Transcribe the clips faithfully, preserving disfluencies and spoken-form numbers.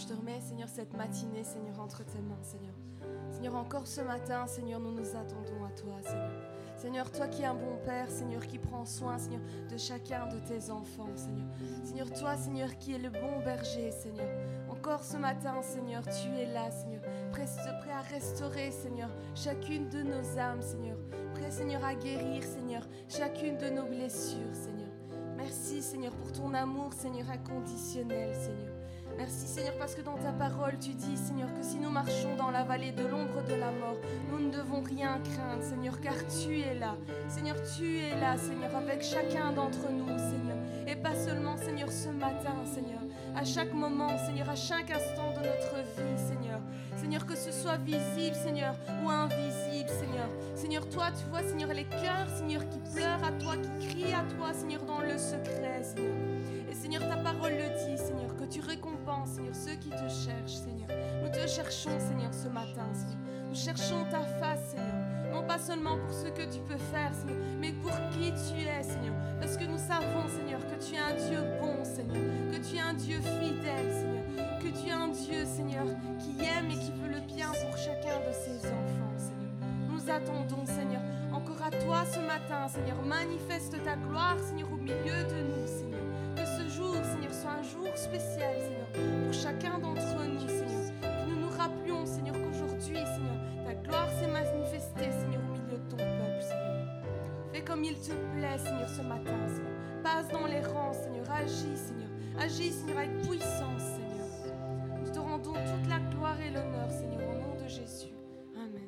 je te remets, Seigneur, cette matinée, Seigneur, entre tes mains, Seigneur. Seigneur, encore ce matin, Seigneur, nous nous attendons à toi, Seigneur. Seigneur, toi qui es un bon Père, Seigneur, qui prends soin, Seigneur, de chacun de tes enfants, Seigneur. Seigneur, toi, Seigneur, qui es le bon berger, Seigneur. Encore ce matin, Seigneur, tu es là, Seigneur, prêt, prêt à restaurer, Seigneur, chacune de nos âmes, Seigneur. Prêt, Seigneur, à guérir, Seigneur, chacune de nos blessures, Seigneur. Merci, Seigneur, pour ton amour, Seigneur, inconditionnel, Seigneur. Merci, Seigneur, parce que dans ta parole, tu dis, Seigneur, que si nous marchons dans la vallée de l'ombre de la mort, nous ne devons rien craindre, Seigneur, car tu es là. Seigneur, tu es là, Seigneur, avec chacun d'entre nous, Seigneur. Et pas seulement, Seigneur, ce matin, Seigneur. À chaque moment, Seigneur, à chaque instant de notre vie, Seigneur. Seigneur, que ce soit visible, Seigneur, ou invisible, Seigneur. Seigneur, toi, tu vois, Seigneur, les cœurs, Seigneur, qui pleurent à toi, qui crient à toi, Seigneur, dans le secret, Seigneur. Et Seigneur, ta parole le dit, Seigneur, que tu récompenses, Seigneur, ceux qui te cherchent, Seigneur. Nous te cherchons, Seigneur, ce matin, Seigneur. Nous cherchons ta face, Seigneur. Non pas seulement pour ce que tu peux faire, Seigneur, mais pour qui tu es, Seigneur. Parce que nous savons, Seigneur, que tu es un Dieu bon, Seigneur. Que tu es un Dieu fidèle, Seigneur. Que tu es un Dieu, Seigneur, qui aime et qui veut le bien pour chacun de ses enfants, Seigneur. Nous attendons, Seigneur, encore à toi ce matin, Seigneur. Manifeste ta gloire, Seigneur, au milieu de nous, Seigneur. Que ce jour, Seigneur, soit un jour spécial, Seigneur, pour chacun d'entre nous, Seigneur. Que nous nous rappelions, Seigneur, qu'aujourd'hui, Seigneur, ta gloire s'est manifestée, Seigneur, au milieu de ton peuple, Seigneur. Fais comme il te plaît, Seigneur, ce matin, Seigneur. Passe dans les rangs, Seigneur. Agis, Seigneur. Agis, Seigneur, avec puissance, Seigneur. Nous te rendons toute la gloire et l'honneur, Seigneur, au nom de Jésus. Amen.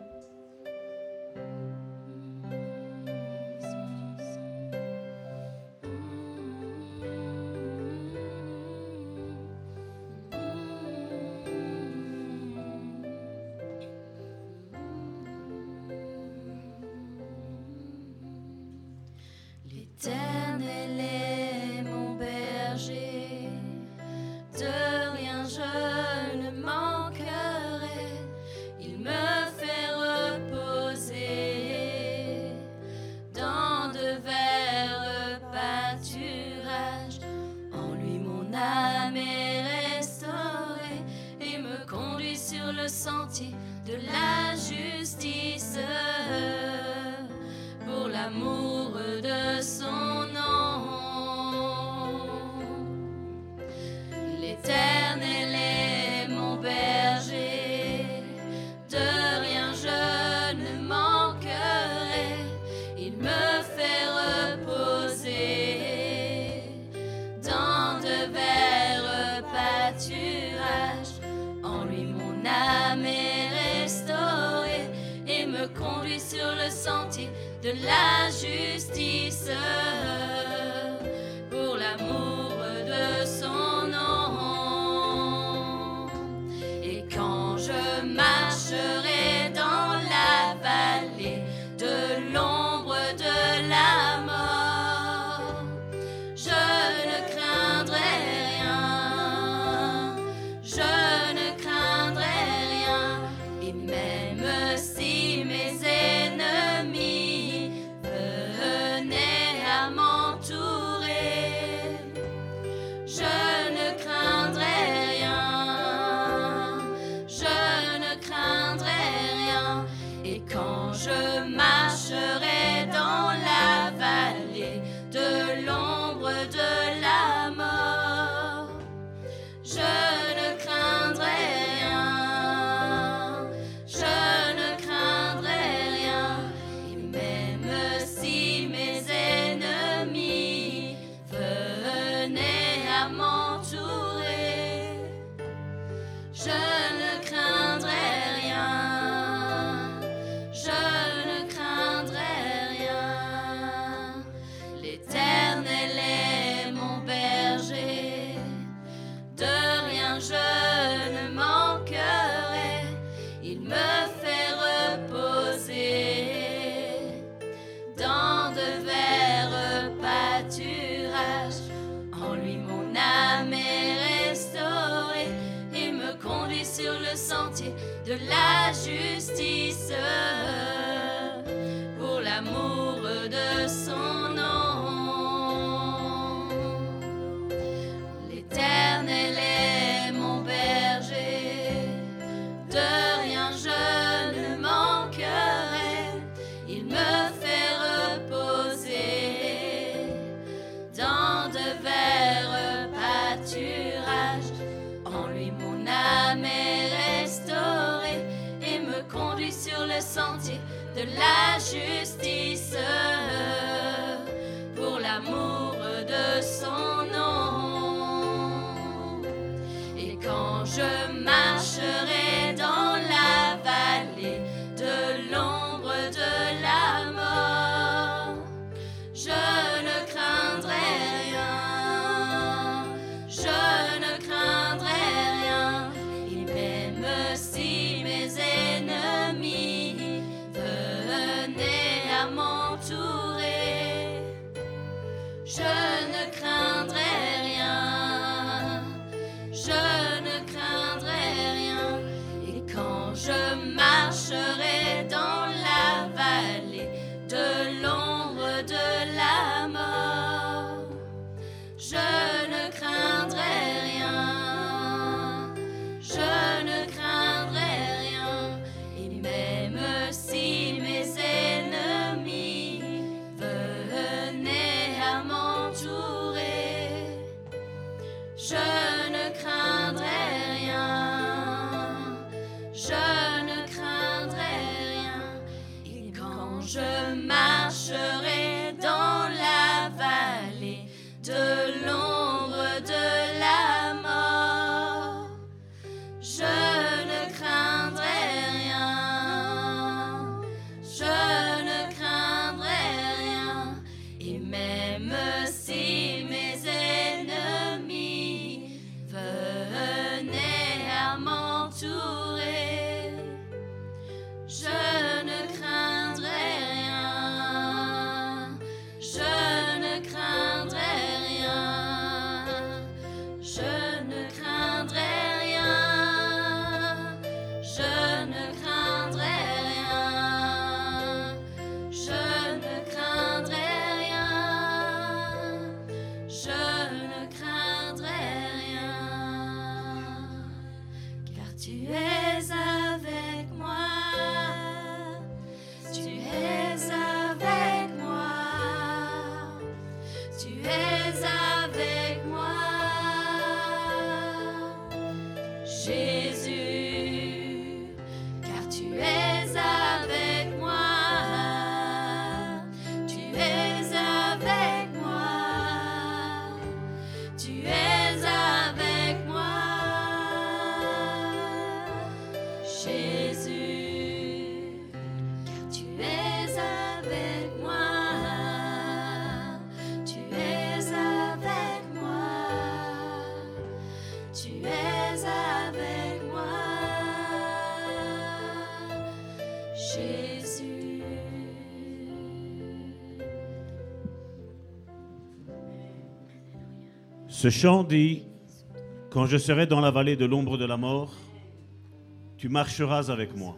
L'Éternel est mon berger, de rien je ne manquerai. Il me fait reposer dans de verts pâturages. En lui mon âme est restaurée et me conduit sur le sentier de la justice pour l'amour de son nom. L'Éternel est mon berger, de rien je ne manquerai. Il me fait reposer dans de verts pâturages. En lui mon âme est restaurée et me conduit sur le sentier de la justice pour l'amour de son nom. Et quand je marcherai dans la vallée de l'ombre de la mort, je ne craindrai rien, je ne craindrai rien. Et même si mes ennemis venaient à m'entourer, je ne craindrai rien, je ne craindrai rien. Et quand je marcherai dans la vallée de l'ombre de la mort, je ne craindrai rien, je ne craindrai rien. Et même si mes ennemis venaient à m'entourer, je ne craindrai rien, je ne craindrai rien. L'Éternel est mon berger, de rien je ne manquerai. Il me fait reposer dans de verts pâturages. En lui mon âme est restaurée et me conduit sur le sentier de la justice pour l'amour de son nom. L'Éternel est mon berger, la justice, pour l'amour de son nom. Et quand je marcherai dans la vallée de l'ombre de la mort, je ne craindrai rien, je ne craindrai rien. Et même si mes ennemis venaient à m'entourer, je ne craindrai rien, je ne craindrai rien. Et quand je marcherai dans la vallée de l'ombre de la mort, je ne craindrai rien, je ne craindrai rien. Et même si mes ennemis venaient à m'entourer, je ne craindrai rien, je ne craindrai rien. Et quand je marcherai dans la vallée de l'ombre de la mort, je ne craindrai rien, je ne craindrai rien. Et même si mes ennemis venaient à m'entourer, je ne craindrai rien, je ne craindrai rien, je ne craindrai rien, je ne craindrai rien, je ne craindrai rien, je ne craindrai rien, car tu es avec moi, tu es avec moi, tu es avec moi, Jésus, car tu es avec moi, tu es avec moi, tu es avec moi, Jésus, car tu es avec moi, tu es avec moi, tu es avec moi, Jésus. Ce chant dit, quand je serai dans la vallée de l'ombre de la mort, tu marcheras avec moi.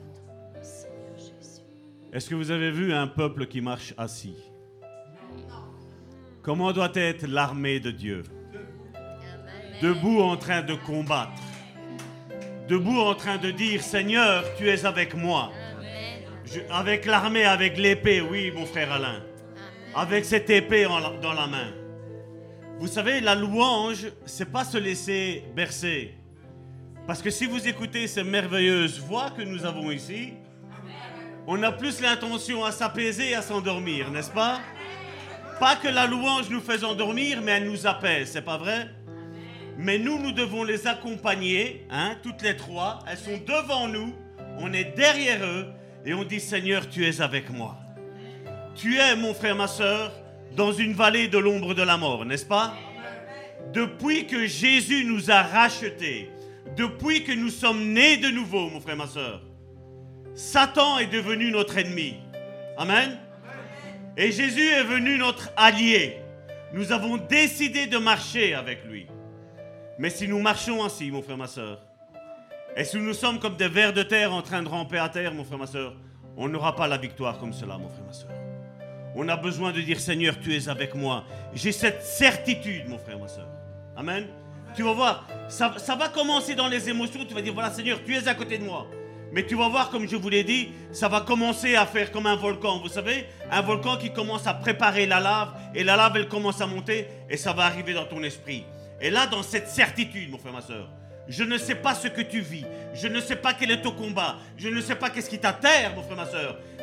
Est-ce que vous avez vu un peuple qui marche assis? Comment doit être l'armée de Dieu? Debout en train de combattre. Debout en train de dire, Seigneur, tu es avec moi. Je- avec l'armée, avec l'épée, oui, mon frère Alain. Avec cette épée en la- dans la main. Vous savez, la louange, c'est pas se laisser bercer. Parce que si vous écoutez ces merveilleuses voix que nous avons ici, on a plus l'intention à s'apaiser et à s'endormir, n'est-ce pas? Pas que la louange nous fasse endormir, mais elle nous apaise, c'est pas vrai? Mais nous, nous devons les accompagner, hein, toutes les trois. Elles sont devant nous, on est derrière eux, et on dit, Seigneur, tu es avec moi. Tu es, mon frère, ma soeur, dans une vallée de l'ombre de la mort, n'est-ce pas? Depuis que Jésus nous a rachetés, depuis que nous sommes nés de nouveau, mon frère, ma soeur, Satan est devenu notre ennemi. Amen. Et Jésus est venu notre allié. Nous avons décidé de marcher avec lui. Mais si nous marchons ainsi, mon frère, ma soeur, et si nous sommes comme des vers de terre en train de ramper à terre, mon frère, ma soeur, on n'aura pas la victoire comme cela, mon frère, ma soeur. On a besoin de dire, Seigneur, tu es avec moi. J'ai cette certitude, mon frère, ma soeur. Amen. Tu vas voir, ça, ça va commencer dans les émotions. Tu vas dire, voilà, Seigneur, tu es à côté de moi. Mais tu vas voir, comme je vous l'ai dit, ça va commencer à faire comme un volcan. Vous savez, un volcan qui commence à préparer la lave. Et la lave, elle commence à monter. Et ça va arriver dans ton esprit. Et là, dans cette certitude, mon frère, ma soeur, je ne sais pas ce que tu vis. Je ne sais pas quel est ton combat. Je ne sais pas qu'est-ce qui t'atterre, mon frère, ma soeur.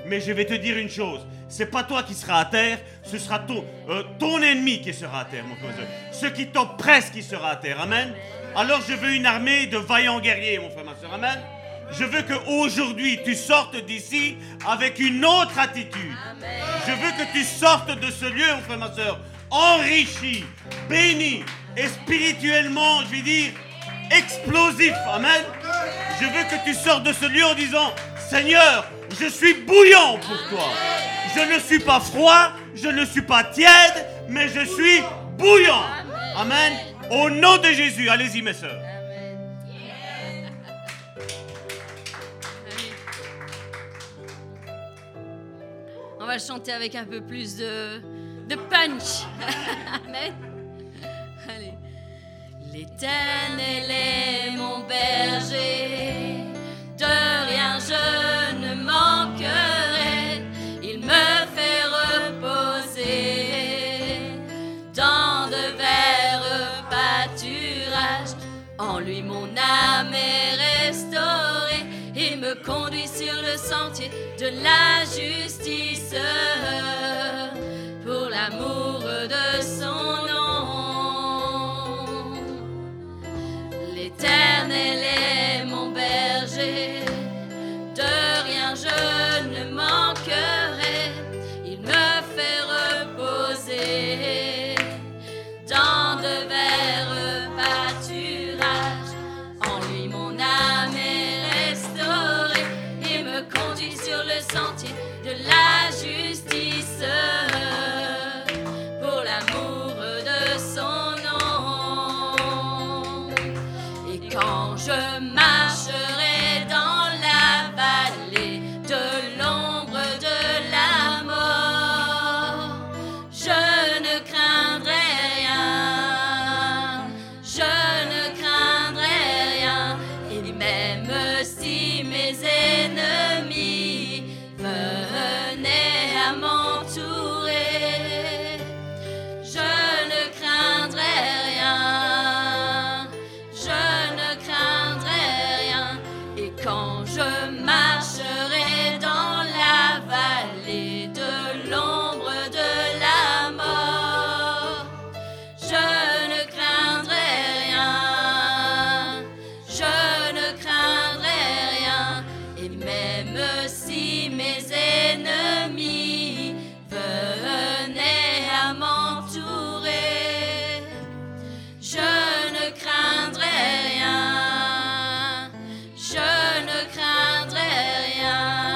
Mais je vais te dire une chose, c'est pas toi qui seras à terre, ce sera ton, euh, ton ennemi qui sera à terre, mon frère, ma soeur. Ceux qui t'oppressent qui sera à terre, amen. Alors je veux une armée de vaillants guerriers, mon frère, ma soeur, amen. Je veux qu'aujourd'hui tu sortes d'ici avec une autre attitude. Je veux que tu sortes de ce lieu, mon frère, ma soeur, enrichi, béni et spirituellement, je vais dire, explosif, amen. Je veux que tu sortes de ce lieu en disant, Seigneur, je suis bouillant pour toi. Je ne suis pas froid, je ne suis pas tiède, mais je suis bouillant. Amen. Au nom de Jésus, allez-y mes sœurs. On va chanter avec un peu plus de, de punch. Amen. Allez. L'Éternel est mon berger, de rien je ne manquerai. Il me fait reposer dans de verts pâturages. En lui mon âme est restaurée. Il me conduit sur le sentier de la justice pour l'amour de son nom. L'Éternel est mon berger, de rien je ne manquerai. Il me fait reposer dans de verts pâturages. En lui mon âme est restaurée. Il me conduit sur le sentier de la justice pour l'amour de son nom. Et quand je marcherai dans la vallée de l'ombre de la mort, je ne craindrai rien, je ne craindrai rien. Et même si mes ennemis venaient à m'entourer, je ne craindrai rien, je ne craindrai rien. Et quand je marcherai dans la vallée de l'ombre de la mort, je ne craindrai rien, je ne craindrai rien. Et même si mes ennemis venaient à m'entourer, je ne craindrai rien, je ne craindrai rien,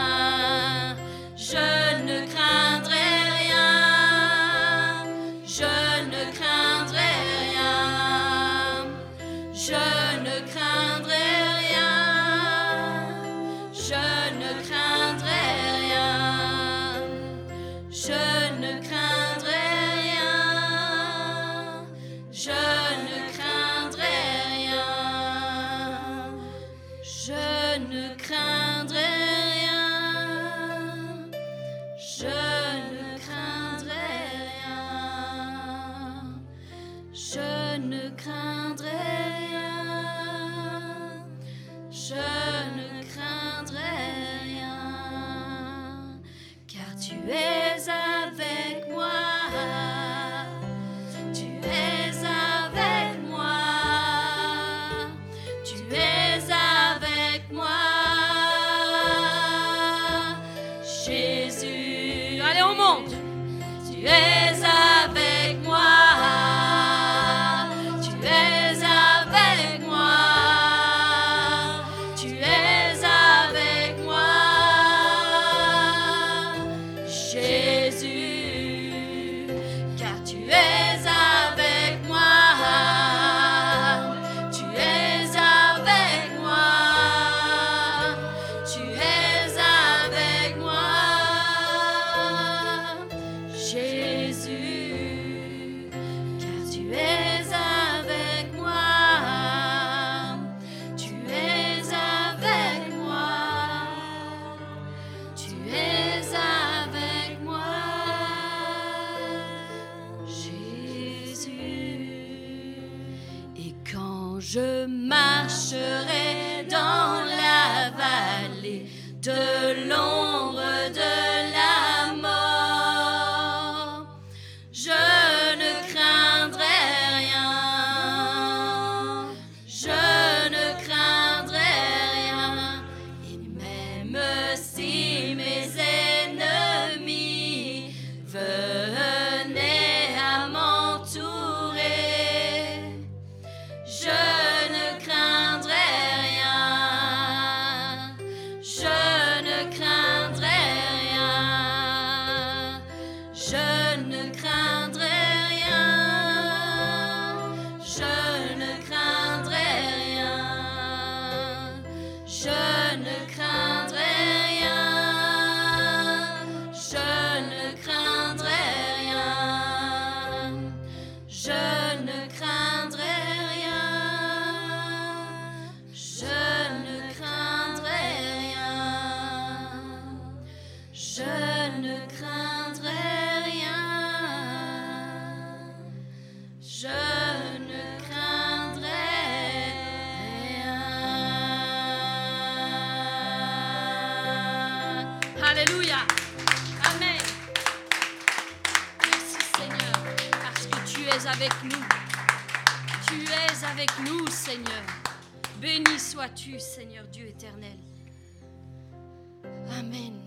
je ne craindrai rien, je ne craindrai rien, je ne craindrai rien, je ne craindrai rien, je ne craindrai rien, je ne craindrai rien, je ne craindrai rien, je ne craindrai rien, je ne craindrai rien, je ne craindrai rien, car tu es avec moi, tu es avec moi, tu es avec moi, Jésus. Allez, on monte. Tu es avec moi, tu es avec moi, tu es avec moi, Jésus, car tu es avec moi, tu es avec moi, tu es avec moi, Jésus, car tu es avec moi, tu es avec moi, tu es avec moi, Jésus. Et quand je marcherai dans la vallée de l'ombre de es avec nous. Tu es avec nous, Seigneur. Béni sois-tu, Seigneur Dieu éternel. Amen.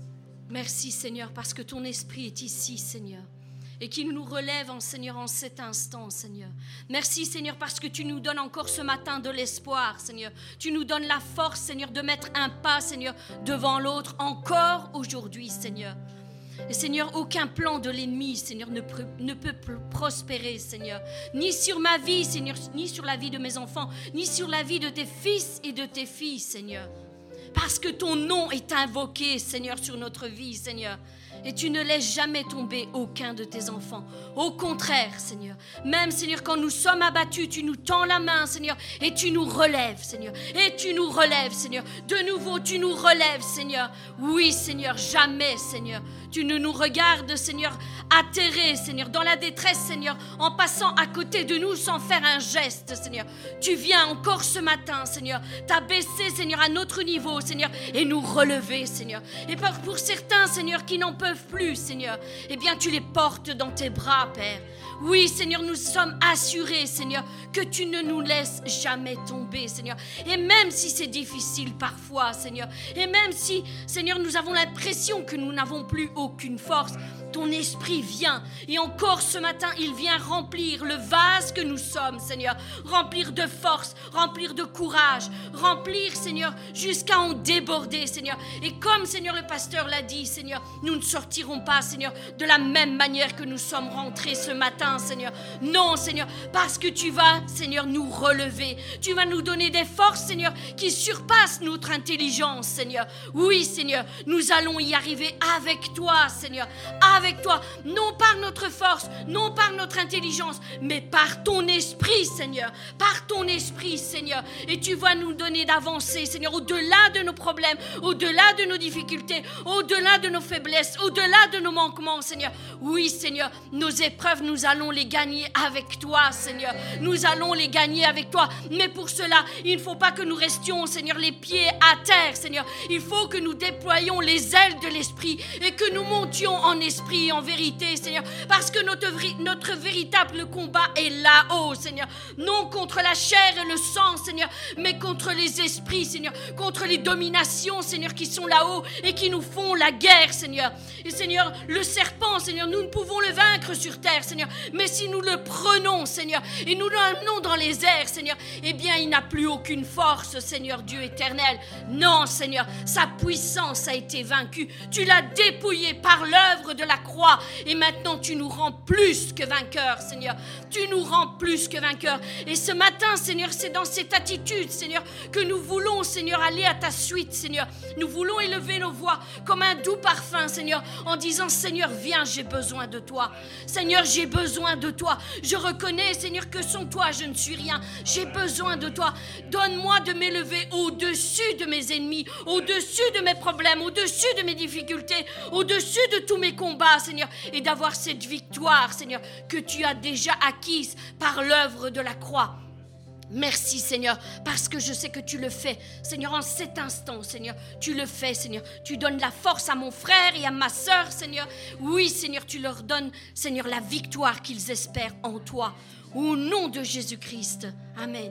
Merci, Seigneur, parce que ton esprit est ici, Seigneur, et qu'il nous relève, en Seigneur, en cet instant, Seigneur. Merci, Seigneur, parce que tu nous donnes encore ce matin de l'espoir, Seigneur. Tu nous donnes la force, Seigneur, de mettre un pas, Seigneur, devant l'autre, encore aujourd'hui, Seigneur. Et Seigneur, aucun plan de l'ennemi, Seigneur, ne, pr- ne peut pr- prospérer, Seigneur. Ni sur ma vie, Seigneur, ni sur la vie de mes enfants, ni sur la vie de tes fils et de tes filles, Seigneur. Parce que ton nom est invoqué, Seigneur, sur notre vie, Seigneur. Et tu ne laisses jamais tomber aucun de tes enfants. Au contraire, Seigneur. Même, Seigneur, quand nous sommes abattus, tu nous tends la main, Seigneur, et tu nous relèves, Seigneur. Et tu nous relèves, Seigneur. De nouveau, tu nous relèves, Seigneur. Oui, Seigneur, jamais, Seigneur. Tu ne nous regardes, Seigneur, atterrés, Seigneur, dans la détresse, Seigneur, en passant à côté de nous sans faire un geste, Seigneur. Tu viens encore ce matin, Seigneur, t'abaisser, Seigneur, à notre niveau, Seigneur, et nous relever, Seigneur. Et pour, pour certains, Seigneur, qui n'en peuvent plus, Seigneur, eh bien, tu les portes dans tes bras, Père. Oui, Seigneur, nous sommes assurés, Seigneur, que tu ne nous laisses jamais tomber, Seigneur. Et même si c'est difficile parfois, Seigneur, et même si, Seigneur, nous avons l'impression que nous n'avons plus aucune force, ton esprit vient. Et encore ce matin, il vient remplir le vase que nous sommes, Seigneur. Remplir de force, remplir de courage, remplir, Seigneur, jusqu'à en déborder, Seigneur. Et comme, Seigneur, le pasteur l'a dit, Seigneur, nous ne sortirons pas, Seigneur, de la même manière que nous sommes rentrés ce matin, Seigneur. Non, Seigneur, parce que tu vas, Seigneur, nous relever. Tu vas nous donner des forces, Seigneur, qui surpassent notre intelligence, Seigneur. Oui, Seigneur, nous allons y arriver avec toi, Seigneur. Avec toi, non par notre force, non par notre intelligence, mais par ton esprit, Seigneur. Par ton esprit, Seigneur. Et tu vas nous donner d'avancer, Seigneur, au-delà de nos problèmes, au-delà de nos difficultés, au-delà de nos faiblesses, au-delà de nos manquements, Seigneur. Oui, Seigneur, nos épreuves, nous allons les gagner avec toi, Seigneur. Nous allons les gagner avec toi. Mais pour cela, il ne faut pas que nous restions, Seigneur, les pieds à terre, Seigneur. Il faut que nous déployions les ailes de l'esprit et que nous montions en esprit, en vérité, Seigneur. Parce que notre, notre véritable combat est là-haut, Seigneur. Non contre la chair et le sang, Seigneur, mais contre les esprits, Seigneur. Contre les dominations, Seigneur, qui sont là-haut et qui nous font la guerre, Seigneur. Et Seigneur, le serpent, Seigneur, nous ne pouvons le vaincre sur terre, Seigneur. Mais si nous le prenons, Seigneur, et nous l'amenons dans les airs, Seigneur, eh bien, il n'a plus aucune force, Seigneur Dieu éternel. Non, Seigneur, sa puissance a été vaincue. Tu l'as dépouillée par l'œuvre de la croix. Et maintenant, tu nous rends plus que vainqueurs, Seigneur. Tu nous rends plus que vainqueurs. Et ce matin, Seigneur, c'est dans cette attitude, Seigneur, que nous voulons, Seigneur, aller à ta suite, Seigneur. Nous voulons élever nos voix comme un doux parfum, Seigneur, en disant, Seigneur, viens, j'ai besoin de toi. Seigneur, j'ai besoin de toi. Je reconnais, Seigneur, que sans toi, je ne suis rien. J'ai besoin de toi. Donne-moi de m'élever au-dessus de mes ennemis, au-dessus de mes problèmes, au-dessus de mes difficultés, au-dessus de tous mes combats, Seigneur, et d'avoir cette victoire, Seigneur, que tu as déjà acquise par l'œuvre de la croix. Merci, Seigneur, parce que je sais que tu le fais, Seigneur, en cet instant, Seigneur, tu le fais, Seigneur. Tu donnes la force à mon frère et à ma sœur, Seigneur. Oui, Seigneur, tu leur donnes, Seigneur, la victoire qu'ils espèrent en toi. Au nom de Jésus-Christ. Amen.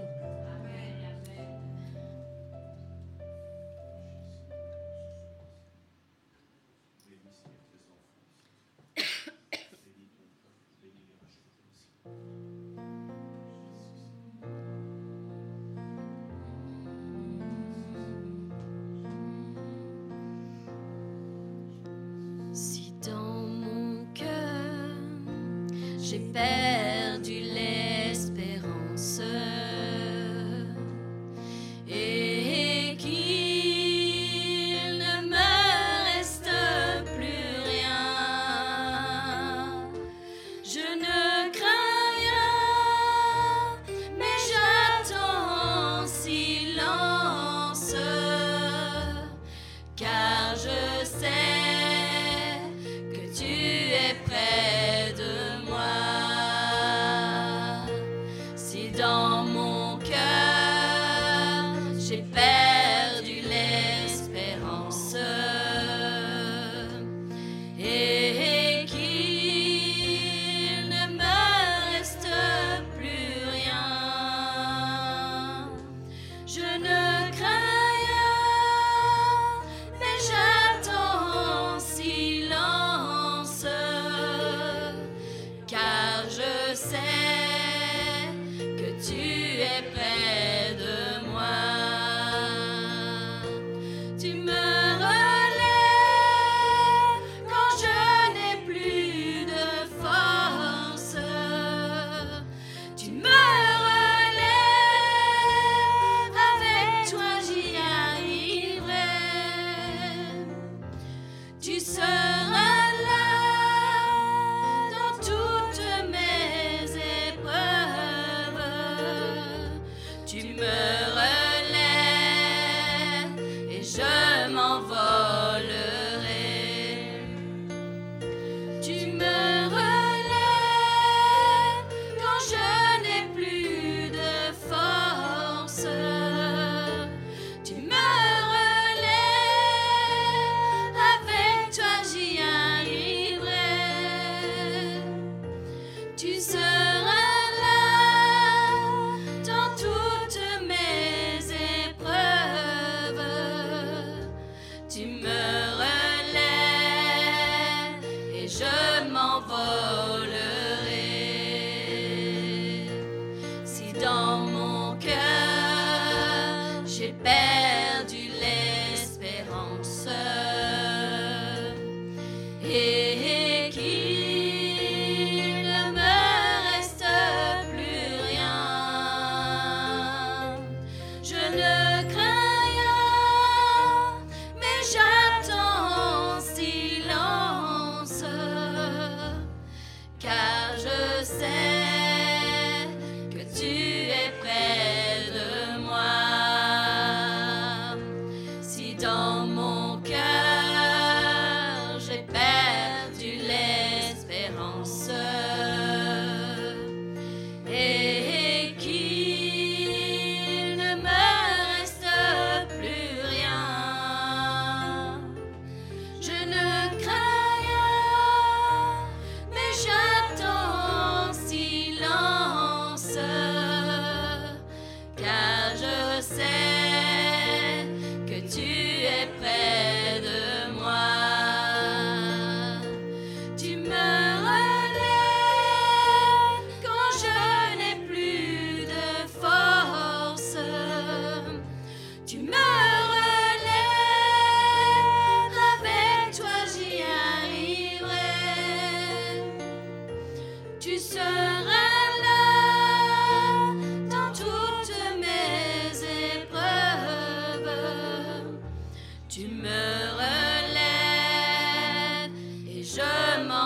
J'ai perdu l'espérance et qu'il ne me reste plus rien. Je ne crains rien, mais j'attends en silence, car je sais que tu es près de moi.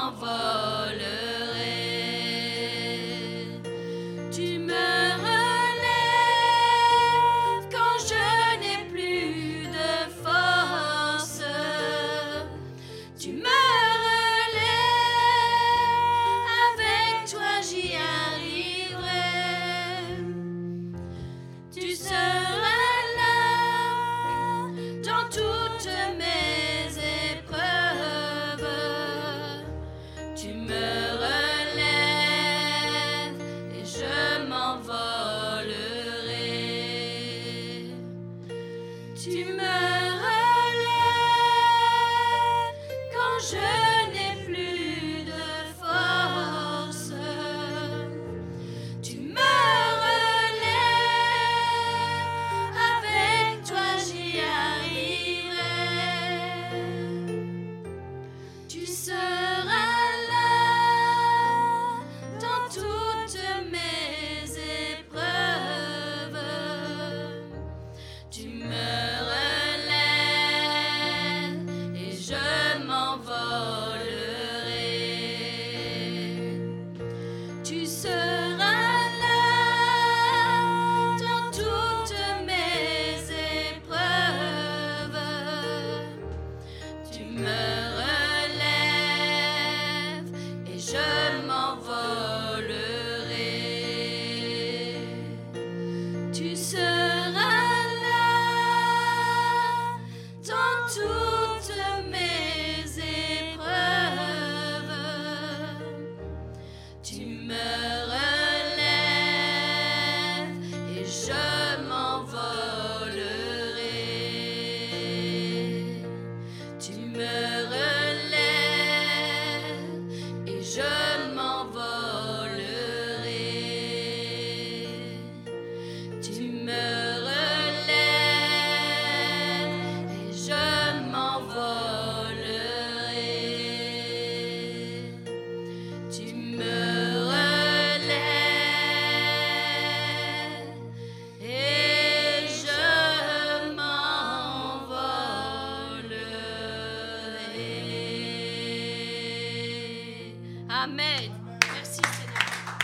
Amen. Merci Seigneur.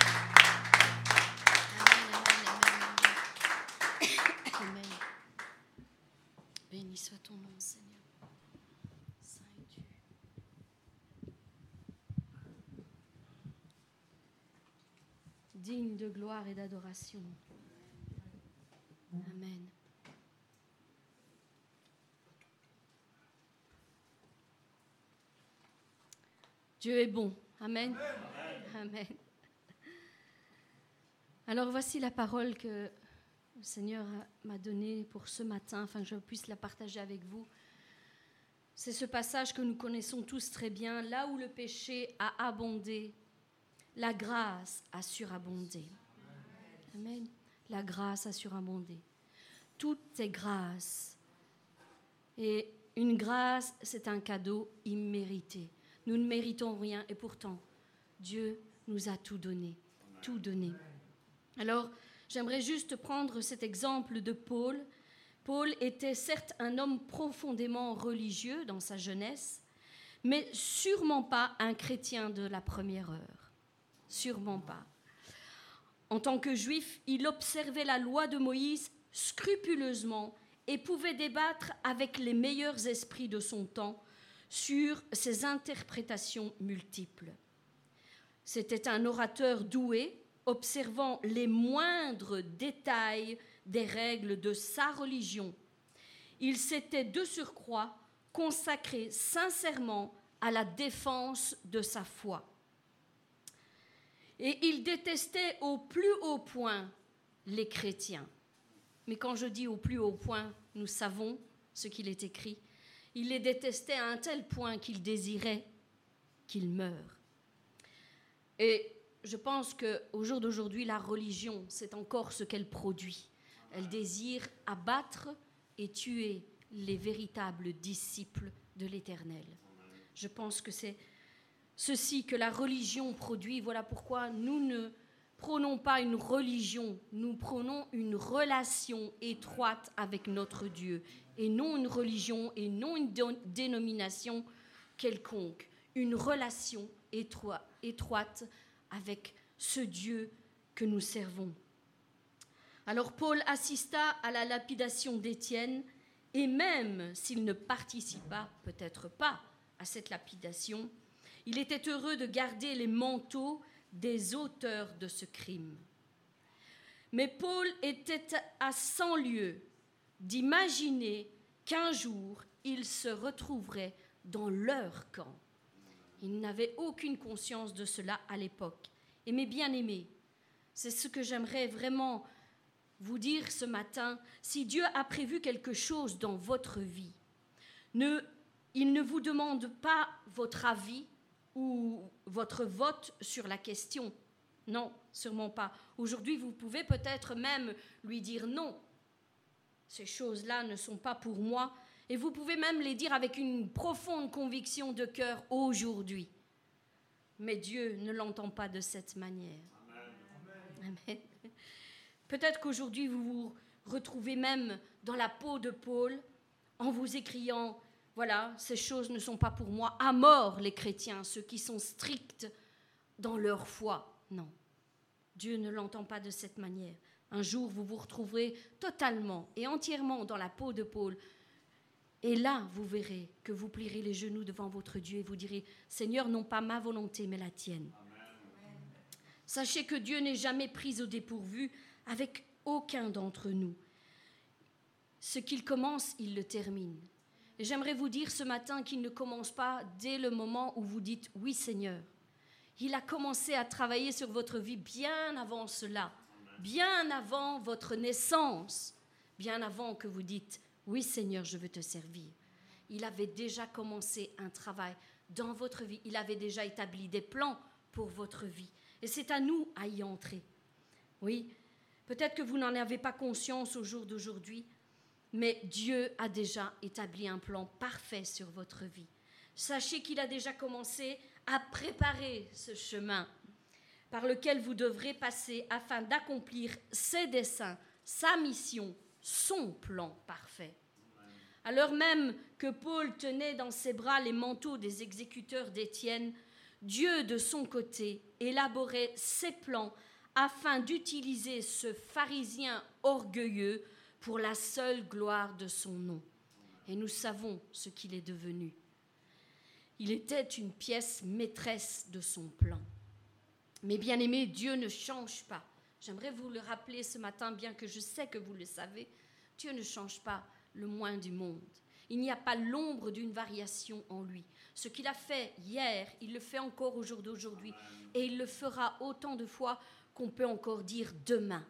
Amen, amen. Béni soit ton nom, Seigneur. Saint est Dieu. Digne de gloire et d'adoration. Amen. Dieu est bon. Amen. Amen. Amen. Alors voici la parole que le Seigneur m'a donnée pour ce matin, afin que je puisse la partager avec vous. C'est ce passage que nous connaissons tous très bien. Là où le péché a abondé, la grâce a surabondé. Amen. La grâce a surabondé. Tout est grâce. Et une grâce, c'est un cadeau immérité. Nous ne méritons rien et pourtant, Dieu nous a tout donné, tout donné. Alors, j'aimerais juste prendre cet exemple de Paul. Paul était certes un homme profondément religieux dans sa jeunesse, mais sûrement pas un chrétien de la première heure. Sûrement pas. En tant que juif, il observait la loi de Moïse scrupuleusement et pouvait débattre avec les meilleurs esprits de son temps sur ses interprétations multiples. C'était un orateur doué, observant les moindres détails des règles de sa religion. Il s'était de surcroît consacré sincèrement à la défense de sa foi. Et il détestait au plus haut point les chrétiens. Mais quand je dis au plus haut point, nous savons ce qu'il est écrit. Il les détestait à un tel point qu'il désirait qu'ils meurent. Et je pense qu'au jour d'aujourd'hui, la religion, c'est encore ce qu'elle produit. Elle désire abattre et tuer les véritables disciples de l'Éternel. Je pense que c'est ceci que la religion produit. Voilà pourquoi nous ne prônons pas une religion, nous prônons une relation étroite avec notre Dieu. Et non une religion et non une dénomination quelconque, une relation étroite, étroite avec ce Dieu que nous servons. Alors Paul assista à la lapidation d'Étienne, et même s'il ne participa peut-être pas à cette lapidation, il était heureux de garder les manteaux des auteurs de ce crime. Mais Paul était à cent lieues d'imaginer qu'un jour il se retrouverait dans leur camp. Il n'avait aucune conscience de cela à l'époque. Et mes bien-aimés, c'est ce que j'aimerais vraiment vous dire ce matin. Si Dieu a prévu quelque chose dans votre vie, ne, il ne vous demande pas votre avis ou votre vote sur la question. Non, sûrement pas. Aujourd'hui, vous pouvez peut-être même lui dire non. Ces choses-là ne sont pas pour moi. Et vous pouvez même les dire avec une profonde conviction de cœur aujourd'hui. Mais Dieu ne l'entend pas de cette manière. Amen. Amen. Peut-être qu'aujourd'hui, vous vous retrouvez même dans la peau de Paul en vous écriant, voilà, ces choses ne sont pas pour moi. À mort les chrétiens, ceux qui sont stricts dans leur foi. Non, Dieu ne l'entend pas de cette manière. Un jour, vous vous retrouverez totalement et entièrement dans la peau de Paul. Et là, vous verrez que vous plierez les genoux devant votre Dieu et vous direz, Seigneur, non pas ma volonté, mais la tienne. Amen. Sachez que Dieu n'est jamais pris au dépourvu avec aucun d'entre nous. Ce qu'il commence, il le termine. Et j'aimerais vous dire ce matin qu'il ne commence pas dès le moment où vous dites « Oui, Seigneur ». Il a commencé à travailler sur votre vie bien avant cela, bien avant votre naissance, bien avant que vous dites « Oui, Seigneur, je veux te servir ». Il avait déjà commencé un travail dans votre vie. Il avait déjà établi des plans pour votre vie. Et c'est à nous à y entrer. Oui, peut-être que vous n'en avez pas conscience au jour d'aujourd'hui, mais Dieu a déjà établi un plan parfait sur votre vie. Sachez qu'il a déjà commencé à préparer ce chemin par lequel vous devrez passer afin d'accomplir ses desseins, sa mission, son plan parfait. Alors même que Paul tenait dans ses bras les manteaux des exécuteurs d'Étienne, Dieu, de son côté, élaborait ses plans afin d'utiliser ce pharisien orgueilleux pour la seule gloire de son nom. Et nous savons ce qu'il est devenu. Il était une pièce maîtresse de son plan. Mais bien aimé, Dieu ne change pas. J'aimerais vous le rappeler ce matin, bien que je sais que vous le savez. Dieu ne change pas le moins du monde. Il n'y a pas l'ombre d'une variation en lui. Ce qu'il a fait hier, il le fait encore au jour d'aujourd'hui. Et il le fera autant de fois qu'on peut encore dire demain.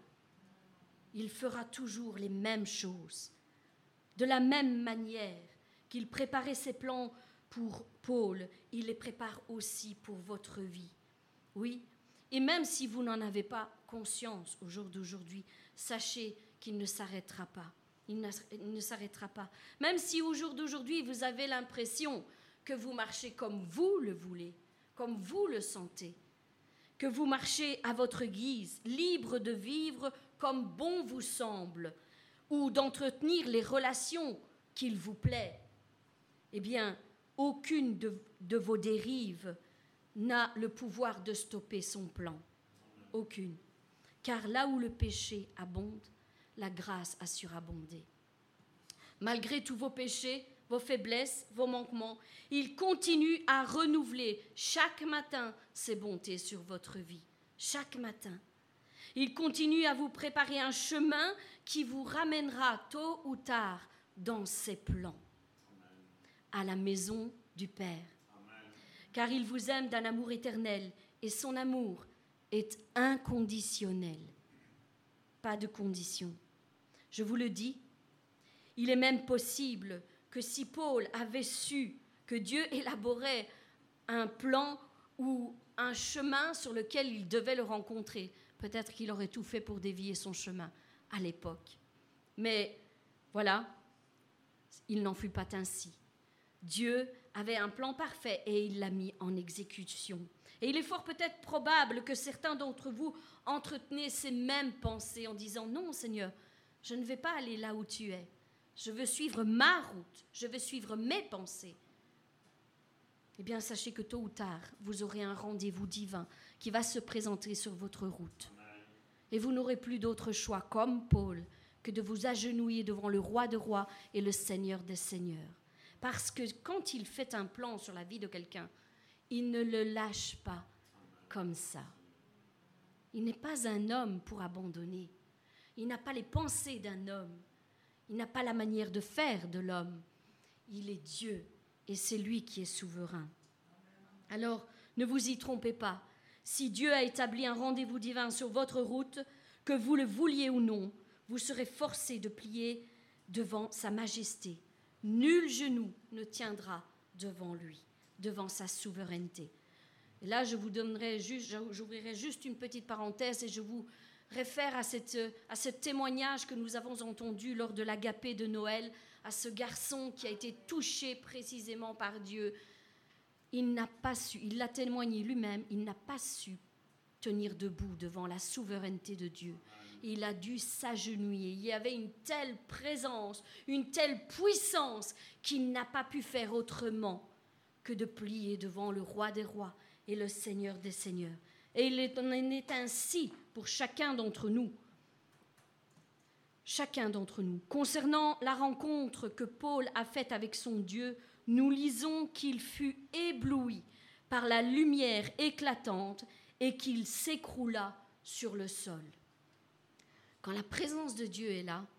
Il fera toujours les mêmes choses. De la même manière qu'il préparait ses plans pour Paul, il les prépare aussi pour votre vie. Oui, et même si vous n'en avez pas conscience au jour d'aujourd'hui, sachez qu'il ne s'arrêtera pas. Il ne s'arrêtera pas. Même si au jour d'aujourd'hui, vous avez l'impression que vous marchez comme vous le voulez, comme vous le sentez, que vous marchez à votre guise, libre de vivre comme bon vous semble, ou d'entretenir les relations qu'il vous plaît, eh bien, aucune de, de vos dérives n'a le pouvoir de stopper son plan. Aucune. Car là où le péché abonde, la grâce a surabondé. Malgré tous vos péchés, vos faiblesses, vos manquements, il continue à renouveler chaque matin ses bontés sur votre vie. Chaque matin. Il continue à vous préparer un chemin qui vous ramènera tôt ou tard dans ses plans, à la maison du Père. Car il vous aime d'un amour éternel et son amour est inconditionnel. Pas de condition. Je vous le dis, il est même possible que si Paul avait su que Dieu élaborait un plan ou un chemin sur lequel il devait le rencontrer, peut-être qu'il aurait tout fait pour dévier son chemin à l'époque. Mais voilà, il n'en fut pas ainsi. Dieu avait un plan parfait et il l'a mis en exécution. Et il est fort peut-être probable que certains d'entre vous entretenaient ces mêmes pensées en disant « Non, Seigneur, je ne vais pas aller là où tu es. Je veux suivre ma route, je veux suivre mes pensées. » eh bien, sachez que tôt ou tard, vous aurez un rendez-vous divin qui va se présenter sur votre route. Et vous n'aurez plus d'autre choix, comme Paul, que de vous agenouiller devant le roi des rois et le Seigneur des seigneurs. Parce que quand il fait un plan sur la vie de quelqu'un, il ne le lâche pas comme ça. Il n'est pas un homme pour abandonner. Il n'a pas les pensées d'un homme. Il n'a pas la manière de faire de l'homme. Il est Dieu et c'est lui qui est souverain. Alors, ne vous y trompez pas. Si Dieu a établi un rendez-vous divin sur votre route, que vous le vouliez ou non, vous serez forcés de plier devant sa majesté. Nul genou ne tiendra devant lui, devant sa souveraineté. Et là, je vous donnerai juste, j'ouvrirai juste une petite parenthèse et je vous réfère à, cette, à ce témoignage que nous avons entendu lors de l'agapé de Noël, à ce garçon qui a été touché précisément par Dieu. Il n'a pas su, il l'a témoigné lui-même, il n'a pas su tenir debout devant la souveraineté de Dieu. Il a dû s'agenouiller. Il y avait une telle présence, une telle puissance qu'il n'a pas pu faire autrement que de plier devant le roi des rois et le Seigneur des seigneurs. Et il en est ainsi pour chacun d'entre nous. Chacun d'entre nous. Concernant la rencontre que Paul a faite avec son Dieu, nous lisons qu'il fut ébloui par la lumière éclatante et qu'il s'écroula sur le sol. Quand la présence de Dieu est là,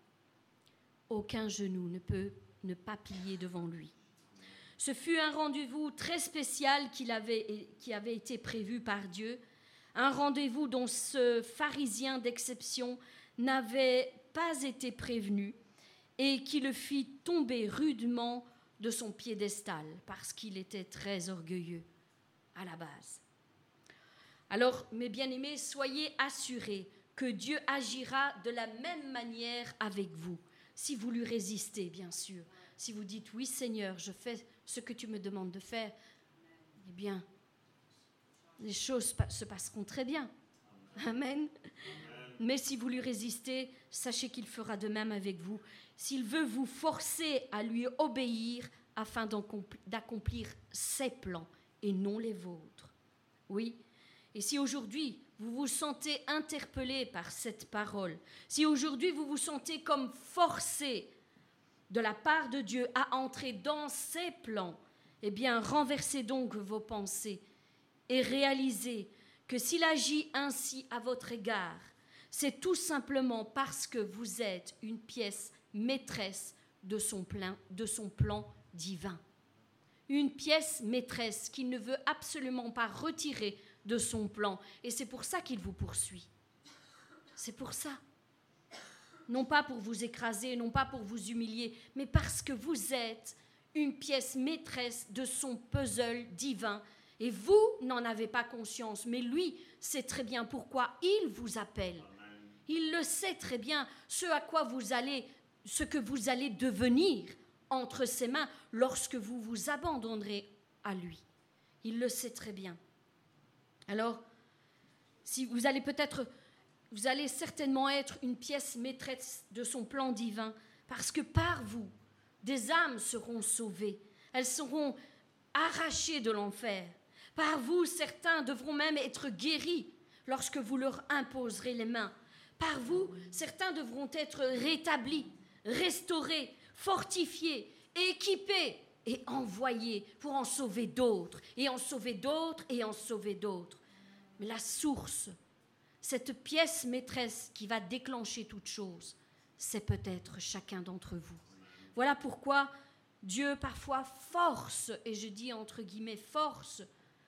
aucun genou ne peut ne pas plier devant lui. Ce fut un rendez-vous très spécial qu'il avait, qui avait été prévu par Dieu, un rendez-vous dont ce pharisien d'exception n'avait pas été prévenu et qui le fit tomber rudement de son piédestal parce qu'il était très orgueilleux à la base. Alors, mes bien-aimés, soyez assurés que Dieu agira de la même manière avec vous, si vous lui résistez, bien sûr. Si vous dites, oui Seigneur, je fais ce que tu me demandes de faire, eh bien, les choses se passeront très bien. Amen. Mais si vous lui résistez, sachez qu'il fera de même avec vous. S'il veut vous forcer à lui obéir afin d'accomplir ses plans et non les vôtres. Oui. Et si aujourd'hui, vous vous sentez interpellé par cette parole, si aujourd'hui vous vous sentez comme forcé de la part de Dieu à entrer dans ses plans, eh bien, renversez donc vos pensées et réalisez que s'il agit ainsi à votre égard, c'est tout simplement parce que vous êtes une pièce maîtresse de son plan, de son plan divin. Une pièce maîtresse qu'il ne veut absolument pas retirer de son plan. Et c'est pour ça qu'il vous poursuit. C'est pour ça. Non pas pour vous écraser, non pas pour vous humilier, mais parce que vous êtes une pièce maîtresse de son puzzle divin. Et vous n'en avez pas conscience, mais lui sait très bien pourquoi il vous appelle. Il le sait très bien, ce à quoi vous allez, ce que vous allez devenir entre ses mains lorsque vous vous abandonnerez à lui. Il le sait très bien. Alors, si vous allez peut-être, vous allez certainement être une pièce maîtresse de son plan divin, parce que par vous, des âmes seront sauvées, elles seront arrachées de l'enfer. Par vous, certains devront même être guéris lorsque vous leur imposerez les mains. Par vous, certains devront être rétablis, restaurés, fortifiés, équipés et envoyés pour en sauver d'autres, et en sauver d'autres, et en sauver d'autres. Mais la source, cette pièce maîtresse qui va déclencher toute chose, c'est peut-être chacun d'entre vous. Voilà pourquoi Dieu parfois force, et je dis entre guillemets force,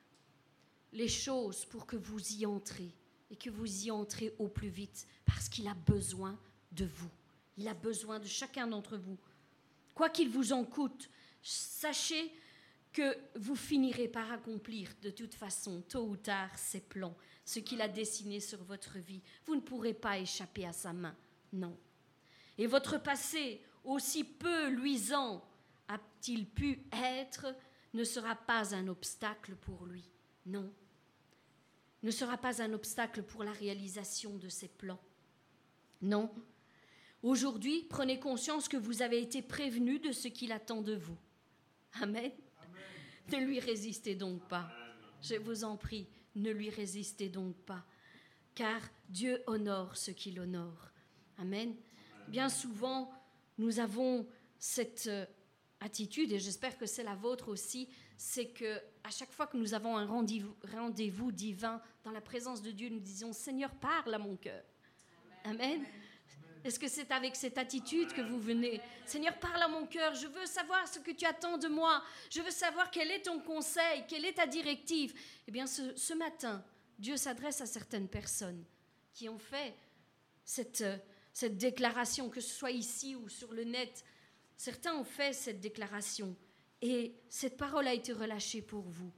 les choses pour que vous y entrez, et que vous y entrez au plus vite, parce qu'il a besoin de vous. Il a besoin de chacun d'entre vous. Quoi qu'il vous en coûte, sachez que vous finirez par accomplir de toute façon, tôt ou tard, ses plans, ce qu'il a dessiné sur votre vie. Vous ne pourrez pas échapper à sa main, non. Et votre passé, aussi peu luisant a-t-il pu être, ne sera pas un obstacle pour lui, non. Ne sera pas un obstacle pour la réalisation de ses plans, non. Aujourd'hui, prenez conscience que vous avez été prévenu de ce qu'il attend de vous. Amen. Amen. Ne lui résistez donc pas. Je vous en prie, ne lui résistez donc pas. Car Dieu honore ceux qui l'honorent. Amen. Bien souvent, nous avons cette attitude, et j'espère que c'est la vôtre aussi, c'est que à chaque fois que nous avons un rendez-vous, rendez-vous divin dans la présence de Dieu, nous disons « Seigneur, parle à mon cœur. » Amen. Est-ce que c'est avec cette attitude que vous venez? Seigneur, parle à mon cœur, je veux savoir ce que tu attends de moi, je veux savoir quel est ton conseil, quelle est ta directive. Eh bien, ce, ce matin, Dieu s'adresse à certaines personnes qui ont fait cette, cette déclaration, que ce soit ici ou sur le net. Certains ont fait cette déclaration et cette parole a été relâchée pour vous.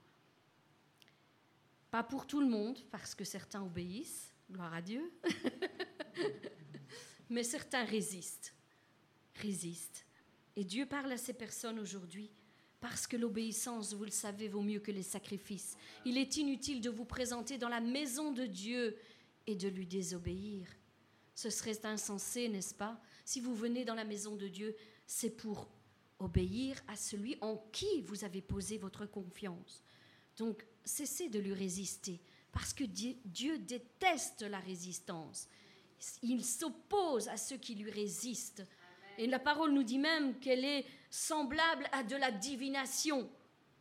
Pas pour tout le monde, parce que certains obéissent, gloire à Dieu. Mais certains résistent, résistent. Et Dieu parle à ces personnes aujourd'hui parce que l'obéissance, vous le savez, vaut mieux que les sacrifices. Il est inutile de vous présenter dans la maison de Dieu et de lui désobéir. Ce serait insensé, n'est-ce pas? Si vous venez dans la maison de Dieu, c'est pour obéir à celui en qui vous avez posé votre confiance. Donc, cessez de lui résister parce que Dieu déteste la résistance. Il s'oppose à ceux qui lui résistent. Et la parole nous dit même qu'elle est semblable à de la divination.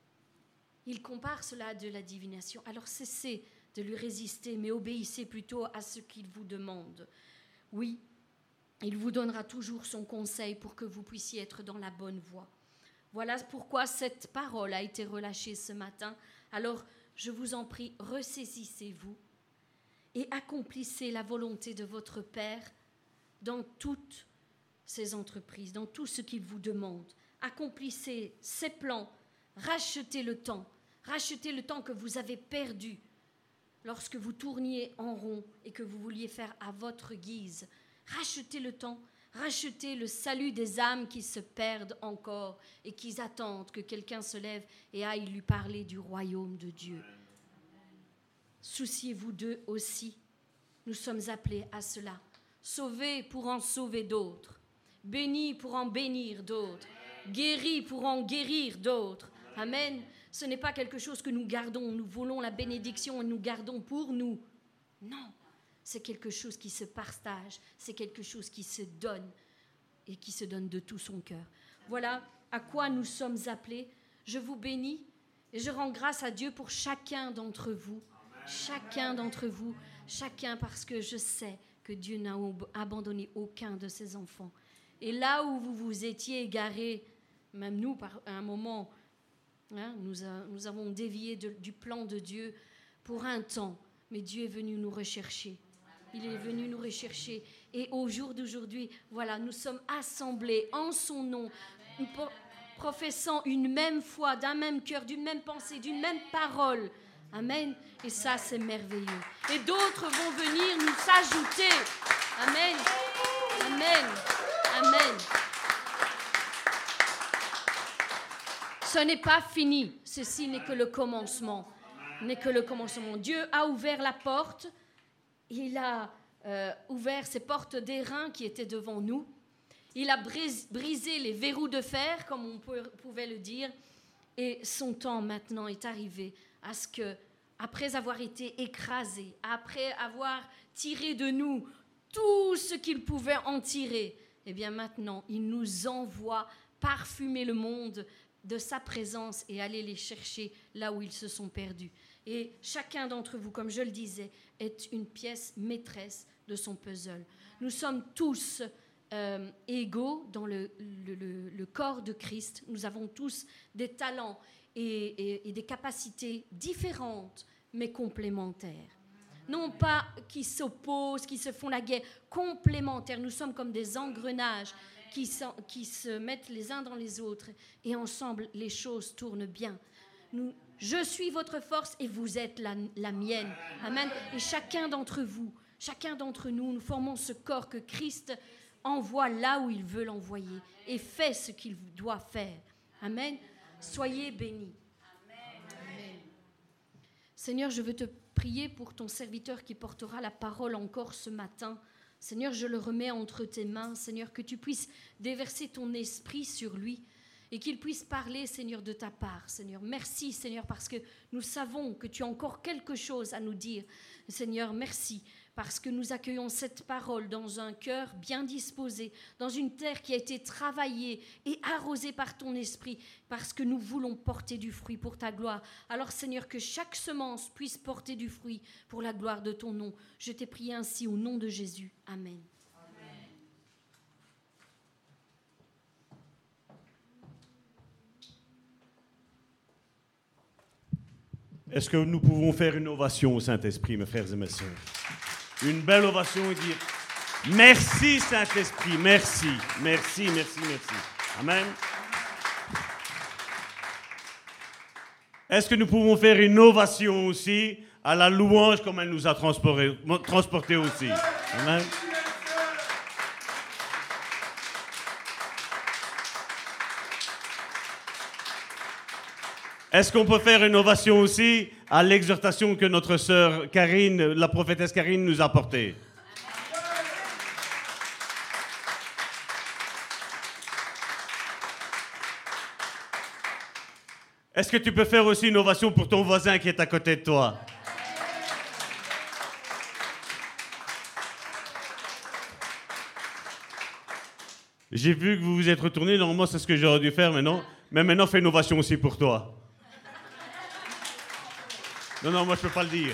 Il compare cela à de la divination. Alors cessez de lui résister, mais obéissez plutôt à ce qu'il vous demande. Oui, il vous donnera toujours son conseil pour que vous puissiez être dans la bonne voie. Voilà pourquoi cette parole a été relâchée ce matin. Alors, je vous en prie, ressaisissez-vous et accomplissez la volonté de votre Père dans toutes ses entreprises, dans tout ce qu'il vous demande. Accomplissez ses plans, rachetez le temps, rachetez le temps que vous avez perdu lorsque vous tourniez en rond et que vous vouliez faire à votre guise. Rachetez le temps, rachetez le salut des âmes qui se perdent encore et qui attendent que quelqu'un se lève et aille lui parler du royaume de Dieu. Souciez-vous d'eux aussi. Nous sommes appelés à cela. Sauvés pour en sauver d'autres. Bénis pour en bénir d'autres. Guéris pour en guérir d'autres. Amen. Ce n'est pas quelque chose que nous gardons. Nous voulons la bénédiction et nous gardons pour nous. Non. C'est quelque chose qui se partage. C'est quelque chose qui se donne et qui se donne de tout son cœur. Voilà à quoi nous sommes appelés. Je vous bénis et je rends grâce à Dieu pour chacun d'entre vous. Chacun d'entre vous, chacun, parce que je sais que Dieu n'a abandonné aucun de ses enfants. Et là où vous vous étiez égarés, même nous, par un moment, hein, nous, a, nous avons dévié de, du plan de Dieu pour un temps, mais Dieu est venu nous rechercher. Il est venu nous rechercher. Et au jour d'aujourd'hui, voilà, nous sommes assemblés en son nom, pro- professant une même foi, d'un même cœur, d'une même pensée, d'une même parole. Amen. Et ça, c'est merveilleux. Et d'autres vont venir nous s'ajouter. Amen. Amen. Amen. Ce n'est pas fini. Ceci n'est que le commencement. N'est que le commencement. Dieu a ouvert la porte. Il a euh, ouvert ces portes d'airain qui étaient devant nous. Il a brisé les verrous de fer, comme on pouvait le dire. Et son temps maintenant est arrivé à ce que, après avoir été écrasé, après avoir tiré de nous tout ce qu'il pouvait en tirer, eh bien maintenant, il nous envoie parfumer le monde de sa présence et aller les chercher là où ils se sont perdus. Et chacun d'entre vous, comme je le disais, est une pièce maîtresse de son puzzle. Nous sommes tous euh, égaux dans le, le, le, le corps de Christ. Nous avons tous des talents et, et, et des capacités différentes, mais complémentaires. Non pas qui s'opposent, qui se font la guerre, complémentaires. Nous sommes comme des engrenages qui, sont, qui se mettent les uns dans les autres et ensemble, les choses tournent bien. Nous, je suis votre force et vous êtes la, la mienne. Amen. Et chacun d'entre vous, chacun d'entre nous, nous formons ce corps que Christ envoie là où il veut l'envoyer et fait ce qu'il doit faire. Amen. Soyez bénis. Amen. Seigneur, je veux te prier pour ton serviteur qui portera la parole encore ce matin. Seigneur, je le remets entre tes mains. Seigneur, que tu puisses déverser ton esprit sur lui et qu'il puisse parler, Seigneur, de ta part, Seigneur. Merci, Seigneur, parce que nous savons que tu as encore quelque chose à nous dire. Seigneur, merci, parce que nous accueillons cette parole dans un cœur bien disposé, dans une terre qui a été travaillée et arrosée par ton esprit, parce que nous voulons porter du fruit pour ta gloire. Alors, Seigneur, que chaque semence puisse porter du fruit pour la gloire de ton nom. Je t'ai prié ainsi au nom de Jésus. Amen. Est-ce que nous pouvons faire une ovation au Saint-Esprit, mes frères et mes sœurs? Une belle ovation et dire merci Saint-Esprit, merci, merci, merci, merci. Amen. Est-ce que nous pouvons faire une ovation aussi à la louange comme elle nous a transportés transporté aussi? Amen. Est-ce qu'on peut faire une ovation aussi à l'exhortation que notre sœur Karine, la prophétesse Karine, nous a apportée? Est-ce que tu peux faire aussi une ovation pour ton voisin qui est à côté de toi? J'ai vu que vous vous êtes retourné, normalement c'est ce que j'aurais dû faire, mais non. Mais maintenant, fais une ovation aussi pour toi. Non, non, moi je peux pas le dire.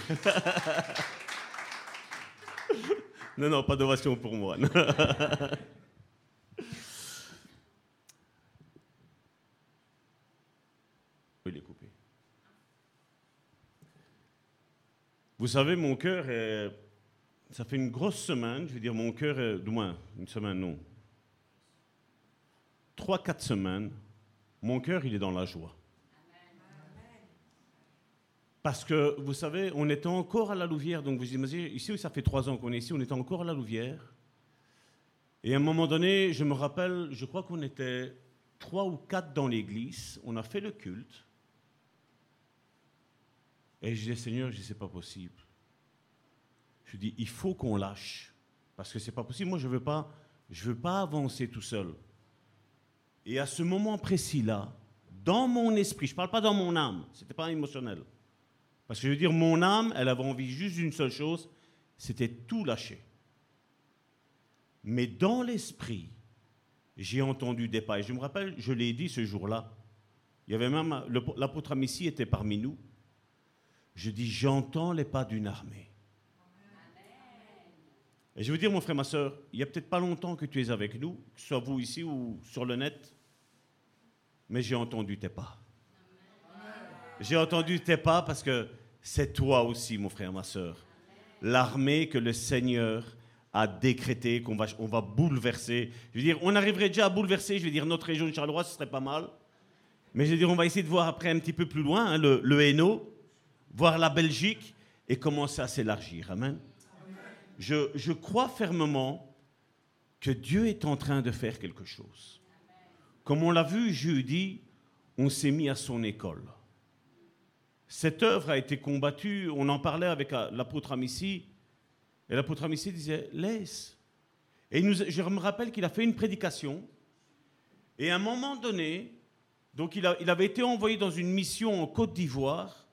Non, non, pas d'ovation pour moi. Il est coupé. Vous savez, mon cœur est... Ça fait une grosse semaine, je veux dire, mon cœur est... Du moins, une semaine, non. Trois, quatre semaines, mon cœur, il est dans la joie. Parce que, vous savez, on était encore à la Louvière, donc vous imaginez, ici, ça fait trois ans qu'on est ici, on était encore à la Louvière. Et à un moment donné, je me rappelle, je crois qu'on était trois ou quatre dans l'église, on a fait le culte. Et je disais, Seigneur, je dis, c'est pas possible. Je dis, il faut qu'on lâche, parce que c'est pas possible. Moi, je veux pas, je veux pas avancer tout seul. Et à ce moment précis-là, dans mon esprit, je ne parle pas dans mon âme, ce n'était pas émotionnel. Parce que je veux dire, mon âme, elle avait envie juste d'une seule chose, c'était tout lâcher. Mais dans l'esprit, j'ai entendu des pas. Et je me rappelle, je l'ai dit ce jour-là, il y avait même, l'apôtre Amici était parmi nous. Je dis, j'entends les pas d'une armée. Et je veux dire, mon frère, ma soeur, il n'y a peut-être pas longtemps que tu es avec nous, que ce soit vous ici ou sur le net, mais j'ai entendu tes pas. J'ai entendu tes pas parce que c'est toi aussi, mon frère, ma soeur. L'armée que le Seigneur a décrétée, qu'on va, on va bouleverser. Je veux dire, on arriverait déjà à bouleverser, je veux dire, notre région de Charleroi, ce serait pas mal. Mais je veux dire, on va essayer de voir après un petit peu plus loin, hein, le, le Hainaut, voir la Belgique et commencer à s'élargir. Amen. Je, je crois fermement que Dieu est en train de faire quelque chose. Comme on l'a vu jeudi, on s'est mis à son école. Cette œuvre a été combattue, on en parlait avec l'apôtre Amici, et l'apôtre Amici disait « laisse ». Et nous, je me rappelle qu'il a fait une prédication, et à un moment donné, donc il, a, il avait été envoyé dans une mission en Côte d'Ivoire,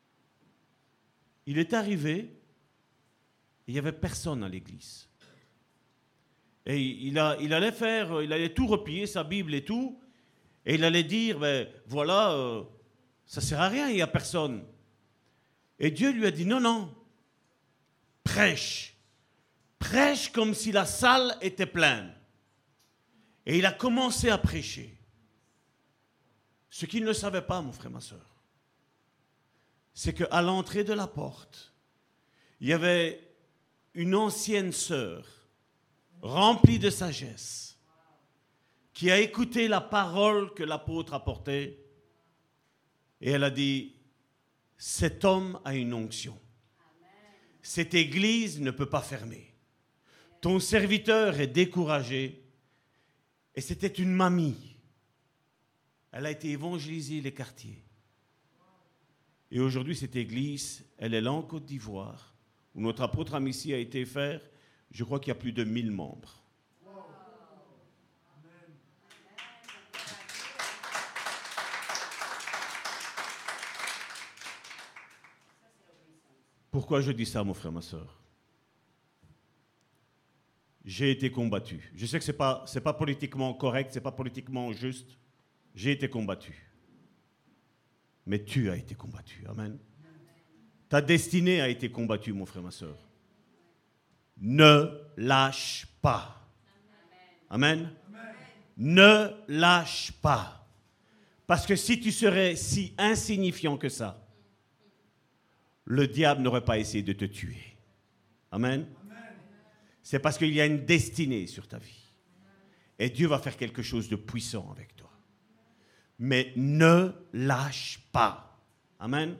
il est arrivé, il n'y avait personne à l'église. Et il, a, il allait faire, il allait tout replier, sa Bible et tout, et il allait dire, ben voilà, euh, ça ne sert à rien, il n'y a personne. Et Dieu lui a dit, non, non, prêche. Prêche comme si la salle était pleine. Et il a commencé à prêcher. Ce qu'il ne savait pas, mon frère, ma soeur, c'est qu'à l'entrée de la porte, il y avait une ancienne sœur, remplie de sagesse, qui a écouté la parole que l'apôtre apportait, et elle a dit, cet homme a une onction. Cette église ne peut pas fermer. Ton serviteur est découragé, et c'était une mamie. Elle a été évangéliser les quartiers. Et aujourd'hui, cette église, elle est là en Côte d'Ivoire, où notre apôtre Amici a été faire, je crois qu'il y a plus de mille membres. Pourquoi je dis ça, mon frère, ma soeur? J'ai été combattu. Je sais que ce n'est pas, c'est pas politiquement correct, ce n'est pas politiquement juste. J'ai été combattu. Mais tu as été combattu. Amen. Ta destinée a été combattue, mon frère, ma soeur. Ne lâche pas. Amen. Amen. Ne lâche pas. Parce que si tu serais si insignifiant que ça, le diable n'aurait pas essayé de te tuer. Amen. Amen. C'est parce qu'il y a une destinée sur ta vie. Et Dieu va faire quelque chose de puissant avec toi. Mais ne lâche pas. Amen.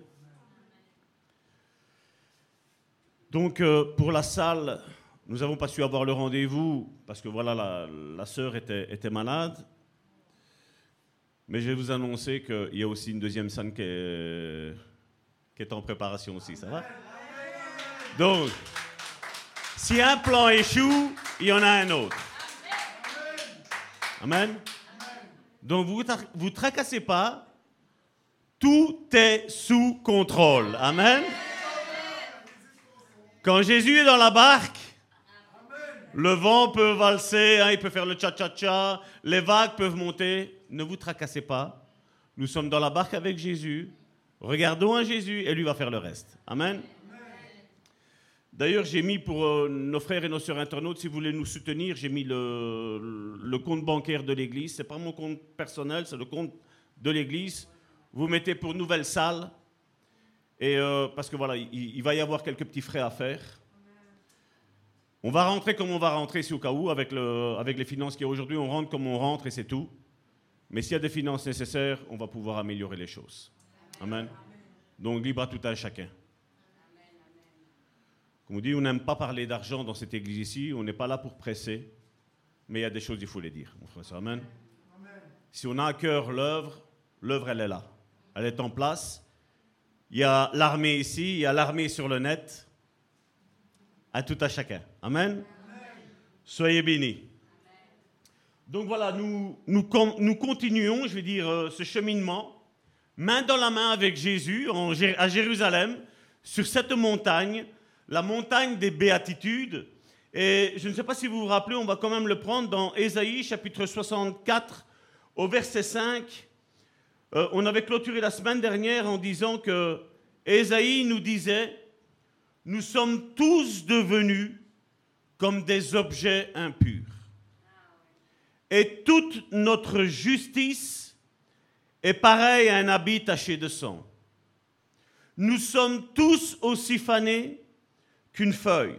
Donc, euh, pour la salle, nous n'avons pas su avoir le rendez-vous parce que voilà, la, la sœur était, était malade. Mais je vais vous annoncer qu'il y a aussi une deuxième salle qui est, qui est en préparation aussi, ça va? Donc, si un plan échoue, il y en a un autre. Amen. Donc, vous ne vous tracassez pas. Tout est sous contrôle. Amen. Quand Jésus est dans la barque, le vent peut valser, hein, il peut faire le cha-cha-cha, les vagues peuvent monter. Ne vous tracassez pas. Nous sommes dans la barque avec Jésus. Regardons à Jésus et lui va faire le reste. Amen. D'ailleurs, j'ai mis pour euh, nos frères et nos sœurs internautes, si vous voulez nous soutenir, j'ai mis le, le compte bancaire de l'Église. Ce n'est pas mon compte personnel, c'est le compte de l'Église. Vous mettez pour nouvelle salle. Et euh, parce que voilà, il, il va y avoir quelques petits frais à faire. On va rentrer comme on va rentrer, si au cas où, avec, le, avec les finances qu'il y a aujourd'hui, on rentre comme on rentre et c'est tout. Mais s'il y a des finances nécessaires, on va pouvoir améliorer les choses. Amen. Donc, libre à tout un chacun. Comme on dit, on n'aime pas parler d'argent dans cette église ici, on n'est pas là pour presser, mais il y a des choses, il faut les dire, mon frère. Amen. Si on a à cœur l'œuvre, l'œuvre, elle est là. Elle est en place. Il y a l'armée ici, il y a l'armée sur le net. À tout à chacun. Amen. Amen. Soyez bénis. Amen. Donc voilà, nous, nous, nous continuons, je vais dire, euh, ce cheminement, main dans la main avec Jésus en, à Jérusalem, sur cette montagne, la montagne des béatitudes. Et je ne sais pas si vous vous rappelez, on va quand même le prendre dans Ésaïe, chapitre soixante-quatre, au verset cinq. Euh, on avait clôturé la semaine dernière en disant que Ésaïe nous disait « Nous sommes tous devenus comme des objets impurs. Et toute notre justice est pareille à un habit taché de sang. Nous sommes tous aussi fanés qu'une feuille.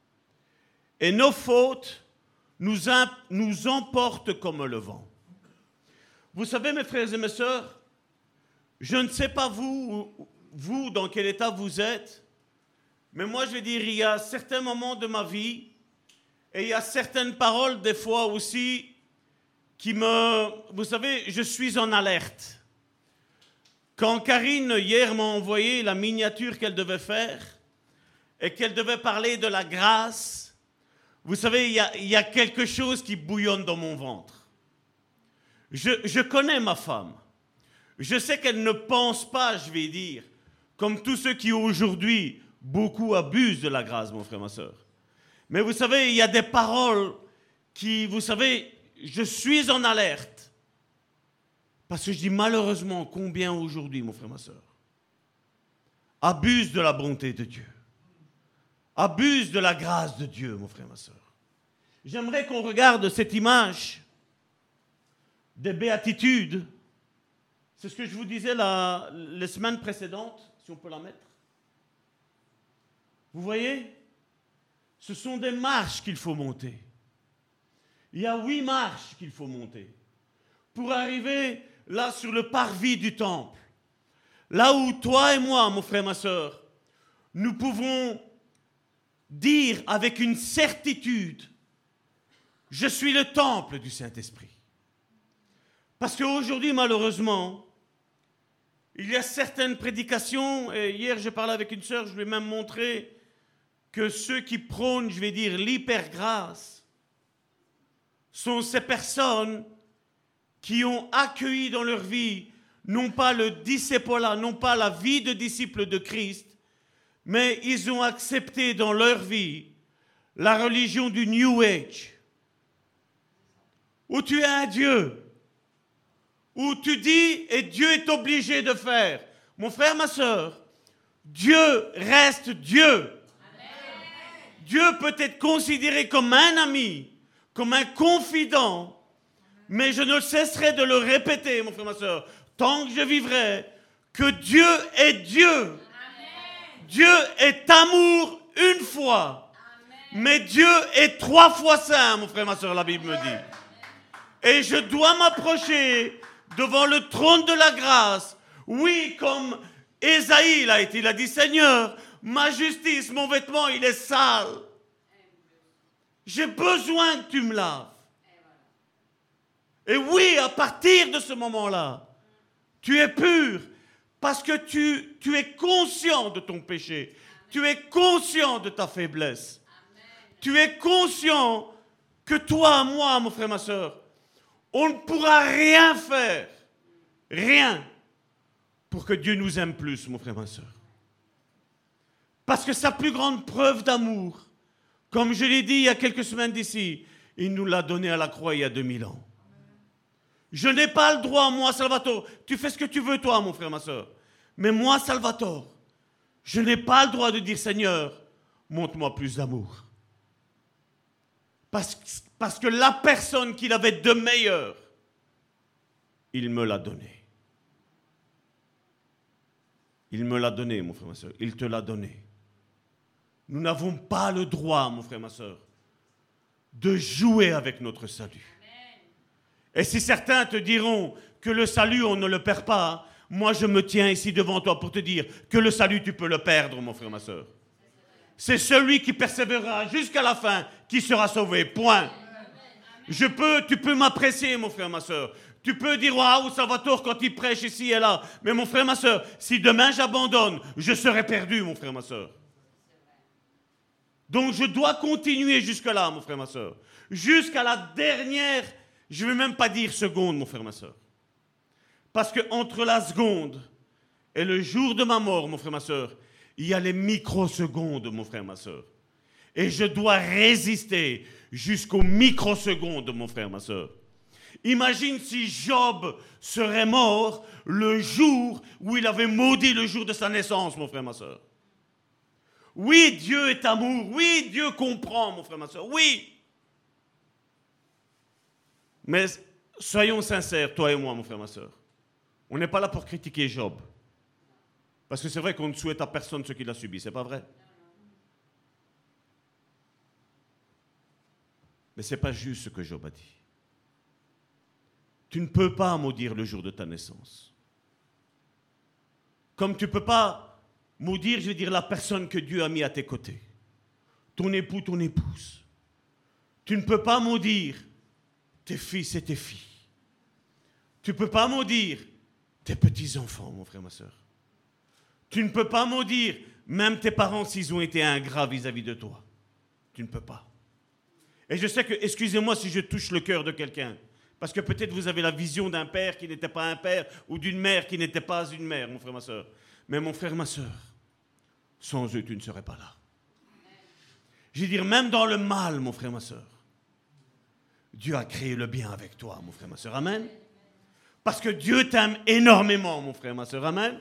Et nos fautes nous, nous emportent comme le vent. » Vous savez, mes frères et mes sœurs, je ne sais pas vous, vous, dans quel état vous êtes, mais moi, je vais dire, il y a certains moments de ma vie, et il y a certaines paroles, des fois aussi, qui me... Vous savez, je suis en alerte. Quand Karine, hier, m'a envoyé la miniature qu'elle devait faire, et qu'elle devait parler de la grâce, vous savez, il y a, il y a quelque chose qui bouillonne dans mon ventre. Je, je connais ma femme. Je sais qu'elle ne pense pas, je vais dire, comme tous ceux qui aujourd'hui, beaucoup abusent de la grâce, mon frère, ma soeur. Mais vous savez, il y a des paroles qui, vous savez, je suis en alerte. Parce que je dis malheureusement combien aujourd'hui, mon frère, ma soeur, abusent de la bonté de Dieu. Abusent de la grâce de Dieu, mon frère, ma soeur. J'aimerais qu'on regarde cette image des béatitudes. C'est ce que je vous disais la, les semaines précédentes, si on peut la mettre. Vous voyez? Ce sont des marches qu'il faut monter. Il y a huit marches qu'il faut monter pour arriver là sur le parvis du temple. Là où toi et moi, mon frère, ma soeur, nous pouvons dire avec une certitude, je suis le temple du Saint-Esprit. Parce qu'aujourd'hui, malheureusement, il y a certaines prédications, et hier j'ai parlé avec une sœur, je lui ai même montré que ceux qui prônent, je vais dire, l'hypergrâce, sont ces personnes qui ont accueilli dans leur vie, non pas le disciple, non pas la vie de disciple de Christ, mais ils ont accepté dans leur vie la religion du New Age, où tu es un Dieu, où tu dis et Dieu est obligé de faire. Mon frère, ma soeur, Dieu reste Dieu. Amen. Dieu peut être considéré comme un ami, comme un confident, mais je ne cesserai de le répéter, mon frère, ma soeur, tant que je vivrai, que Dieu est Dieu. Amen. Dieu est amour une fois, amen, mais Dieu est trois fois saint, mon frère, ma soeur, la Bible me dit. Et je dois m'approcher devant le trône de la grâce. Oui, comme Ésaïe l'a été, il a dit, Seigneur, ma justice, mon vêtement, il est sale. J'ai besoin que tu me laves. Et oui, à partir de ce moment-là, tu es pur parce que tu, tu es conscient de ton péché. Tu es conscient de ta faiblesse. Tu es conscient que toi, moi, mon frère, ma soeur, on ne pourra rien faire, rien, pour que Dieu nous aime plus, mon frère, ma soeur. Parce que sa plus grande preuve d'amour, comme je l'ai dit il y a quelques semaines d'ici, il nous l'a donné à la croix il y a deux mille ans. Je n'ai pas le droit, moi, Salvatore, tu fais ce que tu veux, toi, mon frère, ma soeur. Mais moi, Salvatore, je n'ai pas le droit de dire, Seigneur, montre-moi plus d'amour. Parce, parce que la personne qu'il avait de meilleure, il me l'a donné. Il me l'a donné, mon frère, ma soeur. Il te l'a donné. Nous n'avons pas le droit, mon frère, ma soeur, de jouer avec notre salut. Et si certains te diront que le salut, on ne le perd pas, moi, je me tiens ici devant toi pour te dire que le salut, tu peux le perdre, mon frère, ma soeur. C'est celui qui persévérera jusqu'à la fin qui sera sauvé. Point. Je peux, tu peux m'apprécier, mon frère, ma soeur. Tu peux dire, waouh, Salvatore, quand il prêche ici et là. Mais mon frère, ma soeur, si demain j'abandonne, je serai perdu, mon frère, ma soeur. Donc je dois continuer jusque-là, mon frère, ma soeur. Jusqu'à la dernière, je ne vais même pas dire seconde, mon frère, ma soeur. Parce qu'entre la seconde et le jour de ma mort, mon frère, ma soeur, il y a les microsecondes, mon frère, ma soeur. Et je dois résister jusqu'aux microsecondes, mon frère, ma soeur. Imagine si Job serait mort le jour où il avait maudit le jour de sa naissance, mon frère, ma soeur. Oui, Dieu est amour. Oui, Dieu comprend, mon frère, ma soeur. Oui. Mais soyons sincères, toi et moi, mon frère, ma soeur. On n'est pas là pour critiquer Job. Parce que c'est vrai qu'on ne souhaite à personne ce qu'il a subi, c'est pas vrai? Mais ce n'est pas juste ce que Job a dit. Tu ne peux pas maudire le jour de ta naissance. Comme tu ne peux pas maudire, je veux dire, la personne que Dieu a mis à tes côtés. Ton époux, ton épouse. Tu ne peux pas maudire tes fils et tes filles. Tu ne peux pas maudire tes petits-enfants, mon frère, ma soeur. Tu ne peux pas maudire même tes parents s'ils ont été ingrats vis-à-vis de toi. Tu ne peux pas. Et je sais que, excusez-moi si je touche le cœur de quelqu'un, parce que peut-être vous avez la vision d'un père qui n'était pas un père ou d'une mère qui n'était pas une mère, mon frère, ma soeur. Mais mon frère, ma soeur, sans eux, tu ne serais pas là. Je veux dire, même dans le mal, mon frère, ma soeur, Dieu a créé le bien avec toi, mon frère, ma soeur. Amen. Parce que Dieu t'aime énormément, mon frère, ma soeur. Amen.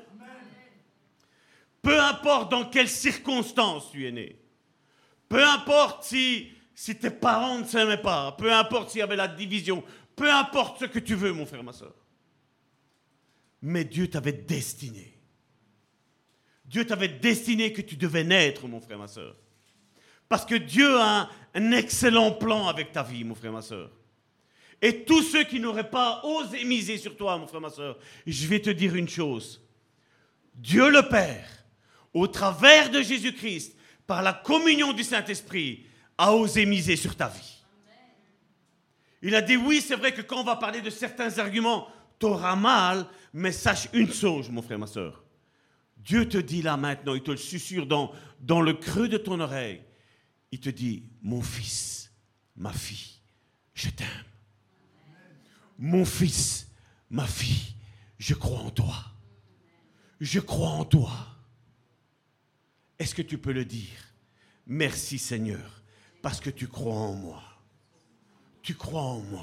Peu importe dans quelles circonstances tu es né. Peu importe si, si tes parents ne s'aimaient pas. Peu importe s'il y avait la division. Peu importe ce que tu veux, mon frère, ma soeur. Mais Dieu t'avait destiné. Dieu t'avait destiné que tu devais naître, mon frère, ma soeur. Parce que Dieu a un, un excellent plan avec ta vie, mon frère, ma soeur. Et tous ceux qui n'auraient pas osé miser sur toi, mon frère, ma soeur, je vais te dire une chose. Dieu le Père, au travers de Jésus-Christ, par la communion du Saint-Esprit, a osé miser sur ta vie. Il a dit, oui, c'est vrai que quand on va parler de certains arguments, t'auras mal, mais sache une chose, mon frère, ma soeur. Dieu te dit là maintenant, il te le susurre dans, dans le creux de ton oreille. Il te dit, mon fils, ma fille, je t'aime. Mon fils, ma fille, je crois en toi. Je crois en toi. Est-ce que tu peux le dire? Merci Seigneur, parce que tu crois en moi. Tu crois en moi.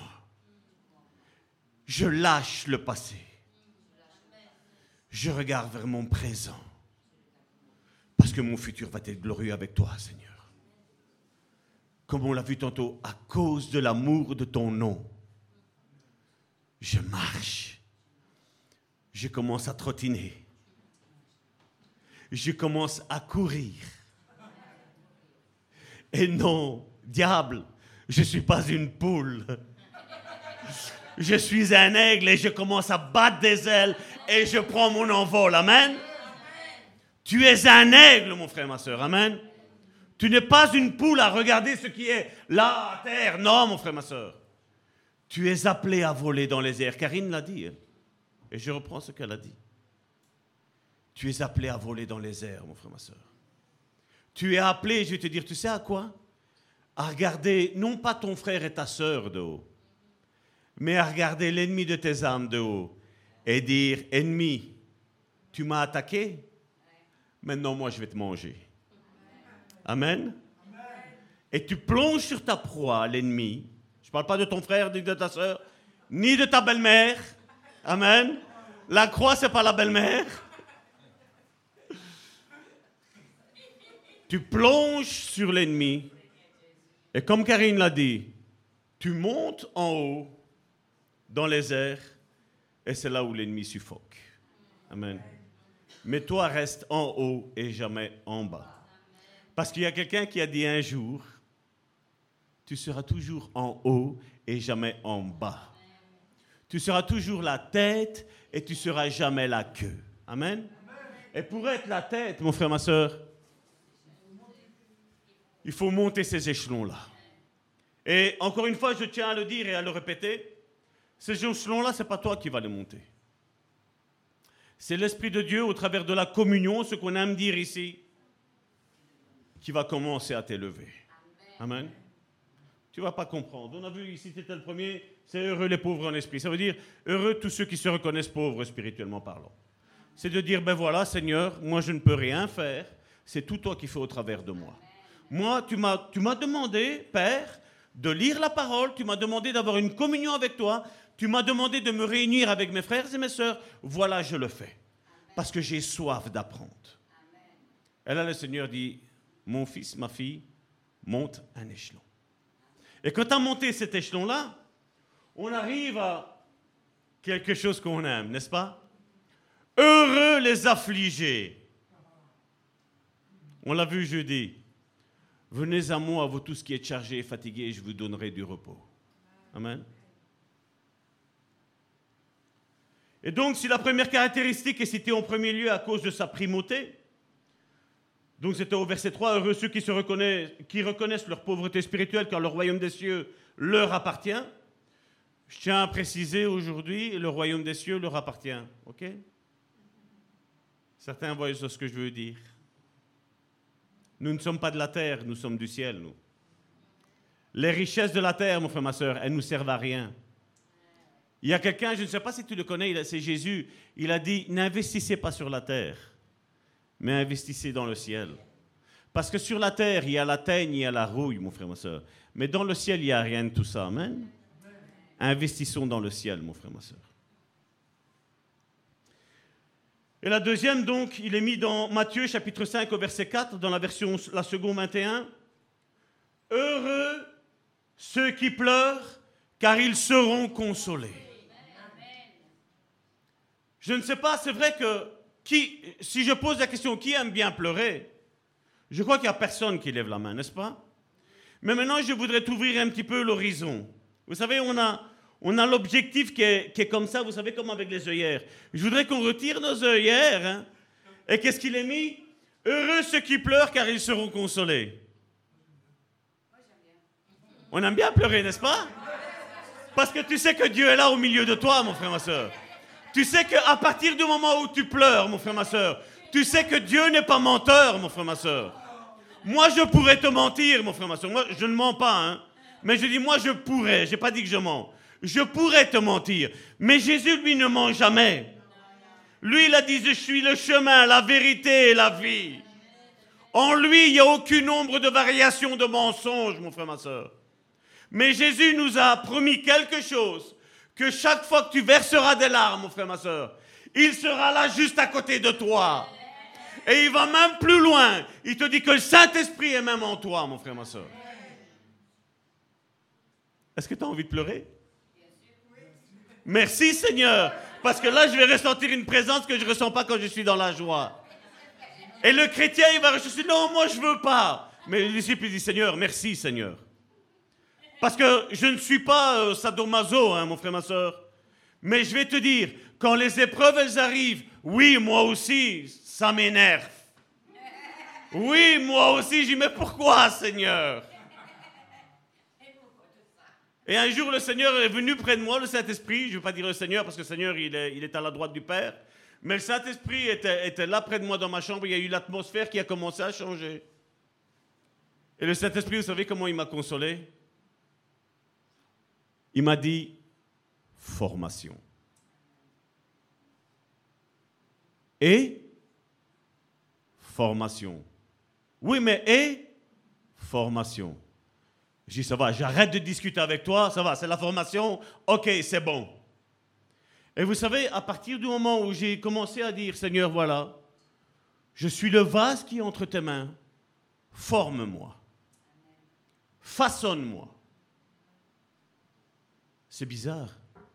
Je lâche le passé. Je regarde vers mon présent. Parce que mon futur va être glorieux avec toi, Seigneur. Comme on l'a vu tantôt, à cause de l'amour de ton nom, je marche. Je commence à trottiner. Je commence à courir. Et non, diable, je ne suis pas une poule. Je suis un aigle et je commence à battre des ailes et je prends mon envol. Amen. Tu es un aigle, mon frère, ma soeur. Amen. Tu n'es pas une poule à regarder ce qui est là, à terre. Non, mon frère, ma soeur. Tu es appelé à voler dans les airs. Karine l'a dit. Hein? Et je reprends ce qu'elle a dit. Tu es appelé à voler dans les airs, mon frère, ma soeur. Tu es appelé, je vais te dire, tu sais à quoi? À regarder, non pas ton frère et ta soeur de haut, mais à regarder l'ennemi de tes âmes de haut et dire, ennemi, tu m'as attaqué, maintenant moi je vais te manger. Amen. Et tu plonges sur ta proie, l'ennemi. Je ne parle pas de ton frère, ni de ta soeur, ni de ta belle-mère. Amen. La croix, ce n'est pas la belle-mère. Tu plonges sur l'ennemi. Et comme Karine l'a dit, tu montes en haut, dans les airs, et c'est là où l'ennemi suffoque. Amen. Mais toi, reste en haut et jamais en bas. Parce qu'il y a quelqu'un qui a dit un jour, tu seras toujours en haut et jamais en bas. Tu seras toujours la tête et tu seras jamais la queue. Amen. Et pour être la tête, mon frère, ma soeur, il faut monter ces échelons-là. Et encore une fois, je tiens à le dire et à le répéter, ces échelons-là, ce n'est pas toi qui vas les monter. C'est l'Esprit de Dieu, au travers de la communion, ce qu'on aime dire ici, qui va commencer à t'élever. Amen. Amen. Tu ne vas pas comprendre. On a vu ici, tu étais le premier, c'est heureux les pauvres en esprit. Ça veut dire heureux tous ceux qui se reconnaissent pauvres spirituellement parlant. C'est de dire, ben voilà, Seigneur, moi je ne peux rien faire, c'est tout toi qui fais au travers de moi. Moi, tu m'as, tu m'as demandé, Père, de lire la parole, tu m'as demandé d'avoir une communion avec toi, tu m'as demandé de me réunir avec mes frères et mes sœurs, voilà, je le fais. Parce que j'ai soif d'apprendre. Et là, le Seigneur dit, mon fils, ma fille, monte un échelon. Et quand tu as monté cet échelon-là, on arrive à quelque chose qu'on aime, n'est-ce pas? Heureux les affligés. On l'a vu jeudi. Venez à moi, vous tous qui êtes chargés et fatigués, et je vous donnerai du repos. Amen. Et donc, si la première caractéristique est citée en premier lieu à cause de sa primauté, donc c'était au verset trois, heureux ceux qui, se reconnaissent, qui reconnaissent leur pauvreté spirituelle car le royaume des cieux leur appartient. Je tiens à préciser aujourd'hui, le royaume des cieux leur appartient. Ok? Certains voient ce que je veux dire. Nous ne sommes pas de la terre, nous sommes du ciel, nous. Les richesses de la terre, mon frère, ma soeur, elles ne nous servent à rien. Il y a quelqu'un, je ne sais pas si tu le connais, c'est Jésus, il a dit, n'investissez pas sur la terre, mais investissez dans le ciel. Parce que sur la terre, il y a la teigne, il y a la rouille, mon frère, ma soeur. Mais dans le ciel, il n'y a rien de tout ça. Amen. Investissons dans le ciel, mon frère, ma soeur. Et la deuxième, donc, il est mis dans Matthieu, chapitre cinq, au verset quatre, dans la version, la seconde vingt et un. Heureux ceux qui pleurent, car ils seront consolés. Je ne sais pas, c'est vrai que, qui, si je pose la question, qui aime bien pleurer? Je crois qu'il n'y a personne qui lève la main, n'est-ce pas? Mais maintenant, je voudrais t'ouvrir un petit peu l'horizon. Vous savez, on a... On a l'objectif qui est, qui est comme ça, vous savez, comme avec les œillères. Je voudrais qu'on retire nos œillères. Hein. Et qu'est-ce qu'il est mis? Heureux ceux qui pleurent, car ils seront consolés. On aime bien pleurer, n'est-ce pas? Parce que tu sais que Dieu est là au milieu de toi, mon frère, ma soeur. Tu sais qu'à partir du moment où tu pleures, mon frère, ma soeur, tu sais que Dieu n'est pas menteur, mon frère, ma soeur. Moi, je pourrais te mentir, mon frère, ma soeur. Moi, je ne mens pas, hein. Mais je dis, moi, je pourrais. Je n'ai pas dit que je mens. Je pourrais te mentir, mais Jésus, lui, ne ment jamais. Lui, il a dit, je suis le chemin, la vérité et la vie. En lui, il n'y a aucune ombre de variation de mensonge, mon frère, ma soeur. Mais Jésus nous a promis quelque chose, que chaque fois que tu verseras des larmes, mon frère, ma soeur, il sera là juste à côté de toi. Et il va même plus loin. Il te dit que le Saint-Esprit est même en toi, mon frère, ma soeur. Est-ce que tu as envie de pleurer? Merci, Seigneur. Parce que là, je vais ressentir une présence que je ne ressens pas quand je suis dans la joie. Et le chrétien, il va ressusciter. Non, moi, je ne veux pas. Mais le disciple dit, Seigneur, merci, Seigneur. Parce que je ne suis pas euh, sadomaso, hein, mon frère, ma soeur. Mais je vais te dire, quand les épreuves, elles arrivent, oui, moi aussi, ça m'énerve. Oui, moi aussi, je dis, mais pourquoi, Seigneur? Et un jour, le Seigneur est venu près de moi, le Saint-Esprit. Je ne veux pas dire le Seigneur, parce que le Seigneur, il est, il est à la droite du Père. Mais le Saint-Esprit était, était là près de moi dans ma chambre. Il y a eu l'atmosphère qui a commencé à changer. Et le Saint-Esprit, vous savez comment il m'a consolé? Il m'a dit, formation. Et formation. Oui, mais et formation. Je dis, ça va, j'arrête de discuter avec toi, ça va, c'est la formation, ok, c'est bon. Et vous savez, à partir du moment où j'ai commencé à dire, Seigneur, voilà, je suis le vase qui est entre tes mains, forme-moi, façonne-moi. C'est bizarre.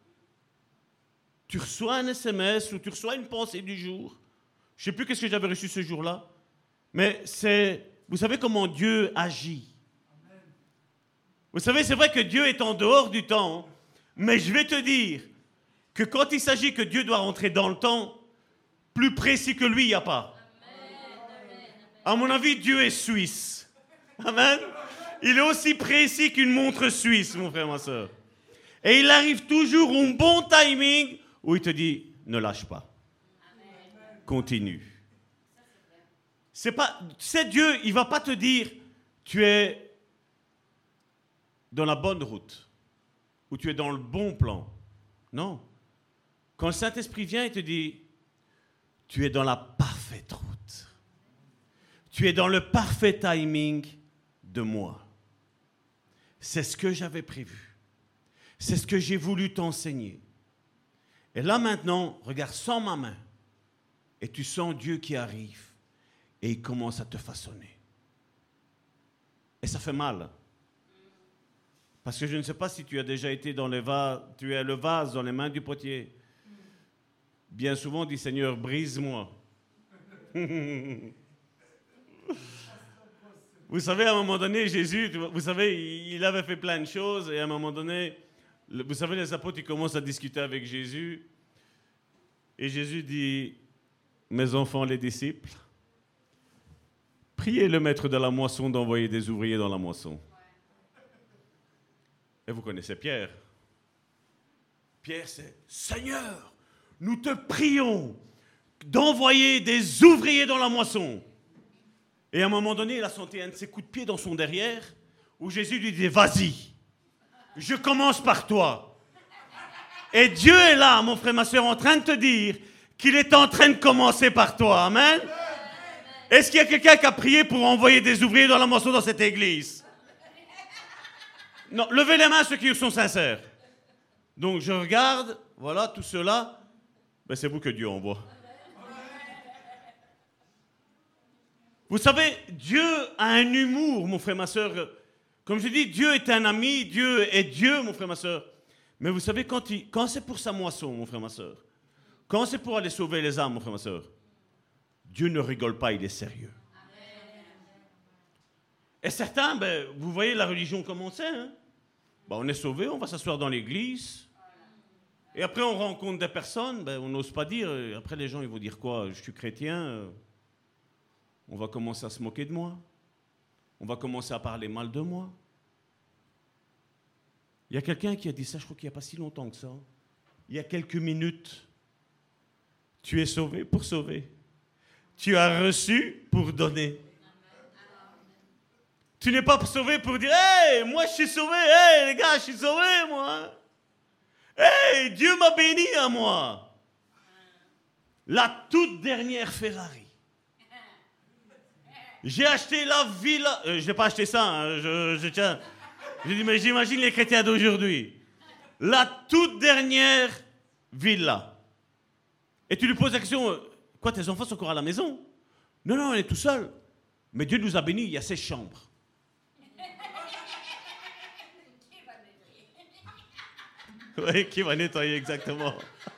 Tu reçois un S M S ou tu reçois une pensée du jour. Je ne sais plus qu'est-ce que j'avais reçu ce jour-là, mais c'est, vous savez comment Dieu agit. Vous savez, c'est vrai que Dieu est en dehors du temps, mais je vais te dire que quand il s'agit que Dieu doit rentrer dans le temps, plus précis que lui, il n'y a pas. À mon avis, Dieu est suisse. Amen. Il est aussi précis qu'une montre suisse, mon frère, ma soeur. Et il arrive toujours au bon timing où il te dit, ne lâche pas. Continue. C'est pas, c'est Dieu, il ne va pas te dire, tu es dans la bonne route, ou tu es dans le bon plan. Non. Quand le Saint-Esprit vient, il te dit, tu es dans la parfaite route. Tu es dans le parfait timing de moi. C'est ce que j'avais prévu. C'est ce que j'ai voulu t'enseigner. Et là maintenant, regarde, sans ma main, et tu sens Dieu qui arrive, et il commence à te façonner. Et ça fait mal. Parce que je ne sais pas si tu as déjà été dans les vases, tu es le vase dans les mains du potier. Bien souvent, on dit, Seigneur, brise-moi. Vous savez, à un moment donné, Jésus, vous savez, il avait fait plein de choses, et à un moment donné, vous savez, les apôtres, ils commencent à discuter avec Jésus, et Jésus dit, mes enfants, les disciples, priez le maître de la moisson d'envoyer des ouvriers dans la moisson. Et vous connaissez Pierre. Pierre, c'est « Seigneur, nous te prions d'envoyer des ouvriers dans la moisson. » Et à un moment donné, il a senti un de ses coups de pied dans son derrière, où Jésus lui dit « Vas-y, je commence par toi. » Et Dieu est là, mon frère, ma soeur, en train de te dire qu'il est en train de commencer par toi. Amen. Est-ce qu'il y a quelqu'un qui a prié pour envoyer des ouvriers dans la moisson dans cette église? Non, levez les mains ceux qui sont sincères. Donc je regarde, voilà, tout cela, ben, c'est vous que Dieu envoie. Vous savez, Dieu a un humour, mon frère, ma soeur. Comme je dis, Dieu est un ami, Dieu est Dieu, mon frère, ma soeur. Mais vous savez, quand, il, quand c'est pour sa moisson, mon frère, ma soeur, quand c'est pour aller sauver les âmes, mon frère, ma soeur, Dieu ne rigole pas, il est sérieux. Et certains, ben, vous voyez la religion comme on sait, hein? Ben, on est sauvé, on va s'asseoir dans l'église. Et après, on rencontre des personnes, ben, on n'ose pas dire. Après, les gens, ils vont dire quoi? Je suis chrétien. On va commencer à se moquer de moi. On va commencer à parler mal de moi. Il y a quelqu'un qui a dit ça, je crois qu'il n'y a pas si longtemps que ça. Il y a quelques minutes. Tu es sauvé pour sauver. Tu as reçu pour donner. Tu n'es pas sauvé pour dire « Hey, moi je suis sauvé, hey les gars, je suis sauvé moi. Hey, Dieu m'a béni à moi. » La toute dernière Ferrari. J'ai acheté la villa... Euh, je n'ai pas acheté ça, hein, je, je tiens... J'ai dit, mais j'imagine les chrétiens d'aujourd'hui. La toute dernière villa. Et tu lui poses la question, quoi, tes enfants sont encore à la maison? Non, non, on est tout seul. Mais Dieu nous a bénis, il y a seize chambres. Oui, qui va nettoyer exactement.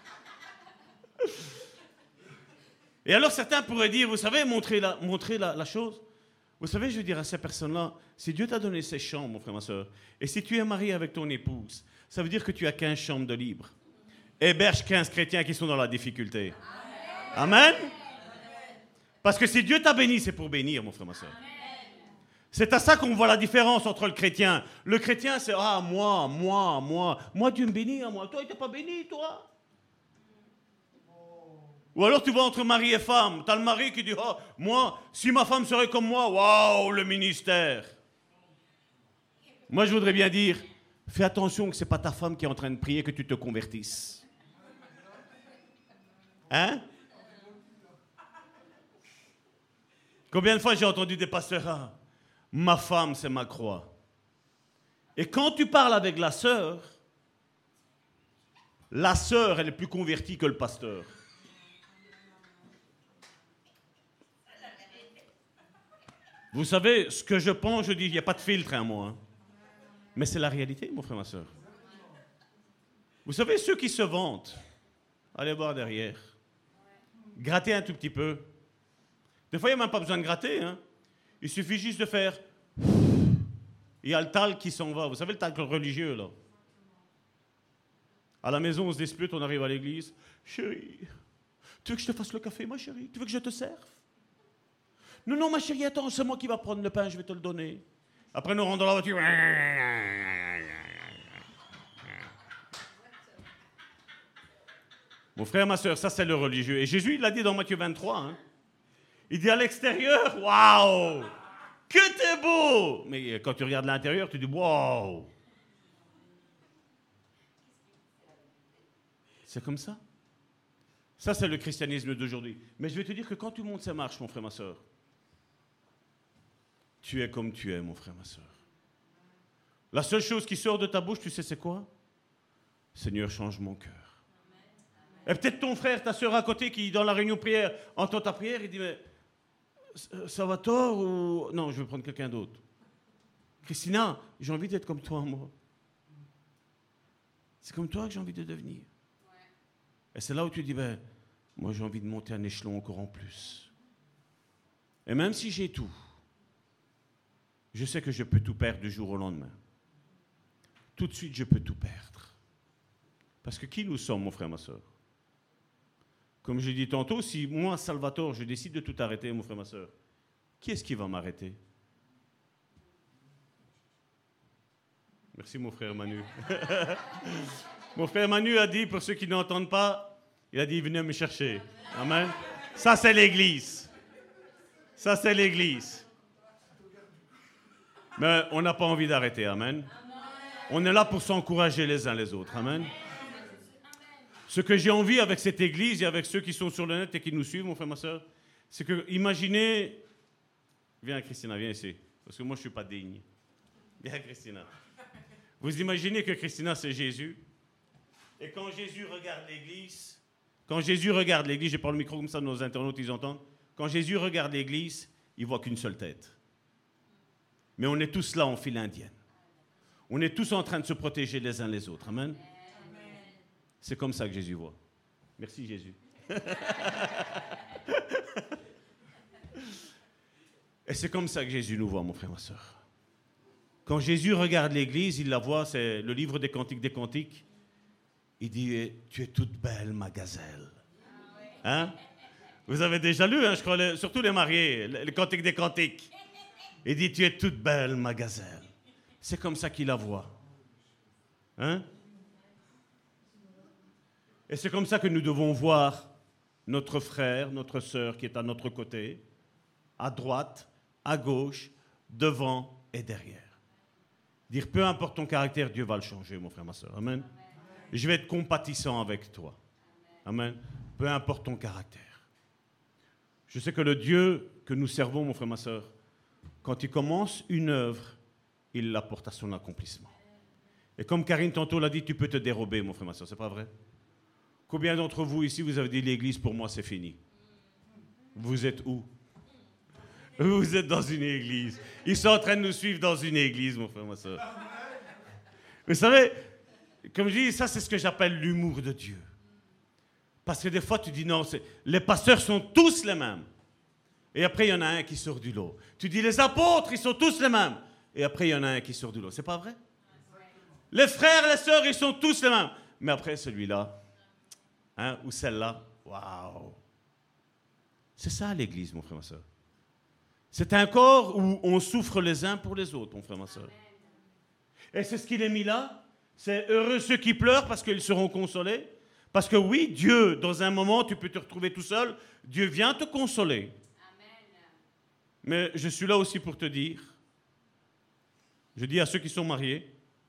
Et alors certains pourraient dire, vous savez, montrer la, montrer la, la chose. Vous savez, je veux dire à ces personnes-là, si Dieu t'a donné ces chambres, mon frère, ma soeur, et si tu es marié avec ton épouse, ça veut dire que tu as quinze chambres de libre. Héberge quinze chrétiens qui sont dans la difficulté. Amen. Amen. Parce que si Dieu t'a béni, c'est pour bénir, mon frère, ma soeur. C'est à ça qu'on voit la différence entre le chrétien. Le chrétien, c'est « Ah, moi, moi, moi. Moi, Dieu me bénit, moi. Toi, il t'a pas béni, toi. » Ou alors tu vas entre mari et femme. Tu as le mari qui dit « Oh, moi, si ma femme serait comme moi, waouh, le ministère. » Moi, je voudrais bien dire, fais attention que ce n'est pas ta femme qui est en train de prier que tu te convertisses. Hein? Combien de fois j'ai entendu des pasteurs, ah, ma femme, c'est ma croix. Et quand tu parles avec la sœur, la sœur, elle est plus convertie que le pasteur. Vous savez, ce que je pense, je dis, il n'y a pas de filtre, hein, moi. Hein. Mais c'est la réalité, mon frère, ma sœur. Vous savez, ceux qui se vantent, allez voir derrière. Grattez un tout petit peu. Des fois, il n'y a même pas besoin de gratter. Hein. Il suffit juste de faire... Il y a le talc qui s'en va. Vous savez, le talc religieux, là. À la maison, on se dispute, on arrive à l'église. Chérie, tu veux que je te fasse le café, ma chérie? Tu veux que je te serve? Non, non, ma chérie, attends, c'est moi qui va prendre le pain, je vais te le donner. Après, nous rentrons dans la voiture. Mon frère, ma soeur, ça, c'est le religieux. Et Jésus, il l'a dit dans Matthieu vingt-trois. Hein. Il dit à l'extérieur, waouh, que t'es beau! Mais quand tu regardes l'intérieur, tu dis, waouh! C'est comme ça. Ça, c'est le christianisme d'aujourd'hui. Mais je vais te dire que quand tu montes ces marches, mon frère, ma soeur, tu es comme tu es, mon frère, ma soeur. La seule chose qui sort de ta bouche, tu sais, c'est quoi? Seigneur, change mon cœur. Et peut-être ton frère, ta soeur à côté, qui, dans la réunion prière, entend ta prière, il dit, mais ça va tort ou... Non, je vais prendre quelqu'un d'autre. Christina, j'ai envie d'être comme toi, moi. C'est comme toi que j'ai envie de devenir. Et c'est là où tu dis, ben, moi j'ai envie de monter un échelon encore en plus. Et même si j'ai tout, je sais que je peux tout perdre du jour au lendemain. Tout de suite, je peux tout perdre. Parce que qui nous sommes, mon frère, ma soeur? Comme je l'ai dit tantôt, si moi, Salvatore, je décide de tout arrêter, mon frère, ma soeur, qui est-ce qui va m'arrêter? Merci, mon frère Manu. Mon frère Manu a dit, pour ceux qui n'entendent pas, il a dit, venez me chercher. Amen. Ça, c'est l'Église. Ça, c'est l'Église. Mais on n'a pas envie d'arrêter. Amen. On est là pour s'encourager les uns les autres. Amen. Ce que j'ai envie avec cette Église et avec ceux qui sont sur le net et qui nous suivent, mon frère, ma soeur, c'est que, imaginez... Viens, Christina, viens ici. Parce que moi, je ne suis pas digne. Viens, Christina. Vous imaginez que Christina, c'est Jésus. Et quand Jésus regarde l'Église, quand Jésus regarde l'Église, je parle le micro comme ça, nos internautes, ils entendent. Quand Jésus regarde l'Église, il ne voit qu'une seule tête. Mais on est tous là en file indienne. On est tous en train de se protéger les uns les autres. Amen. C'est comme ça que Jésus voit. Merci, Jésus. Et c'est comme ça que Jésus nous voit, mon frère, ma soeur. Quand Jésus regarde l'Église, il la voit, c'est le livre des Cantiques des Cantiques. Il dit, tu es toute belle, ma gazelle. Hein? Vous avez déjà lu, hein, je crois, les, surtout les mariés, les Cantiques des Cantiques. Il dit, tu es toute belle, ma gazelle. C'est comme ça qu'il la voit. Hein? Et c'est comme ça que nous devons voir notre frère, notre sœur qui est à notre côté, à droite, à gauche, devant et derrière. Dire, peu importe ton caractère, Dieu va le changer, mon frère, ma sœur. Amen. Amen. Je vais être compatissant avec toi. Amen. Amen. Peu importe ton caractère. Je sais que le Dieu que nous servons, mon frère, ma soeur, quand il commence une œuvre, il la porte à son accomplissement. Et comme Karine tantôt l'a dit, tu peux te dérober, mon frère, ma soeur, c'est pas vrai? Combien d'entre vous ici, vous avez dit l'église, pour moi, c'est fini? Vous êtes où? Vous êtes dans une église. Ils sont en train de nous suivre dans une église, mon frère, ma soeur. Vous savez, comme je dis, ça, c'est ce que j'appelle l'humour de Dieu. Parce que des fois, tu dis non, c'est... les pasteurs sont tous les mêmes. Et après, il y en a un qui sort du lot. Tu dis les apôtres, ils sont tous les mêmes. Et après, il y en a un qui sort du lot. C'est pas vrai? Les frères, les sœurs, ils sont tous les mêmes. Mais après, celui-là, hein, ou celle-là, waouh! C'est ça l'église, mon frère, ma soeur. C'est un corps où on souffre les uns pour les autres, mon frère, ma soeur. Et c'est ce qu'il est mis là. C'est heureux ceux qui pleurent parce qu'ils seront consolés. Parce que oui, Dieu, dans un moment, tu peux te retrouver tout seul. Dieu vient te consoler. Amen. Mais je suis là aussi pour te dire, je dis à ceux qui sont mariés,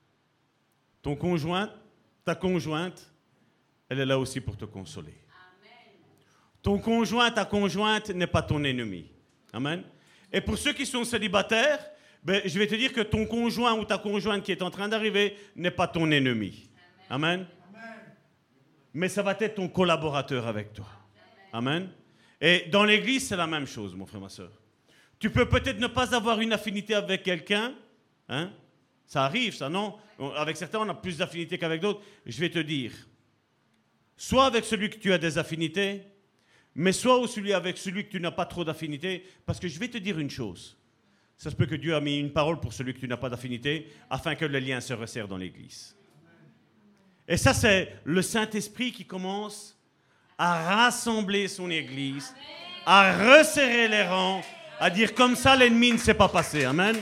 ton conjoint, ta conjointe, elle est là aussi pour te consoler. Amen. Ton conjoint, ta conjointe n'est pas ton ennemi. Amen. Et pour ceux qui sont célibataires, ben, je vais te dire que ton conjoint ou ta conjointe qui est en train d'arriver n'est pas ton ennemi. Amen. Amen. Mais ça va être ton collaborateur avec toi. Amen. Amen. Et dans l'église, c'est la même chose, mon frère, ma soeur. Tu peux peut-être ne pas avoir une affinité avec quelqu'un. Hein? Ça arrive, ça, non? Avec certains, on a plus d'affinités qu'avec d'autres. Je vais te dire, soit avec celui que tu as des affinités, mais soit aussi avec celui que tu n'as pas trop d'affinités. Parce que je vais te dire une chose. Ça se peut que Dieu a mis une parole pour celui que tu n'as pas d'affinité, afin que le lien se resserre dans l'église. Et ça, c'est le Saint-Esprit qui commence à rassembler son église, à resserrer les rangs, à dire comme ça, l'ennemi ne s'est pas passé. Amen.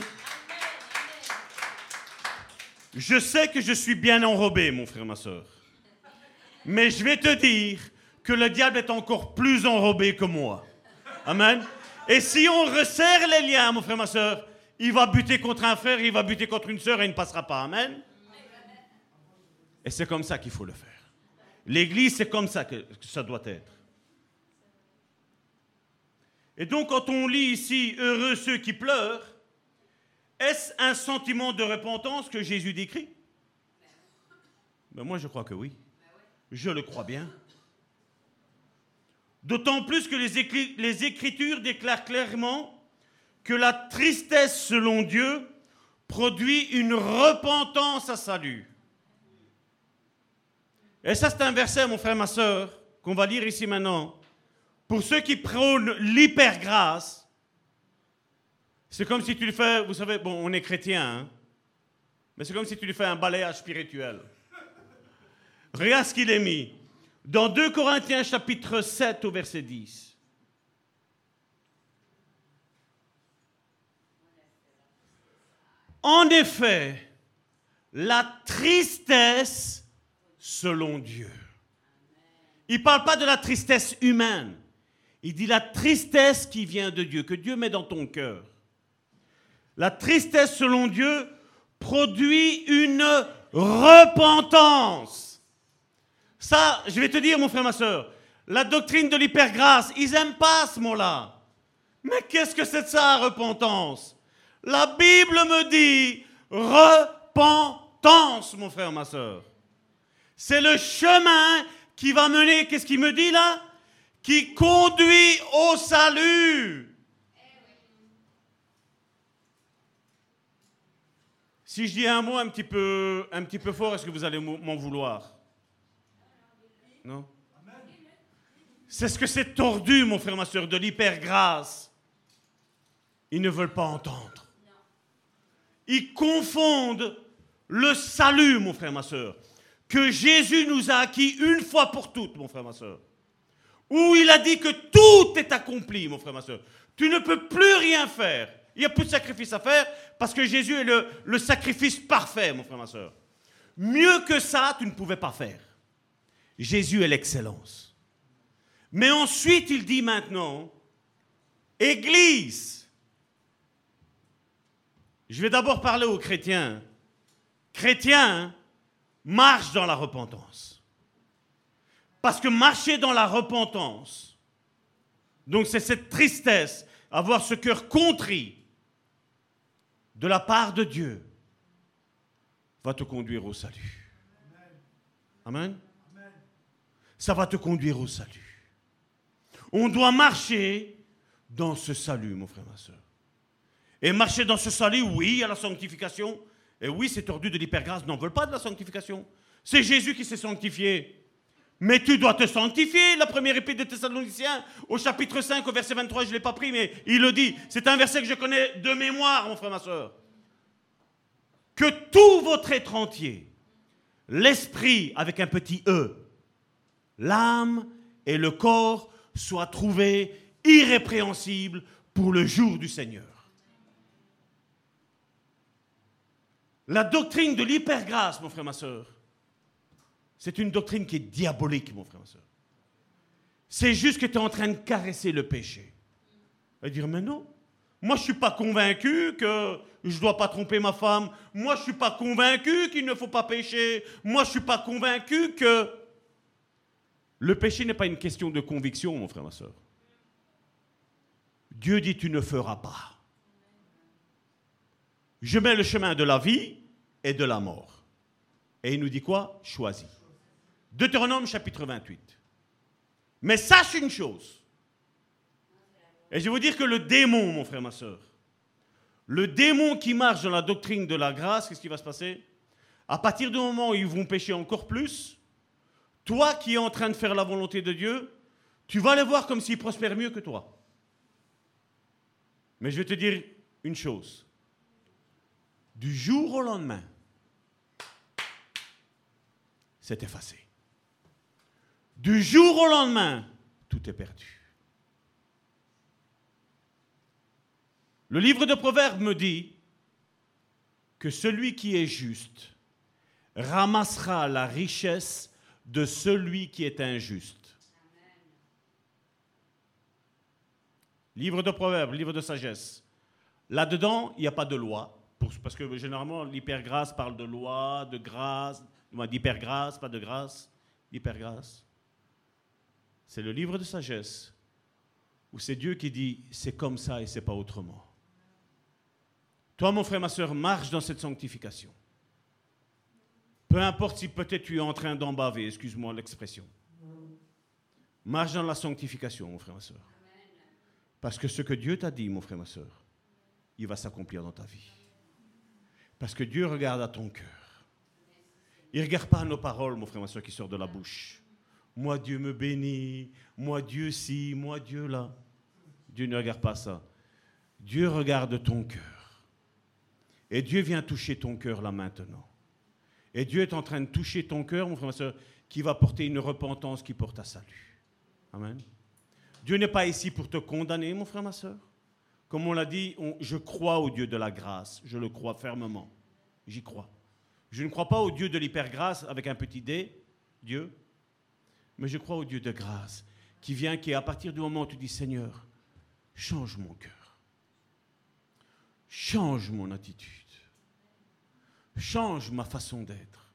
Je sais que je suis bien enrobé, mon frère, ma soeur. Mais je vais te dire que le diable est encore plus enrobé que moi. Amen. Et si on resserre les liens, mon frère, ma soeur, il va buter contre un frère, il va buter contre une soeur et il ne passera pas. Amen. Et c'est comme ça qu'il faut le faire. L'église, c'est comme ça que, que ça doit être. Et donc, quand on lit ici « Heureux ceux qui pleurent », est-ce un sentiment de repentance que Jésus décrit? Ben moi, je crois que oui. Je le crois bien. D'autant plus que les, écri- les Écritures déclarent clairement que la tristesse, selon Dieu, produit une repentance à salut. Et ça, c'est un verset, mon frère, ma soeur, qu'on va lire ici maintenant. Pour ceux qui prônent l'hypergrâce, c'est comme si tu lui fais, vous savez, bon, on est chrétien, hein, mais c'est comme si tu lui fais un balayage spirituel. Regarde ce qu'il est mis. Dans deux Corinthiens, chapitre sept, au verset dix. En effet, la tristesse selon Dieu. Il ne parle pas de la tristesse humaine. Il dit la tristesse qui vient de Dieu, que Dieu met dans ton cœur. La tristesse selon Dieu produit une repentance. Ça, je vais te dire, mon frère, ma soeur, la doctrine de l'hypergrâce, ils n'aiment pas ce mot-là. Mais qu'est-ce que c'est de ça, repentance? La Bible me dit repentance, mon frère, ma soeur. C'est le chemin qui va mener, qu'est-ce qu'il me dit là? Qui conduit au salut. Si je dis un mot un petit peu, un petit peu fort, est-ce que vous allez m'en vouloir? Non? C'est ce que c'est tordu, mon frère, ma soeur, de l'hypergrâce. Ils ne veulent pas entendre. Ils confondent le salut, mon frère, ma soeur, que Jésus nous a acquis une fois pour toutes, mon frère, ma soeur. Où il a dit que tout est accompli, mon frère, ma soeur. Tu ne peux plus rien faire. Il n'y a plus de sacrifice à faire parce que Jésus est le, le sacrifice parfait, mon frère, ma soeur. Mieux que ça, tu ne pouvais pas faire. Jésus est l'excellence. Mais ensuite, il dit maintenant, Église. Je vais d'abord parler aux chrétiens. Chrétiens, marche dans la repentance. Parce que marcher dans la repentance Donc c'est cette tristesse, avoir ce cœur contrit de la part de Dieu, va te conduire au salut. Amen. Ça va te conduire au salut. On doit marcher dans ce salut, mon frère, ma soeur. Et marcher dans ce salut, oui, à la sanctification. Et oui, ces tordus de l'hypergrâce n'en veulent pas de la sanctification. C'est Jésus qui s'est sanctifié. Mais tu dois te sanctifier. La première épître de Thessaloniciens, au chapitre cinq, au verset vingt-trois, je ne l'ai pas pris, mais il le dit. C'est un verset que je connais de mémoire, mon frère, ma soeur. Que tout votre être entier, l'esprit avec un petit E, l'âme et le corps soient trouvés irrépréhensibles pour le jour du Seigneur. La doctrine de l'hypergrâce, mon frère, ma soeur, c'est une doctrine qui est diabolique, mon frère, ma soeur. C'est juste que tu es en train de caresser le péché. Et dire, mais non, moi je ne suis pas convaincu que je ne dois pas tromper ma femme. Moi je ne suis pas convaincu qu'il ne faut pas pécher. Moi je ne suis pas convaincu que... Le péché n'est pas une question de conviction, mon frère, ma soeur. Dieu dit, tu ne feras pas. Je mets le chemin de la vie et de la mort. Et il nous dit quoi? Choisis. Deutéronome chapitre vingt-huit. Mais sache une chose. Et je vais vous dire que le démon, mon frère, ma soeur, le démon qui marche dans la doctrine de la grâce, qu'est-ce qui va se passer? À partir du moment où ils vont pécher encore plus, toi qui es en train de faire la volonté de Dieu, tu vas les voir comme s'ils prospèrent mieux que toi. Mais je vais te dire une chose. Du jour au lendemain, c'est effacé. Du jour au lendemain, tout est perdu. Le livre de Proverbes me dit que celui qui est juste ramassera la richesse de celui qui est injuste. Livre de Proverbes, livre de sagesse. Là-dedans, il n'y a pas de loi. Parce que généralement, l'hypergrâce parle de loi, de grâce, d'hypergrâce, pas de grâce, d'hypergrâce. C'est le livre de sagesse où c'est Dieu qui dit, c'est comme ça et c'est pas autrement. Toi, mon frère, ma soeur, marche dans cette sanctification. Peu importe si peut-être tu es en train d'en baver, excuse-moi l'expression. Marche dans la sanctification, mon frère, ma soeur. Parce que ce que Dieu t'a dit, mon frère, ma soeur, il va s'accomplir dans ta vie. Parce que Dieu regarde à ton cœur. Il ne regarde pas à nos paroles, mon frère, ma soeur, qui sortent de la bouche. Moi, Dieu me bénit. Moi, Dieu ci. Moi, Dieu là. Dieu ne regarde pas ça. Dieu regarde ton cœur. Et Dieu vient toucher ton cœur là maintenant. Et Dieu est en train de toucher ton cœur, mon frère, ma soeur, qui va porter une repentance qui porte à salut. Amen. Dieu n'est pas ici pour te condamner, mon frère, ma soeur. Comme on l'a dit, on, je crois au Dieu de la grâce. Je le crois fermement. J'y crois. Je ne crois pas au Dieu de l'hypergrâce avec un petit D, Dieu. Mais je crois au Dieu de grâce qui vient, qui à partir du moment où tu dis, Seigneur, change mon cœur. Change mon attitude. Change ma façon d'être.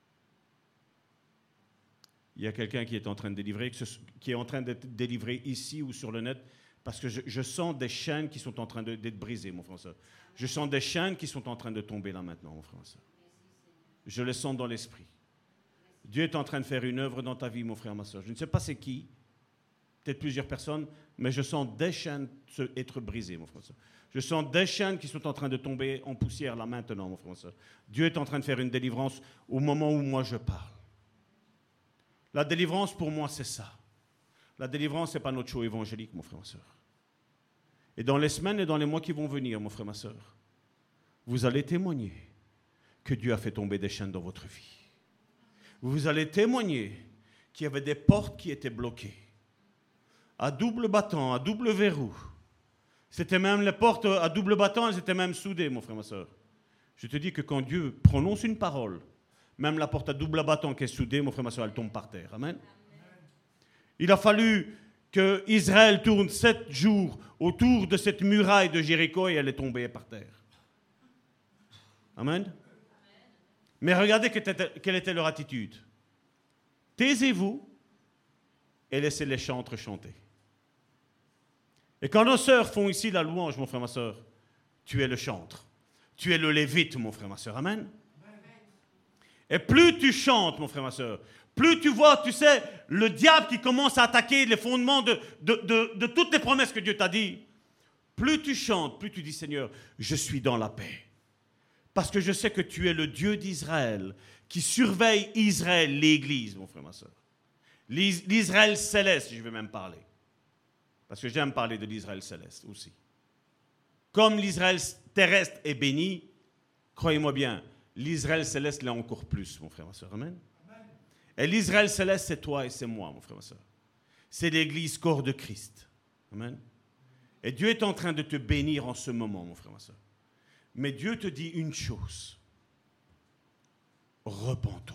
Il y a quelqu'un qui est en train de délivrer, qui est en train d'être délivré ici ou sur le net. Parce que je, je sens des chaînes qui sont en train de, d'être brisées, mon frère. Je sens des chaînes qui sont en train de tomber là maintenant, mon frère. Je les sens dans l'esprit. Dieu est en train de faire une œuvre dans ta vie, mon frère, ma soeur. Je ne sais pas c'est qui, peut-être plusieurs personnes, mais je sens des chaînes être brisées, mon frère. Je sens des chaînes qui sont en train de tomber en poussière là maintenant, mon frère. Dieu est en train de faire une délivrance au moment où moi je parle. La délivrance, pour moi, c'est ça. La délivrance, ce n'est pas notre show évangélique, mon frère, ma soeur. Et dans les semaines et dans les mois qui vont venir, mon frère, ma soeur, vous allez témoigner que Dieu a fait tomber des chaînes dans votre vie. Vous allez témoigner qu'il y avait des portes qui étaient bloquées, à double battant, à double verrou. C'était même les portes à double battant, elles étaient même soudées, mon frère, ma soeur. Je te dis que quand Dieu prononce une parole, même la porte à double battant qui est soudée, mon frère, ma soeur, elle tombe par terre. Amen. Il a fallu que Israël tourne sept jours autour de cette muraille de Jéricho et elle est tombée par terre. Amen. Mais regardez quelle était leur attitude. Taisez-vous et laissez les chantres chanter. Et quand nos sœurs font ici la louange, mon frère, ma sœur, tu es le chantre. Tu es le lévite, mon frère, ma sœur. Amen. Et plus tu chantes, mon frère, ma sœur, plus tu vois, tu sais, le diable qui commence à attaquer les fondements de, de, de, de toutes les promesses que Dieu t'a dit, plus tu chantes, plus tu dis, Seigneur, je suis dans la paix. Parce que je sais que tu es le Dieu d'Israël qui surveille Israël, l'Église, mon frère, ma sœur. L'Israël céleste, je vais même parler. Parce que j'aime parler de l'Israël céleste aussi. Comme l'Israël terrestre est béni, croyez-moi bien, l'Israël céleste l'est encore plus, mon frère, ma soeur. Amen. Amen. Et l'Israël céleste, c'est toi et c'est moi, mon frère, ma soeur. C'est l'Église corps de Christ. Amen. Et Dieu est en train de te bénir en ce moment, mon frère, ma soeur. Mais Dieu te dit une chose. Repens-toi.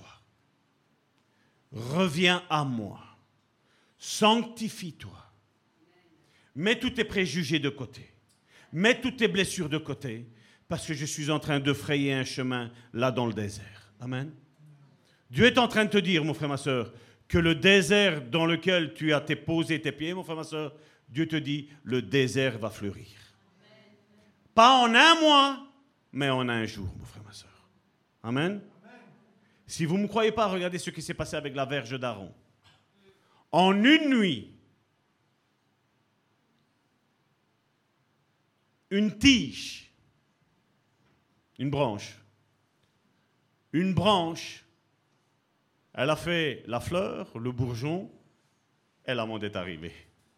Reviens à moi. Sanctifie-toi. Mets tous tes préjugés de côté. Mets toutes tes blessures de côté. Parce que je suis en train de frayer un chemin là dans le désert. Amen. Dieu est en train de te dire, mon frère, ma soeur, que le désert dans lequel tu as posé tes pieds, mon frère, ma soeur, Dieu te dit, le désert va fleurir. Pas en un mois, mais en un jour, mon frère, ma soeur. Amen. Si vous ne me croyez pas, regardez ce qui s'est passé avec la verge d'Aaron. En une nuit, une tige, une branche, une branche, elle a fait la fleur, le bourgeon, et l'amande est arrivée.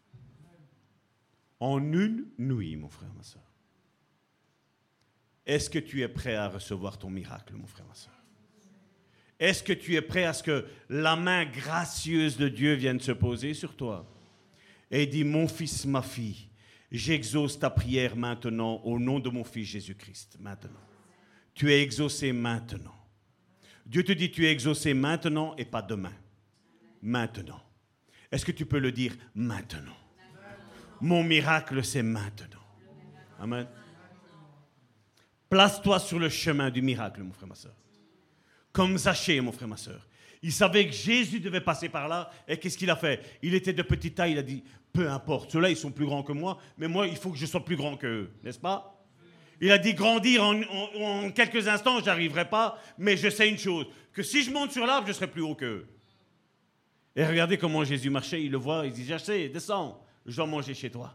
En une nuit, mon frère, ma soeur. Est-ce que tu es prêt à recevoir ton miracle, mon frère, ma soeur? Est-ce que tu es prêt à ce que la main gracieuse de Dieu vienne se poser sur toi? Et dit, mon fils, ma fille, j'exauce ta prière maintenant au nom de mon fils Jésus-Christ, maintenant. Tu es exaucé maintenant. Dieu te dit, tu es exaucé maintenant et pas demain. Maintenant. Est-ce que tu peux le dire maintenant? Mon miracle, c'est maintenant. Amen. Place-toi sur le chemin du miracle, mon frère, ma soeur. Comme Zachée, mon frère, ma soeur. Il savait que Jésus devait passer par là. Et qu'est-ce qu'il a fait? Il était de petite taille. Il a dit, peu importe. Ceux-là, ils sont plus grands que moi. Mais moi, il faut que je sois plus grand qu'eux. N'est-ce pas? Il a dit, grandir en, en, en quelques instants, je n'arriverai pas. Mais je sais une chose. Que si je monte sur l'arbre, je serai plus haut qu'eux. Et regardez comment Jésus marchait. Il le voit. Il dit, Zachée, descends. Je dois manger chez toi.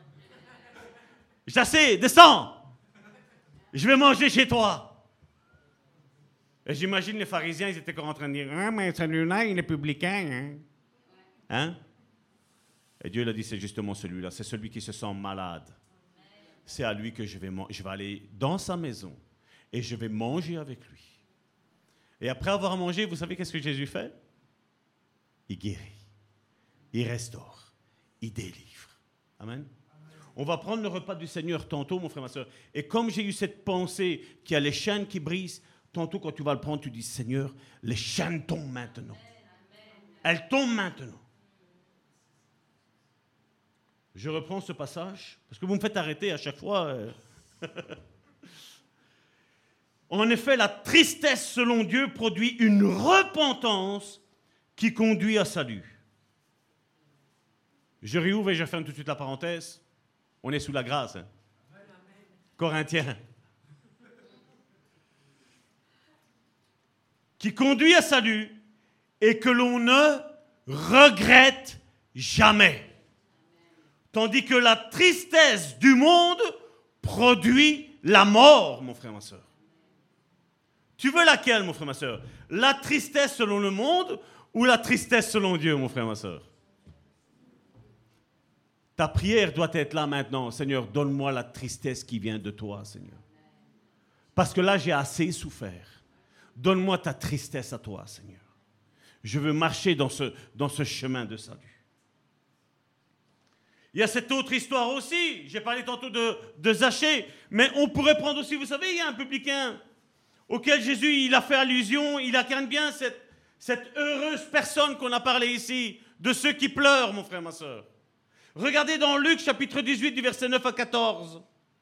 Zachée, descends. Je vais manger chez toi. Et j'imagine les pharisiens, ils étaient encore en train de dire, ah, mais celui-là, il est publicain. Hein? Hein? Et Dieu l'a dit, c'est justement celui-là. C'est celui qui se sent malade. C'est à lui que je vais, je vais aller dans sa maison et je vais manger avec lui. Et après avoir mangé, vous savez qu'est-ce que Jésus fait? Il guérit. Il restaure. Il délivre. Amen. On va prendre le repas du Seigneur tantôt, mon frère, ma soeur. Et comme j'ai eu cette pensée qu'il y a les chaînes qui brisent, tantôt quand tu vas le prendre, tu dis, Seigneur, les chaînes tombent maintenant. Elles tombent maintenant. Je reprends ce passage, parce que vous me faites arrêter à chaque fois. En effet, la tristesse, selon Dieu, produit une repentance qui conduit à salut. Je réouvre et je ferme tout de suite la parenthèse. On est sous la grâce. Hein? Corinthiens. Qui conduit à salut et que l'on ne regrette jamais. Tandis que la tristesse du monde produit la mort, mon frère, ma soeur. Tu veux laquelle, mon frère, ma soeur? La tristesse selon le monde ou la tristesse selon Dieu, mon frère, ma soeur? Ta prière doit être là maintenant. Seigneur, donne-moi la tristesse qui vient de toi, Seigneur. Parce que là, j'ai assez souffert. Donne-moi ta tristesse à toi, Seigneur. Je veux marcher dans ce, dans ce chemin de salut. Il y a cette autre histoire aussi. J'ai parlé tantôt de, de Zachée. Mais on pourrait prendre aussi, vous savez, il y a un publicain auquel Jésus il a fait allusion. Il incarne bien cette, cette heureuse personne qu'on a parlé ici. De ceux qui pleurent, mon frère, ma soeur. Regardez dans Luc, chapitre dix-huit, du verset neuf à quatorze.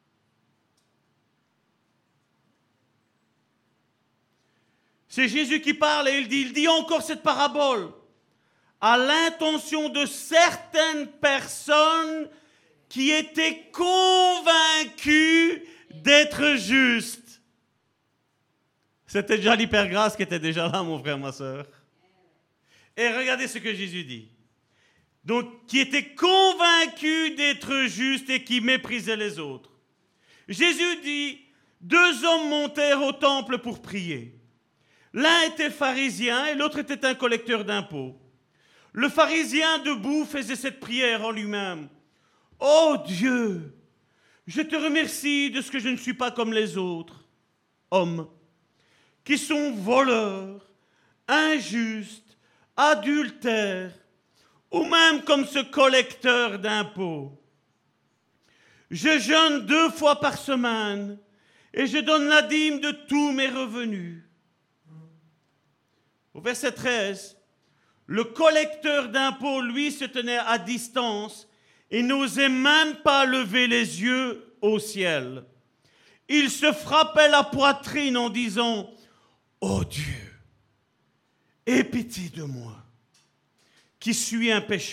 C'est Jésus qui parle et il dit, il dit encore cette parabole à l'intention de certaines personnes qui était convaincu d'être juste. C'était déjà l'hypergrâce qui était déjà là, mon frère, ma soeur. Et regardez ce que Jésus dit. Donc, qui était convaincu d'être juste et qui méprisait les autres. Jésus dit, deux hommes montèrent au temple pour prier. L'un était pharisien et l'autre était un collecteur d'impôts. Le pharisien debout faisait cette prière en lui-même. « Oh Dieu, je te remercie de ce que je ne suis pas comme les autres, hommes, qui sont voleurs, injustes, adultères, ou même comme ce collecteur d'impôts. Je jeûne deux fois par semaine et je donne la dîme de tous mes revenus. » Au verset treize, le collecteur d'impôts, lui, se tenait à distance et n'osait même pas lever les yeux au ciel. Il se frappait la poitrine en disant « Oh Dieu, aie pitié de moi, qui suis un pécheur. »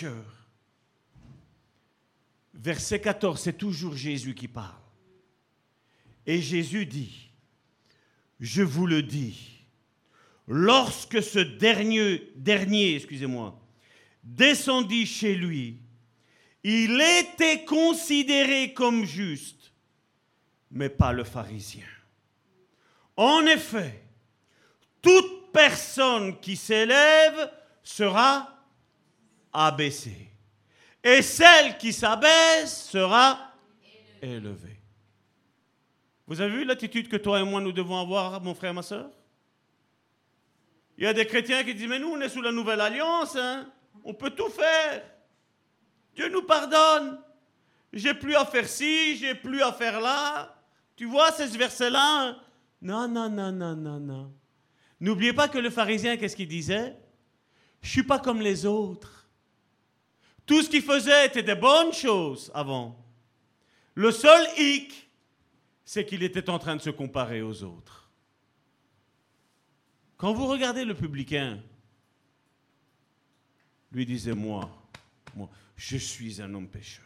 Verset quatorze, c'est toujours Jésus qui parle. Et Jésus dit, je vous le dis, lorsque ce dernier, dernier, excusez-moi, descendit chez lui, il était considéré comme juste, mais pas le pharisien. En effet, toute personne qui s'élève sera abaissée, et celle qui s'abaisse sera élevée. Vous avez vu l'attitude que toi et moi nous devons avoir, mon frère, ma soeur? Il y a des chrétiens qui disent, mais nous on est sous la nouvelle alliance, hein? On peut tout faire. Dieu nous pardonne. J'ai plus à faire ci, j'ai plus à faire là. Tu vois, c'est ce verset-là. Hein? Non, non, non, non, non, non. N'oubliez pas que le pharisien, qu'est-ce qu'il disait? Je ne suis pas comme les autres. Tout ce qu'il faisait était des bonnes choses avant. Le seul hic, c'est qu'il était en train de se comparer aux autres. Quand vous regardez le publicain, lui disait, moi, moi, je suis un homme pécheur.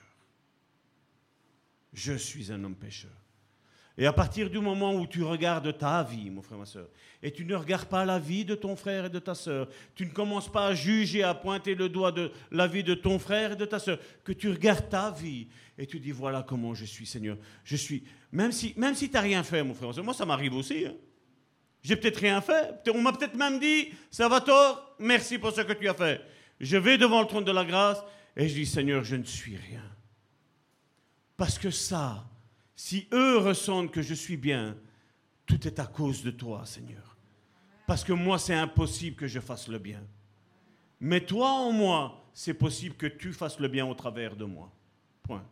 Je suis un homme pécheur. Et à partir du moment où tu regardes ta vie, mon frère, ma soeur, et tu ne regardes pas la vie de ton frère et de ta soeur, tu ne commences pas à juger, à pointer le doigt de la vie de ton frère et de ta soeur, que tu regardes ta vie et tu dis, voilà comment je suis, Seigneur. Je suis, même si, même si tu n'as rien fait, mon frère, ma soeur, moi ça m'arrive aussi. Hein. J'ai peut-être rien fait. On m'a peut-être même dit, Salvatore, merci pour ce que tu as fait. Je vais devant le trône de la grâce et je dis, Seigneur, je ne suis rien. Parce que ça, si eux ressentent que je suis bien, tout est à cause de toi, Seigneur. Parce que moi, c'est impossible que je fasse le bien. Mais toi en moi, c'est possible que tu fasses le bien au travers de moi. Point.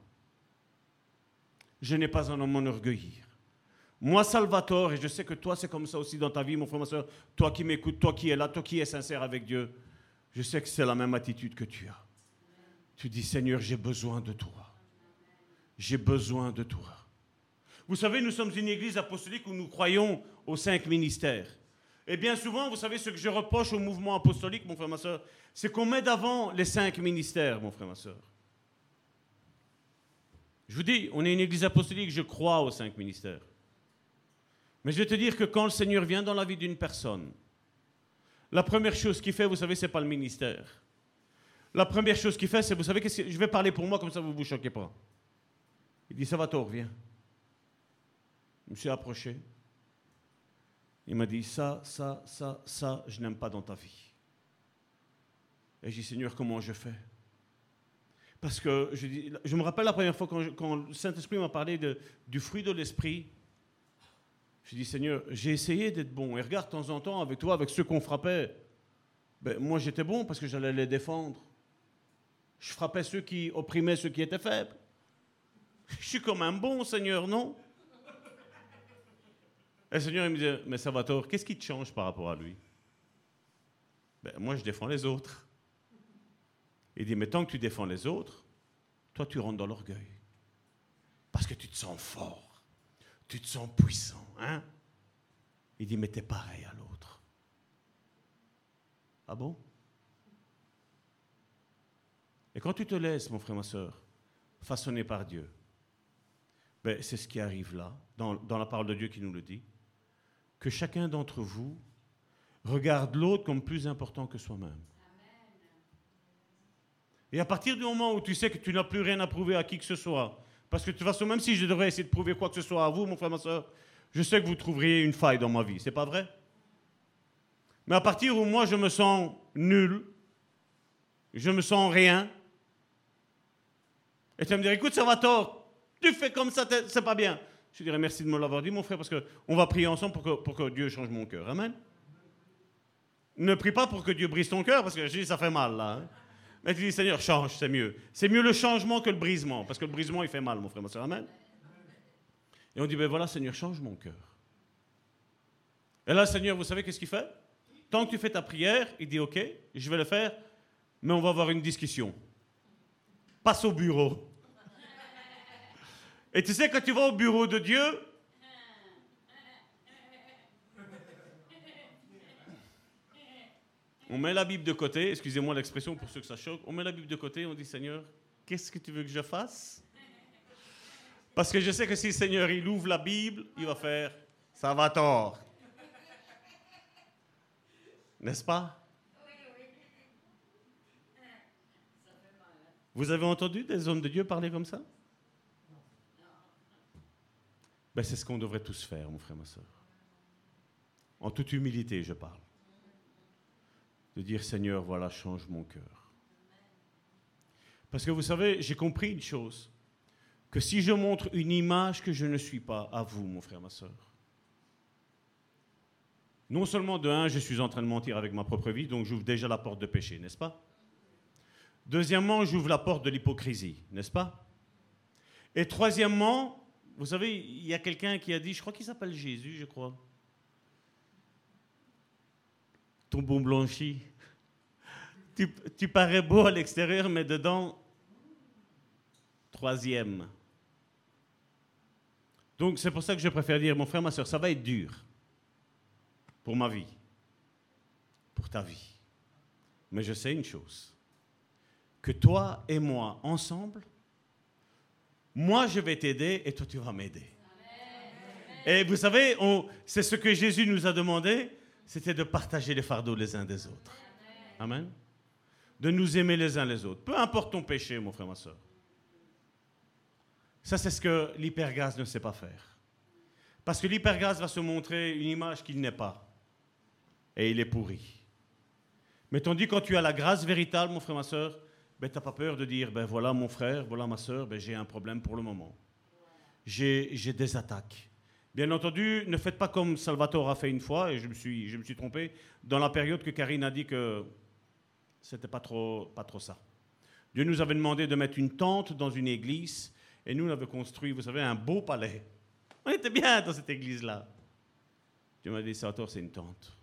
Je n'ai pas un homme à m'enorgueillir. Moi, Salvatore, et je sais que toi, c'est comme ça aussi dans ta vie, mon frère, ma soeur, toi qui m'écoutes, toi qui es là, toi qui es sincère avec Dieu, je sais que c'est la même attitude que tu as. Tu dis, Seigneur, j'ai besoin de toi. J'ai besoin de toi. Vous savez, nous sommes une église apostolique où nous croyons aux cinq ministères. Et bien souvent, vous savez, ce que je reproche au mouvement apostolique, mon frère, ma soeur, c'est qu'on met d'avant les cinq ministères, mon frère, ma soeur. Je vous dis, on est une église apostolique, je crois aux cinq ministères. Mais je vais te dire que quand le Seigneur vient dans la vie d'une personne, la première chose qu'il fait, vous savez, ce n'est pas le ministère. La première chose qu'il fait, c'est, vous savez, qu'est-ce que, je vais parler pour moi, comme ça vous ne vous choquez pas. Il dit, Salvatore, viens. Je me suis approché. Il m'a dit, ça, ça, ça, ça, je n'aime pas dans ta vie. Et j'ai dit, Seigneur, comment je fais? Parce que je, dis, je me rappelle la première fois quand, je, quand le Saint-Esprit m'a parlé de, du fruit de l'Esprit. Je dis, Seigneur, j'ai essayé d'être bon. Et regarde, de temps en temps, avec toi, avec ceux qu'on frappait, ben, moi j'étais bon parce que j'allais les défendre. Je frappais ceux qui opprimaient ceux qui étaient faibles. Je suis quand même bon, Seigneur, non? Et le Seigneur, il me dit, mais Salvatore, qu'est-ce qui te change par rapport à lui? Ben, moi, je défends les autres. Il dit, mais tant que tu défends les autres, toi, tu rentres dans l'orgueil. Parce que tu te sens fort. Tu te sens puissant, hein? Il dit, mais t'es pareil à l'autre. Ah bon? Et quand tu te laisses, mon frère, ma soeur, façonnés par Dieu. Ben, c'est ce qui arrive là, dans, dans la parole de Dieu qui nous le dit, que chacun d'entre vous regarde l'autre comme plus important que soi-même. Et à partir du moment où tu sais que tu n'as plus rien à prouver à qui que ce soit, parce que de toute façon, même si je devrais essayer de prouver quoi que ce soit à vous, mon frère, ma soeur, je sais que vous trouveriez une faille dans ma vie, c'est pas vrai? Mais à partir où moi je me sens nul, je me sens rien, et tu vas me dire, écoute, Salvatore, tu fais comme ça, c'est pas bien. Je dirais merci de me l'avoir dit, mon frère, parce qu'on va prier ensemble pour que, pour que Dieu change mon cœur. Amen. Ne prie pas pour que Dieu brise ton cœur, parce que je dis, ça fait mal, là. Hein. Mais tu dis, Seigneur, change, c'est mieux. C'est mieux le changement que le brisement, parce que le brisement, il fait mal, mon frère, ma soeur. Amen. Et on dit, ben voilà, Seigneur, change mon cœur. Et là, Seigneur, vous savez qu'est-ce qu'il fait? Tant que tu fais ta prière, il dit, ok, je vais le faire, mais on va avoir une discussion. Passe au bureau. Et tu sais, quand tu vas au bureau de Dieu, on met la Bible de côté, excusez-moi l'expression pour ceux que ça choque, on met la Bible de côté et on dit, Seigneur, qu'est-ce que tu veux que je fasse? Parce que je sais que si le Seigneur il ouvre la Bible, il va faire, ça va tort. N'est-ce pas? Vous avez entendu des hommes de Dieu parler comme ça? Ben, c'est ce qu'on devrait tous faire, mon frère, ma soeur. En toute humilité, je parle. De dire, Seigneur, voilà, change mon cœur. Parce que vous savez, j'ai compris une chose, que si je montre une image que je ne suis pas à vous, mon frère, ma soeur, non seulement de un, je suis en train de mentir avec ma propre vie, donc j'ouvre déjà la porte de péché, n'est-ce pas? Deuxièmement, j'ouvre la porte de l'hypocrisie, n'est-ce pas? Et troisièmement, vous savez, il y a quelqu'un qui a dit, je crois qu'il s'appelle Jésus, je crois. Ton bon blanchi. Tu, tu parais beau à l'extérieur, mais dedans, troisième. Donc c'est pour ça que je préfère dire, mon frère, ma soeur, ça va être dur pour ma vie, pour ta vie. Mais je sais une chose, que toi et moi, ensemble, moi, je vais t'aider et toi, tu vas m'aider. Et vous savez, on, c'est ce que Jésus nous a demandé, c'était de partager les fardeaux les uns des autres. Amen. De nous aimer les uns les autres. Peu importe ton péché, mon frère, ma soeur. Ça, c'est ce que l'hypergaz ne sait pas faire. Parce que l'hypergaz va se montrer une image qu'il n'est pas. Et il est pourri. Mais tandis quand tu as la grâce véritable, mon frère, ma soeur, ben, tu n'as pas peur de dire, ben voilà mon frère, voilà ma soeur, ben, j'ai un problème pour le moment. J'ai, j'ai des attaques. Bien entendu, ne faites pas comme Salvatore a fait une fois, et je me suis, je me suis trompé, dans la période que Karine a dit que c'était pas trop, pas trop ça. Dieu nous avait demandé de mettre une tente dans une église, et nous, on avait construit, vous savez, un beau palais. On était bien dans cette église-là. Dieu m'a dit, Salvatore, c'est une tente.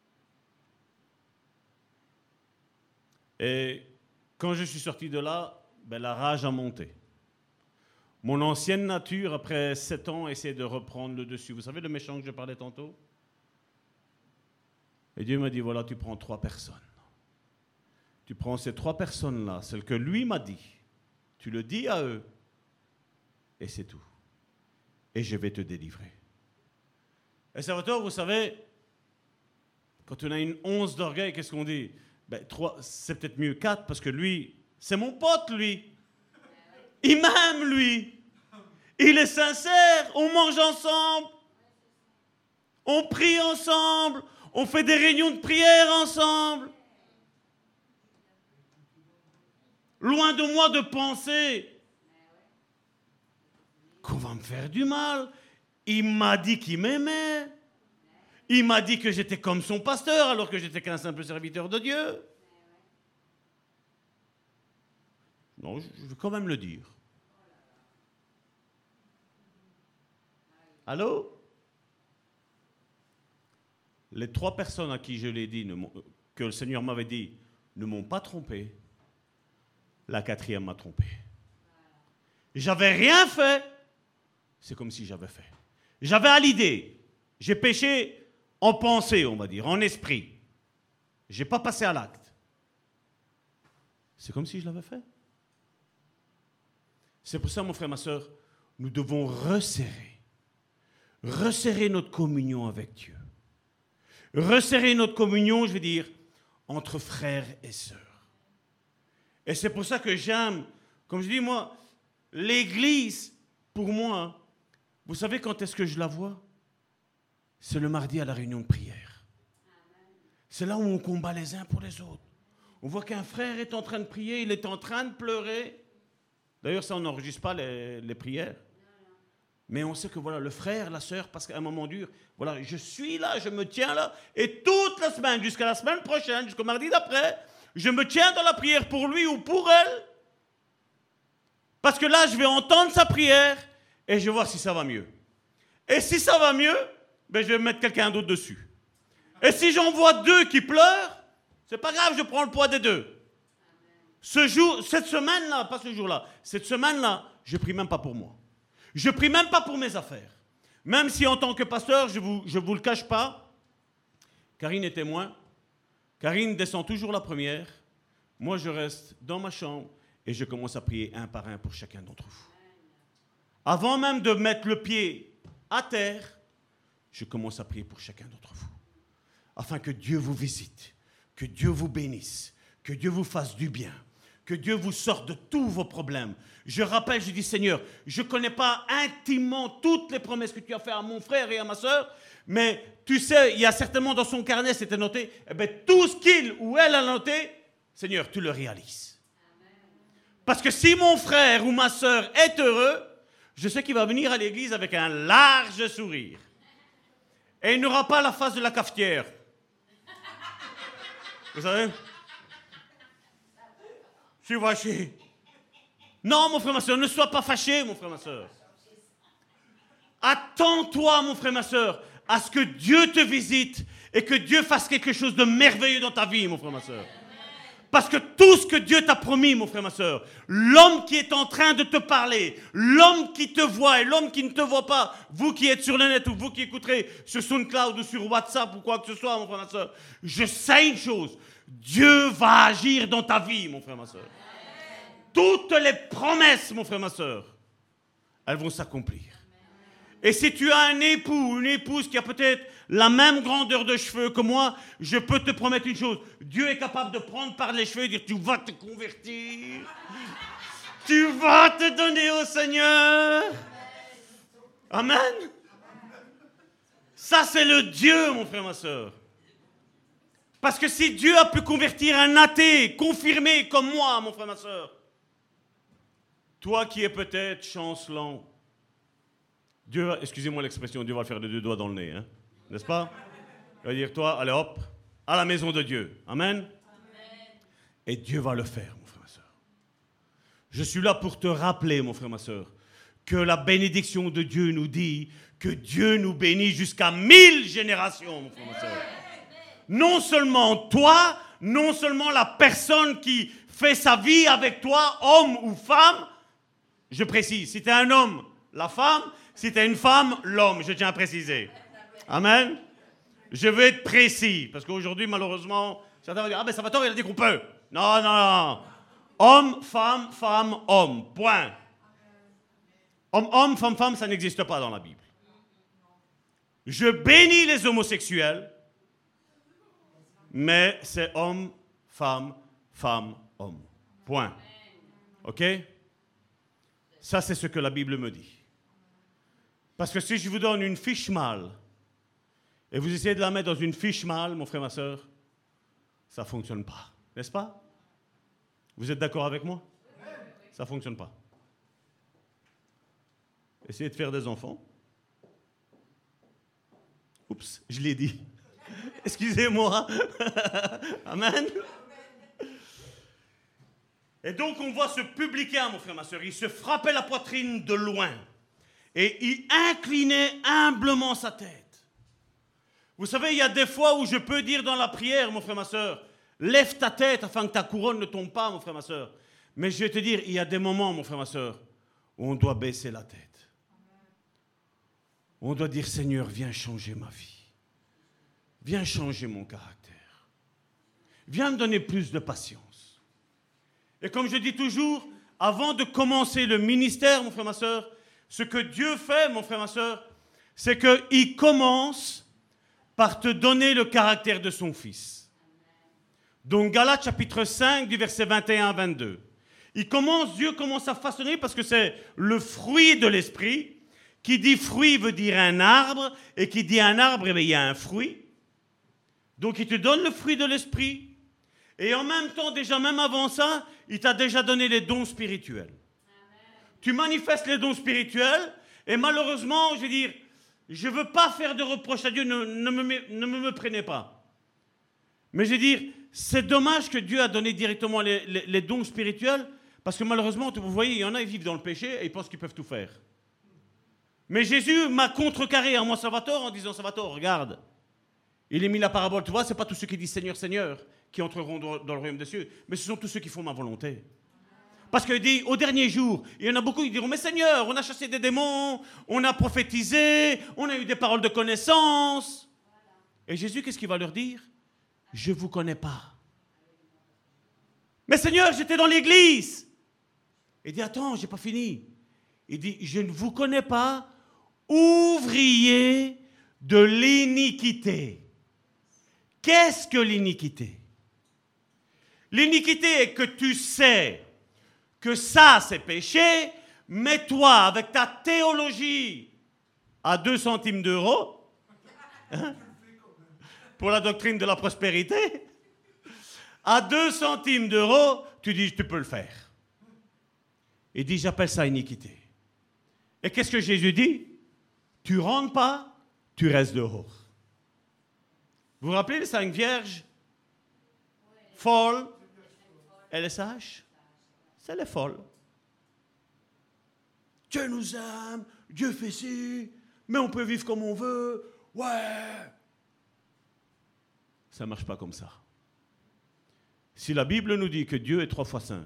Et quand je suis sorti de là, ben, la rage a monté. Mon ancienne nature, après sept ans, essaie de reprendre le dessus. Vous savez le méchant que je parlais tantôt? Et Dieu m'a dit, voilà, tu prends trois personnes. Tu prends ces trois personnes-là, celles que lui m'a dit. Tu le dis à eux. Et c'est tout. Et je vais te délivrer. Et Salvatore, vous savez, quand on a une once d'orgueil, qu'est-ce qu'on dit? Ben, trois, c'est peut-être mieux quatre, parce que lui, c'est mon pote, lui. Il m'aime, lui. Il est sincère. On mange ensemble. On prie ensemble. On fait des réunions de prière ensemble. Loin de moi de penser qu'on va me faire du mal. Il m'a dit qu'il m'aimait. Il m'a dit que j'étais comme son pasteur, alors que j'étais qu'un simple serviteur de Dieu. Non, je vais quand même le dire. Allô? Les trois personnes à qui je l'ai dit, ne que le Seigneur m'avait dit, ne m'ont pas trompé. La quatrième m'a trompé. J'avais rien fait. C'est comme si j'avais fait. J'avais à l'idée. J'ai péché en pensée, on va dire, en esprit. Je n'ai pas passé à l'acte. C'est comme si je l'avais fait. C'est pour ça, mon frère, ma soeur, nous devons resserrer, resserrer notre communion avec Dieu. Resserrer notre communion, je veux dire, entre frères et sœurs. Et c'est pour ça que j'aime, comme je dis, moi, l'église, pour moi, vous savez quand est-ce que je la vois? C'est le mardi à la réunion de prière. C'est là où on combat les uns pour les autres. On voit qu'un frère est en train de prier, il est en train de pleurer. D'ailleurs, ça, on n'enregistre pas les, les prières. Mais on sait que voilà, le frère, la sœur, parce qu'à un moment dur, voilà, je suis là, je me tiens là, et toute la semaine, jusqu'à la semaine prochaine, jusqu'au mardi d'après, je me tiens dans la prière pour lui ou pour elle. Parce que là, je vais entendre sa prière et je vais voir si ça va mieux. Et si ça va mieux, ben, je vais mettre quelqu'un d'autre dessus. Et si j'en vois deux qui pleurent, c'est pas grave, je prends le poids des deux. Ce jour, cette semaine-là, pas ce jour-là, cette semaine-là, je prie même pas pour moi. Je prie même pas pour mes affaires. Même si en tant que pasteur, je vous, je vous le cache pas, Karine est témoin. Karine descend toujours la première. Moi, je reste dans ma chambre et je commence à prier un par un pour chacun d'entre vous. Avant même de mettre le pied à terre, je commence à prier pour chacun d'entre vous. Afin que Dieu vous visite, que Dieu vous bénisse, que Dieu vous fasse du bien, que Dieu vous sorte de tous vos problèmes. Je rappelle, je dis, Seigneur, je ne connais pas intimement toutes les promesses que tu as faites à mon frère et à ma soeur, mais tu sais, il y a certainement dans son carnet, c'était noté, eh bien, tout ce qu'il ou elle a noté, Seigneur, tu le réalises. Parce que si mon frère ou ma soeur est heureux, je sais qu'il va venir à l'église avec un large sourire. Et il n'aura pas la face de la cafetière. Vous savez? Je suis fâché. Non, mon frère, ma soeur, ne sois pas fâché, mon frère, ma soeur. Attends-toi, mon frère, ma soeur, à ce que Dieu te visite et que Dieu fasse quelque chose de merveilleux dans ta vie, mon frère, ma soeur. Parce que tout ce que Dieu t'a promis, mon frère, ma soeur, l'homme qui est en train de te parler, l'homme qui te voit et l'homme qui ne te voit pas, vous qui êtes sur le net ou vous qui écouterez sur SoundCloud ou sur WhatsApp ou quoi que ce soit, mon frère, ma soeur, je sais une chose, Dieu va agir dans ta vie, mon frère, ma soeur. Toutes les promesses, mon frère, ma soeur, elles vont s'accomplir. Et si tu as un époux ou une épouse qui a peut-être la même grandeur de cheveux que moi, je peux te promettre une chose. Dieu est capable de prendre par les cheveux et dire, tu vas te convertir. Tu vas te donner au Seigneur. Amen. Ça, c'est le Dieu, mon frère, ma soeur. Parce que si Dieu a pu convertir un athée, confirmé comme moi, mon frère, ma soeur, toi qui es peut-être chancelant, Dieu, excusez-moi l'expression, Dieu va le faire de deux doigts dans le nez, hein, n'est-ce pas? Il va dire, toi, allez hop, à la maison de Dieu. Amen. Amen. Et Dieu va le faire, mon frère, ma soeur. Je suis là pour te rappeler, mon frère, ma soeur, que la bénédiction de Dieu nous dit que Dieu nous bénit jusqu'à mille générations, mon frère, ma soeur. Non seulement toi, non seulement la personne qui fait sa vie avec toi, homme ou femme, je précise, si tu es un homme, la femme, si tu es une femme, l'homme, je tiens à préciser. Amen. Je veux être précis, parce qu'aujourd'hui, malheureusement, certains vont dire, ah ben Salvatore, il a dit qu'on peut. Non, non, non. Homme, femme, femme, homme. Point. Homme, homme, femme, femme, ça n'existe pas dans la Bible. Je bénis les homosexuels, mais c'est homme, femme, femme, homme. Point. OK? Ça, c'est ce que la Bible me dit. Parce que si je vous donne une fiche mâle, et vous essayez de la mettre dans une fiche mâle, mon frère, ma soeur, ça ne fonctionne pas. N'est-ce pas? Vous êtes d'accord avec moi? Ça ne fonctionne pas. Essayez de faire des enfants. Oups, je l'ai dit. Excusez-moi. Amen. Et donc, on voit ce publicain, mon frère, ma soeur, il se frappait la poitrine de loin. Et il inclinait humblement sa tête. Vous savez, il y a des fois où je peux dire dans la prière, mon frère, ma soeur, lève ta tête afin que ta couronne ne tombe pas, mon frère, ma soeur. Mais je vais te dire, il y a des moments, mon frère, ma soeur, où on doit baisser la tête. On doit dire, Seigneur, viens changer ma vie. Viens changer mon caractère. Viens me donner plus de patience. Et comme je dis toujours, avant de commencer le ministère, mon frère, ma soeur, ce que Dieu fait, mon frère, ma soeur, c'est qu'il commence par te donner le caractère de son Fils. Donc, Galates chapitre cinq, du verset vingt et un à vingt-deux. Il commence, Dieu commence à façonner parce que c'est le fruit de l'esprit. Qui dit fruit veut dire un arbre, et qui dit un arbre, eh bien, il y a un fruit. Donc il te donne le fruit de l'esprit, et en même temps, déjà même avant ça, il t'a déjà donné les dons spirituels. Amen. Tu manifestes les dons spirituels, et malheureusement, je veux dire, je ne veux pas faire de reproche à Dieu, ne, ne, me, ne me méprenez pas. Mais je veux dire, c'est dommage que Dieu a donné directement les, les, les dons spirituels, parce que malheureusement, vous voyez, il y en a, ils vivent dans le péché, et ils pensent qu'ils peuvent tout faire. Mais Jésus m'a contrecarré à moi, Salvatore, en disant, Salvatore, regarde, il a mis la parabole, tu vois, ce n'est pas tous ceux qui disent Seigneur, Seigneur, qui entreront dans, dans le royaume des cieux, mais ce sont tous ceux qui font ma volonté. Parce qu'il dit, au dernier jour, il y en a beaucoup qui diront, mais Seigneur, on a chassé des démons, on a prophétisé, on a eu des paroles de connaissance. Et Jésus, qu'est-ce qu'il va leur dire? Je ne vous connais pas. Mais Seigneur, j'étais dans l'église. Il dit, attends, je n'ai pas fini. Il dit, je ne vous connais pas, ouvrier de l'iniquité. Qu'est-ce que l'iniquité? L'iniquité est que tu sais que ça c'est péché, mais toi, avec ta théologie à deux centimes d'euros, hein, pour la doctrine de la prospérité, à deux centimes d'euros, tu dis, tu peux le faire. Il dit, j'appelle ça iniquité. Et qu'est-ce que Jésus dit? Tu rentres pas, tu restes dehors. Vous vous rappelez les cinq vierges? Folles. Et les sages? C'est les folles. Dieu nous aime, Dieu fait ci, mais on peut vivre comme on veut. Ouais. Ça ne marche pas comme ça. Si la Bible nous dit que Dieu est trois fois saint,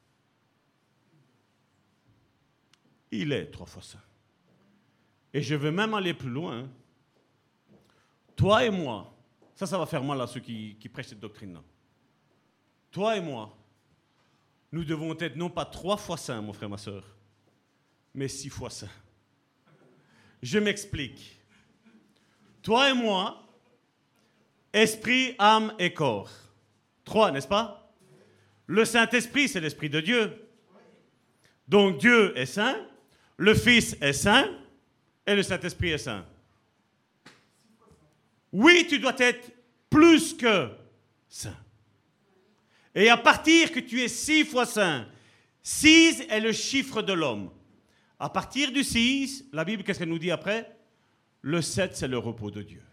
il est trois fois saint. Et je veux même aller plus loin. Toi et moi, ça, ça va faire mal à ceux qui, qui prêchent cette doctrine-là. Toi et moi, nous devons être non pas trois fois saints, mon frère, ma soeur, mais six fois saints. Je m'explique. Toi et moi, esprit, âme et corps. Trois, n'est-ce pas? Le Saint-Esprit, c'est l'Esprit de Dieu. Donc Dieu est saint, le Fils est saint, et le Saint-Esprit est saint. Oui, tu dois être plus que saint. Et à partir que tu es six fois saint, six est le chiffre de l'homme. À partir du six, la Bible, qu'est-ce qu'elle nous dit après? Le sept, c'est le repos de Dieu.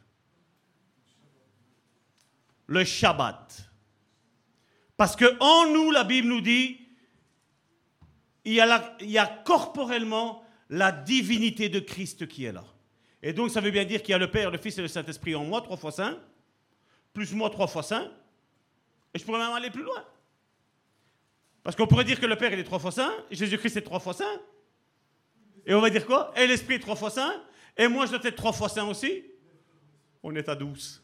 Le Shabbat. Parce qu'en nous, la Bible nous dit, il y a, la, il y a corporellement la divinité de Christ qui est là. Et donc, ça veut bien dire qu'il y a le Père, le Fils et le Saint-Esprit en moi, trois fois saint, plus moi, trois fois saint. Et je pourrais même aller plus loin. Parce qu'on pourrait dire que le Père, il est trois fois saint, Jésus-Christ est trois fois saint. Et on va dire quoi? Et l'Esprit est trois fois saint, et moi, je dois être trois fois saint aussi. On est à douze.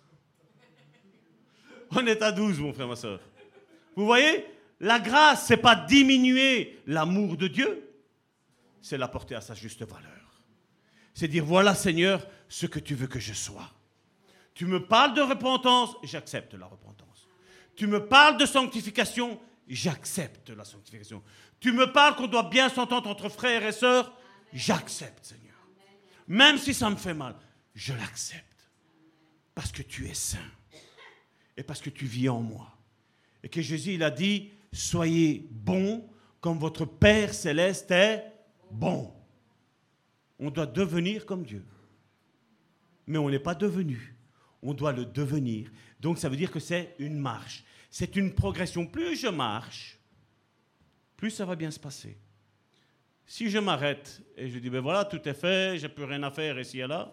On est à douze, mon frère, ma soeur. Vous voyez? La grâce, ce n'est pas diminuer l'amour de Dieu, c'est la porter à sa juste valeur. C'est dire, voilà Seigneur, ce que tu veux que je sois. Tu me parles de repentance, j'accepte la repentance. Tu me parles de sanctification, j'accepte la sanctification. Tu me parles qu'on doit bien s'entendre entre frères et sœurs, j'accepte Seigneur. Même si ça me fait mal, je l'accepte. Parce que tu es saint. Et parce que tu vis en moi. Et que Jésus, il a dit, soyez bons comme votre Père céleste est bon. On doit devenir comme Dieu. Mais on n'est pas devenu. On doit le devenir. Donc ça veut dire que c'est une marche. C'est une progression. Plus je marche, plus ça va bien se passer. Si je m'arrête et je dis, ben voilà, tout est fait, j'ai plus rien à faire ici et là.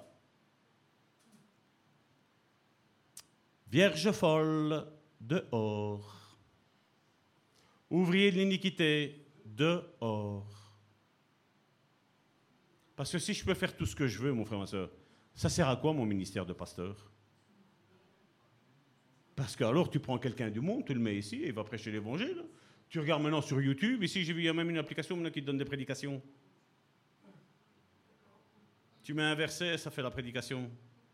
Vierge folle, dehors. Ouvrier de l'iniquité, dehors. Parce que si je peux faire tout ce que je veux, mon frère, ma soeur, ça sert à quoi mon ministère de pasteur? Parce que alors tu prends quelqu'un du monde, tu le mets ici, et il va prêcher l'évangile. Tu regardes maintenant sur YouTube. Ici, j'ai vu, il y a même une application maintenant qui te donne des prédications. Tu mets un verset, ça fait la prédication.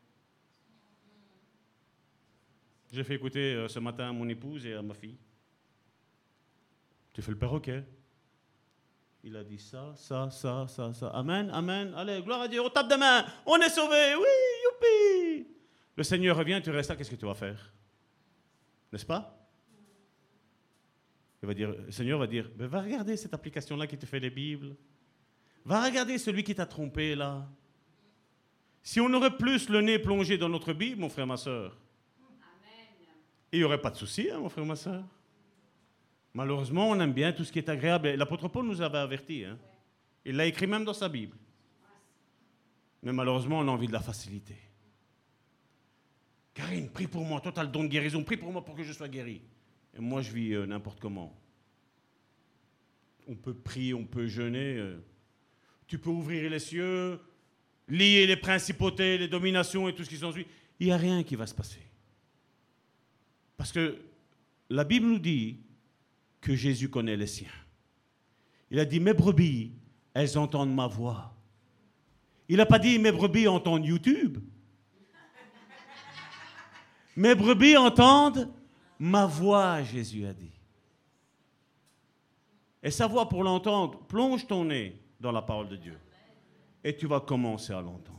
J'ai fait écouter euh, ce matin à mon épouse et à ma fille. Tu fais le perroquet. Il a dit ça, ça, ça, ça, ça. Amen, amen. Allez, gloire à Dieu. On tape des mains. On est sauvés. Oui, youpi. Le Seigneur revient, tu restes là, qu'est-ce que tu vas faire? N'est-ce pas? Il va dire, le Seigneur va dire, ben, va regarder cette application-là qui te fait les Bibles. Va regarder celui qui t'a trompé là. Si on aurait plus le nez plongé dans notre Bible, mon frère, ma soeur, il n'y aurait pas de souci, hein, mon frère, ma soeur. Malheureusement, on aime bien tout ce qui est agréable. Et l'apôtre Paul nous avait avertis. Hein. Il l'a écrit même dans sa Bible. Mais malheureusement, on a envie de la facilité. Karine, prie pour moi. Toi, tu as le don de guérison. Prie pour moi pour que je sois guéri. Et moi, je vis euh, n'importe comment. On peut prier, on peut jeûner. Euh. Tu peux ouvrir les cieux, lier les principautés, les dominations et tout ce qui s'ensuit. Il n'y a rien qui va se passer. Parce que la Bible nous dit que Jésus connaît les siens. Il a dit, mes brebis, elles entendent ma voix. Il n'a pas dit, mes brebis entendent YouTube. Mes brebis entendent ma voix, Jésus a dit. Et sa voix, pour l'entendre, plonge ton nez dans la parole de Dieu. Et tu vas commencer à l'entendre.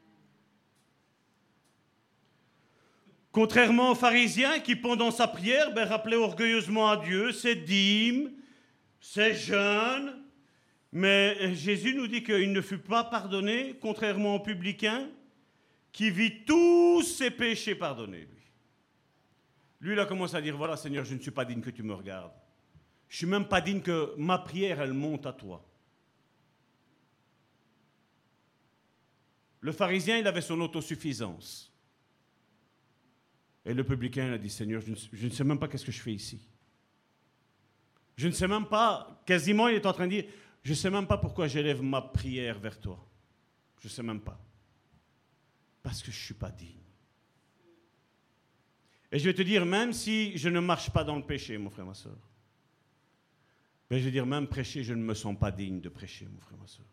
Contrairement aux pharisiens qui, pendant sa prière, ben, rappelaient orgueilleusement à Dieu ses dîmes, ses jeûnes. Mais Jésus nous dit qu'il ne fut pas pardonné, contrairement aux publicains, qui vit tous ses péchés pardonnés, lui. Lui, il a commencé à dire, voilà, Seigneur, je ne suis pas digne que tu me regardes. Je ne suis même pas digne que ma prière, elle monte à toi. Le pharisien, il avait son autosuffisance. Et le publicain, il a dit, Seigneur, je ne, je ne sais même pas qu'est-ce que je fais ici. Je ne sais même pas, quasiment, il est en train de dire, je ne sais même pas pourquoi j'élève ma prière vers toi. Je ne sais même pas. Parce que je ne suis pas digne. Et je vais te dire, même si je ne marche pas dans le péché, mon frère, ma soeur, ben je vais dire, même prêcher, je ne me sens pas digne de prêcher, mon frère, ma soeur.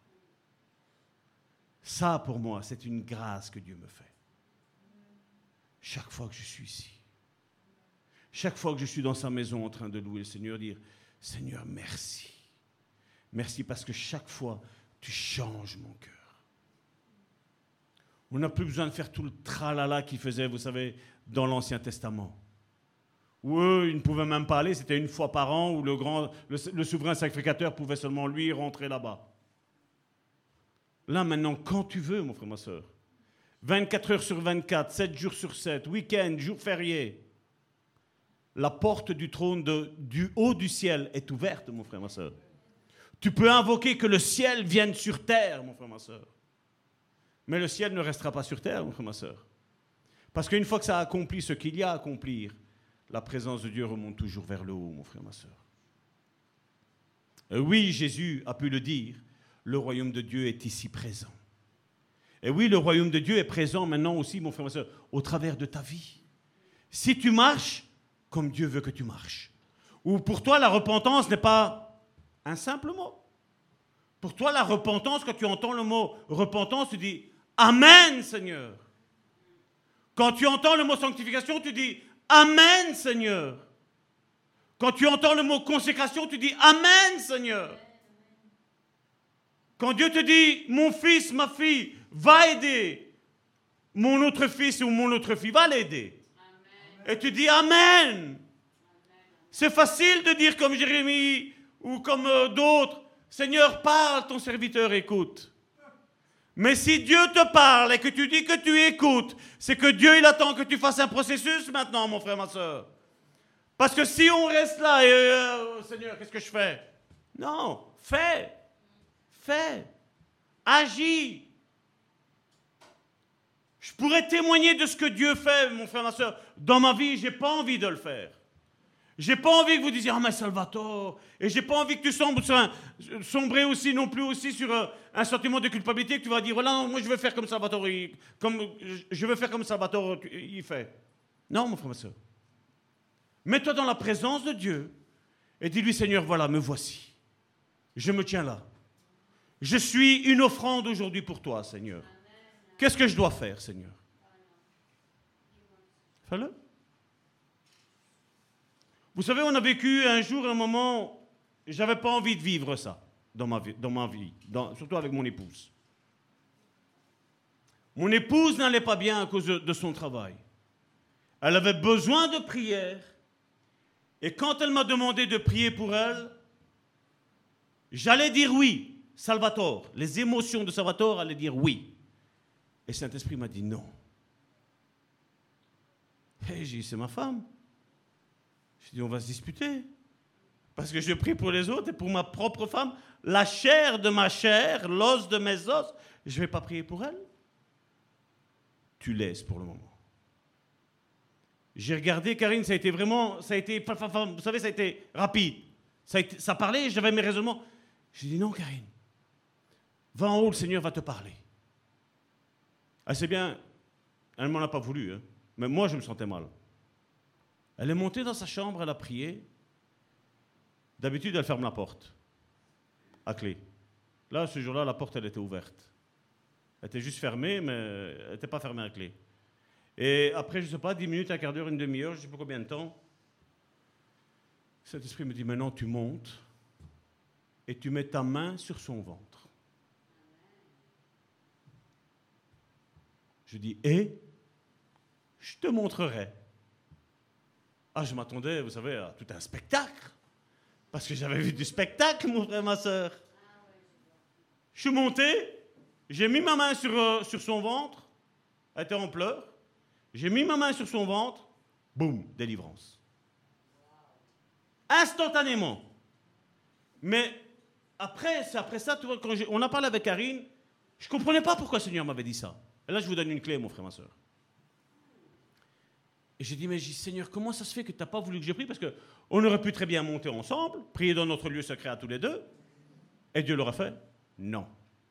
Ça, pour moi, c'est une grâce que Dieu me fait. Chaque fois que je suis ici, chaque fois que je suis dans sa maison en train de louer le Seigneur, dire, Seigneur, merci. Merci parce que chaque fois, tu changes mon cœur. On n'a plus besoin de faire tout le tralala qu'ils faisaient, vous savez, dans l'Ancien Testament. Où eux, ils ne pouvaient même pas aller, c'était une fois par an où le, grand, le, le souverain sacrificateur pouvait seulement lui rentrer là-bas. Là, maintenant, quand tu veux, mon frère, ma soeur, vingt-quatre heures sur vingt-quatre, sept jours sur sept, week-end, jour férié, la porte du trône de, du haut du ciel est ouverte, mon frère, ma soeur. Tu peux invoquer que le ciel vienne sur terre, mon frère, ma soeur. Mais le ciel ne restera pas sur terre, mon frère, ma soeur. Parce qu'une fois que ça a accompli ce qu'il y a à accomplir, la présence de Dieu remonte toujours vers le haut, mon frère, ma soeur. Et oui, Jésus a pu le dire, le royaume de Dieu est ici présent. Et oui, le royaume de Dieu est présent maintenant aussi, mon frère, ma soeur, au travers de ta vie. Si tu marches comme Dieu veut que tu marches, ou pour toi la repentance n'est pas un simple mot. Pour toi la repentance, quand tu entends le mot repentance, tu dis Amen, Seigneur. Quand tu entends le mot sanctification, tu dis Amen, Seigneur. Quand tu entends le mot consécration, tu dis Amen, Seigneur. Quand Dieu te dit, mon fils, ma fille, va aider mon autre fils ou mon autre fille, va l'aider. Et tu dis Amen. C'est facile de dire comme Jérémie ou comme euh, d'autres, Seigneur, parle, ton serviteur écoute. Mais si Dieu te parle et que tu dis que tu écoutes, c'est que Dieu, il attend que tu fasses un processus maintenant, mon frère, ma soeur. Parce que si on reste là et, euh, Seigneur, qu'est-ce que je fais? Non, fais. Fais. Agis. Je pourrais témoigner de ce que Dieu fait, mon frère, ma soeur. Dans ma vie, je n'ai pas envie de le faire. Je n'ai pas envie que vous disiez, ah mais Salvatore. Et je n'ai pas envie que tu sombres sur un, sombrer aussi, non plus aussi sur un, un sentiment de culpabilité, que tu vas dire, voilà, non, moi je veux faire comme Salvatore, il, comme, je veux faire comme Salvatore, il fait. Non, mon frère, ma soeur. Mets-toi dans la présence de Dieu Et dis-lui, Seigneur, voilà, me voici. Je me tiens là. Je suis une offrande aujourd'hui pour toi, Seigneur. Qu'est-ce que je dois faire, Seigneur? Fais-le. Vous savez, on a vécu un jour, un moment, je n'avais pas envie de vivre ça dans ma vie, dans ma vie dans, surtout avec mon épouse. Mon épouse n'allait pas bien à cause de, de son travail. Elle avait besoin de prière. Et quand elle m'a demandé de prier pour elle, j'allais dire oui. Salvatore, les émotions de Salvatore allaient dire oui. Et Saint-Esprit m'a dit non. Et j'ai dit, c'est ma femme. J'ai dit, on va se disputer. Parce que je prie pour les autres et pour ma propre femme, la chair de ma chair, l'os de mes os, je ne vais pas prier pour elle. Tu laisses pour le moment. J'ai regardé, Karine, ça a été vraiment, ça a été, vous savez, ça a été rapide. Ça, a été, ça parlait, j'avais mes raisonnements. J'ai dit, non, Karine, va en haut, le Seigneur va te parler. Ah, c'est bien, elle ne m'en a pas voulu, hein, mais moi, je me sentais mal. Elle est montée dans sa chambre, elle a prié. D'habitude, elle ferme la porte, à clé. Là, ce jour-là, la porte, elle était ouverte. Elle était juste fermée, mais elle n'était pas fermée à clé. Et après, je ne sais pas, dix minutes, un quart d'heure, une demi-heure, je ne sais pas combien de temps, cet esprit me dit, maintenant, tu montes et tu mets ta main sur son ventre. Je dis, et je te montrerai. Ah, je m'attendais, vous savez, à tout un spectacle. Parce que j'avais vu du spectacle, mon frère, ma soeur. Je suis monté, j'ai mis ma main sur, euh, sur son ventre, elle était en pleurs. J'ai mis ma main sur son ventre, boum, délivrance. Instantanément. Mais après, c'est après ça, tu vois, quand on a parlé avec Karine, je ne comprenais pas pourquoi le Seigneur m'avait dit ça. Et là, je vous donne une clé, mon frère, ma soeur. Et j'ai dit, mais j'ai dit, Seigneur, comment ça se fait que tu n'as pas voulu que je prie? Parce qu'on aurait pu très bien monter ensemble, prier dans notre lieu secret à tous les deux. Et Dieu l'aurait fait? Non.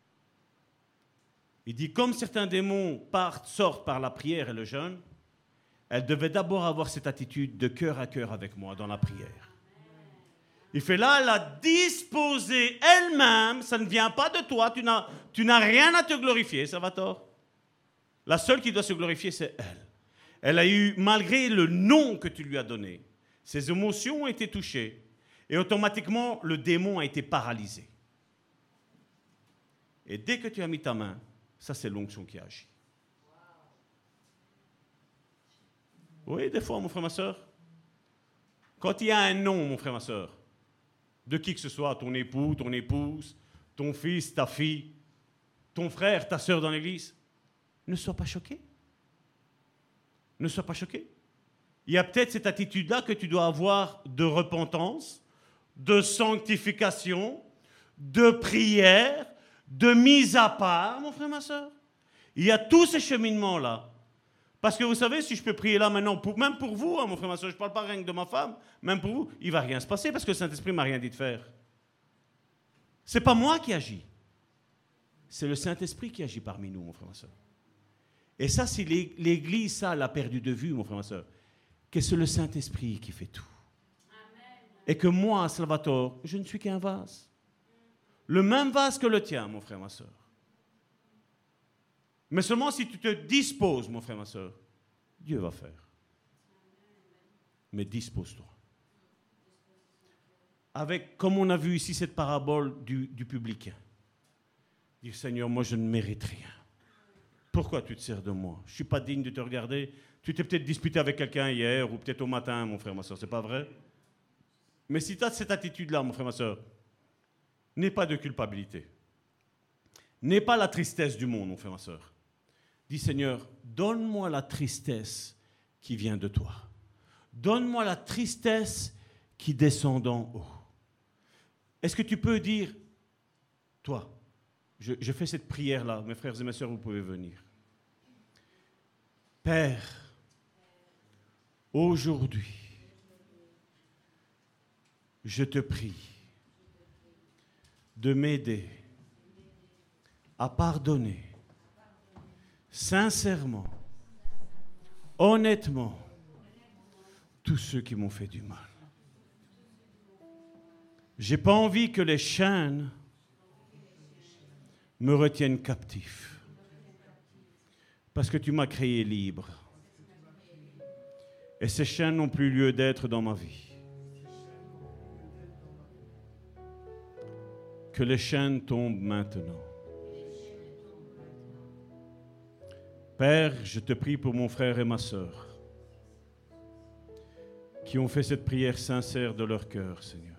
Il dit, comme certains démons partent, sortent par la prière et le jeûne, elle devait d'abord avoir cette attitude de cœur à cœur avec moi dans la prière. Il fait là, elle a disposé elle-même, ça ne vient pas de toi, tu n'as, tu n'as rien à te glorifier, Salvatore. La seule qui doit se glorifier, c'est elle. Elle a eu, malgré le nom que tu lui as donné, ses émotions ont été touchées et automatiquement, le démon a été paralysé. Et dès que tu as mis ta main, ça, c'est l'onction qui agit. Oui, des fois, mon frère, ma soeur, quand il y a un nom, mon frère, ma soeur, de qui que ce soit, ton époux, ton épouse, ton fils, ta fille, ton frère, ta soeur dans l'église, ne sois pas choqué. Ne sois pas choqué. Il y a peut-être cette attitude-là que tu dois avoir de repentance, de sanctification, de prière, de mise à part, mon frère, ma soeur. Il y a tous ces cheminements-là. Parce que vous savez, si je peux prier là maintenant, pour, même pour vous, hein, mon frère, ma soeur, je ne parle pas rien que de ma femme, même pour vous, il ne va rien se passer parce que le Saint-Esprit ne m'a rien dit de faire. Ce n'est pas moi qui agis. C'est le Saint-Esprit qui agit parmi nous, mon frère, ma soeur. Et ça, si l'Église, ça, l'a perdu de vue, mon frère, ma soeur, que c'est le Saint-Esprit qui fait tout. Amen. Et que moi, Salvatore, je ne suis qu'un vase. Le même vase que le tien, mon frère, ma soeur. Mais seulement si tu te disposes, mon frère, ma soeur, Dieu va faire. Mais dispose-toi. Avec, comme on a vu ici, cette parabole du, du publicain. Dire, Seigneur, moi, je ne mérite rien. Pourquoi tu te sers de moi? Je ne suis pas digne de te regarder. Tu t'es peut-être disputé avec quelqu'un hier ou peut-être au matin, mon frère, ma soeur. Ce n'est pas vrai? Mais si tu as cette attitude-là, mon frère, ma soeur, n'aie pas de culpabilité. N'aie pas la tristesse du monde, mon frère, ma soeur. Dis, Seigneur, donne-moi la tristesse qui vient de toi. Donne-moi la tristesse qui descend d'en haut. Est-ce que tu peux dire, toi, je, je fais cette prière-là, mes frères et mes sœurs, vous pouvez venir. Père, aujourd'hui, je te prie de m'aider à pardonner sincèrement, honnêtement, tous ceux qui m'ont fait du mal. J'ai pas envie que les chaînes me retiennent captif. Parce que tu m'as créé libre. Et ces chaînes n'ont plus lieu d'être dans ma vie. Que les chaînes tombent maintenant. Père, je te prie pour mon frère et ma sœur qui ont fait cette prière sincère de leur cœur, Seigneur.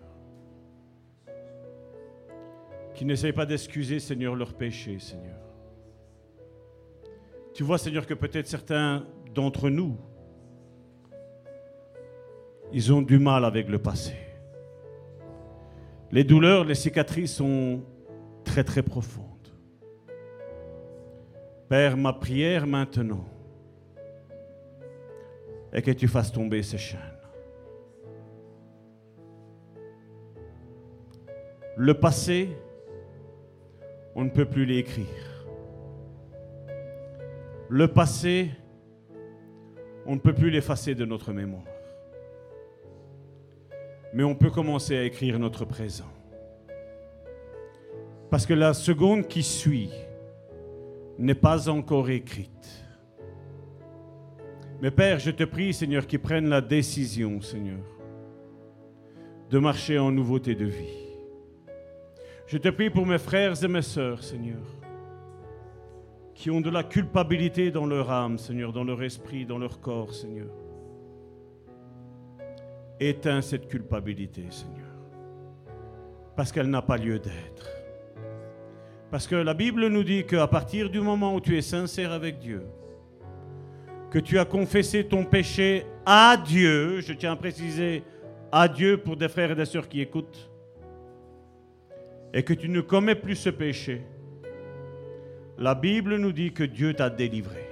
Qui n'essayent pas d'excuser, Seigneur, leurs péchés, Seigneur. Tu vois, Seigneur, que peut-être certains d'entre nous, ils ont du mal avec le passé. Les douleurs, les cicatrices sont très, très profondes. Père, ma prière maintenant est que tu fasses tomber ces chaînes. Le passé, on ne peut plus l'écrire. Le passé, on ne peut plus l'effacer de notre mémoire. Mais on peut commencer à écrire notre présent. Parce que la seconde qui suit n'est pas encore écrite. Mais Père, je te prie, Seigneur, qu'ils prennent la décision, Seigneur, de marcher en nouveauté de vie. Je te prie pour mes frères et mes sœurs, Seigneur, qui ont de la culpabilité dans leur âme, Seigneur, dans leur esprit, dans leur corps, Seigneur. Éteins cette culpabilité, Seigneur, parce qu'elle n'a pas lieu d'être. Parce que la Bible nous dit qu'à partir du moment où tu es sincère avec Dieu, que tu as confessé ton péché à Dieu, je tiens à préciser à Dieu pour des frères et des sœurs qui écoutent, et que tu ne commets plus ce péché, la Bible nous dit que Dieu t'a délivré.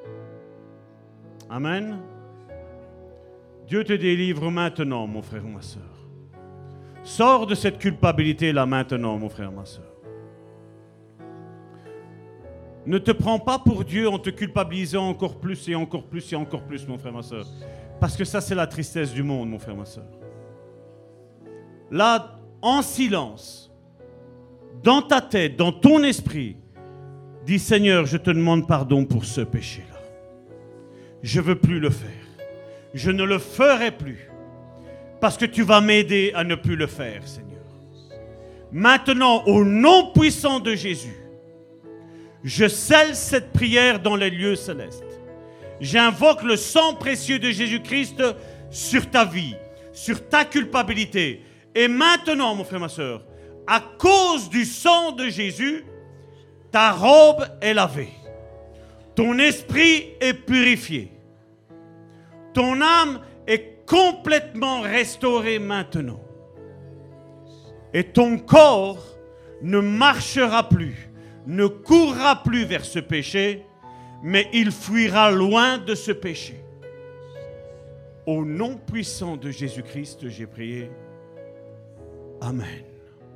Amen. Dieu te délivre maintenant, mon frère, ma sœur. Sors de cette culpabilité-là maintenant, mon frère, ma sœur. Ne te prends pas pour Dieu en te culpabilisant encore plus et encore plus et encore plus, mon frère, ma sœur. Parce que ça, c'est la tristesse du monde, mon frère, ma sœur. Là, en silence, dans ta tête, dans ton esprit, dis Seigneur, je te demande pardon pour ce péché-là. Je ne veux plus le faire. Je ne le ferai plus. Parce que tu vas m'aider à ne plus le faire, Seigneur. Maintenant, au nom puissant de Jésus, je scelle cette prière dans les lieux célestes. J'invoque le sang précieux de Jésus-Christ sur ta vie, sur ta culpabilité. Et maintenant, mon frère, ma soeur, à cause du sang de Jésus, ta robe est lavée. Ton esprit est purifié. Ton âme est complètement restaurée maintenant. Et ton corps ne marchera plus, ne courra plus vers ce péché, mais il fuira loin de ce péché. Au nom puissant de Jésus-Christ, j'ai prié. Amen.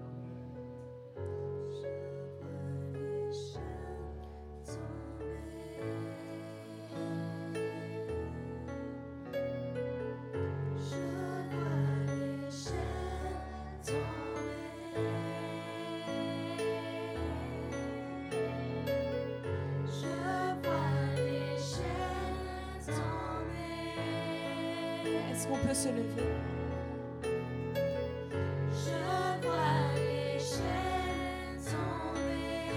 Est-ce qu'on peut se lever? Je vois les chaînes tomber.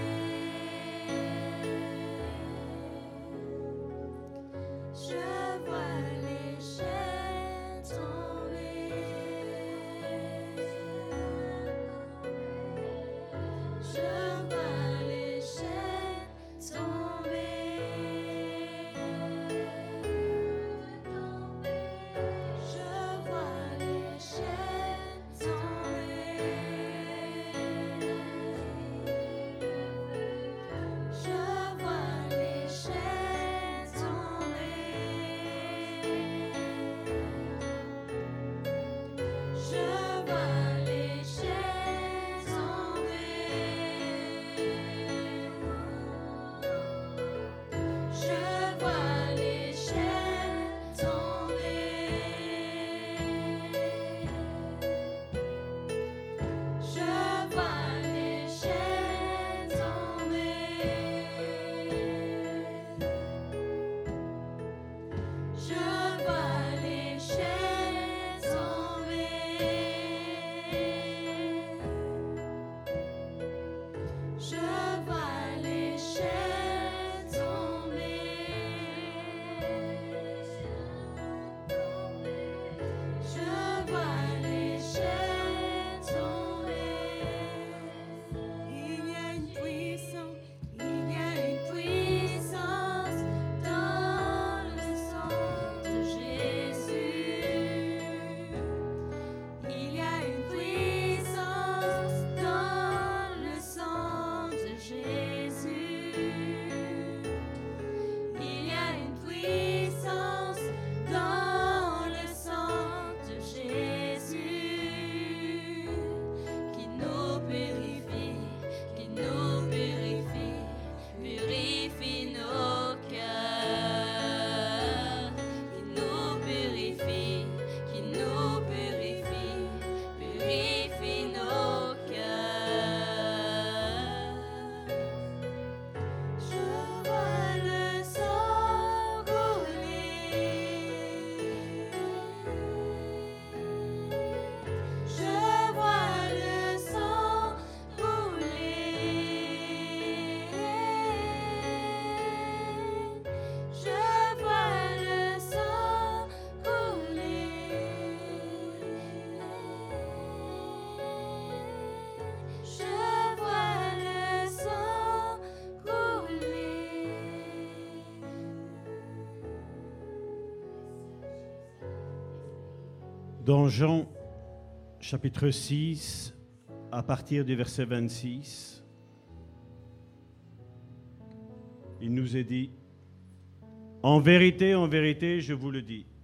Je vois les chaînes tomber. Je vois les chaînes tomber. Je vois les Dans Jean chapitre six, à partir du verset vingt-six, il nous est dit, « En vérité, en vérité, je vous le dis,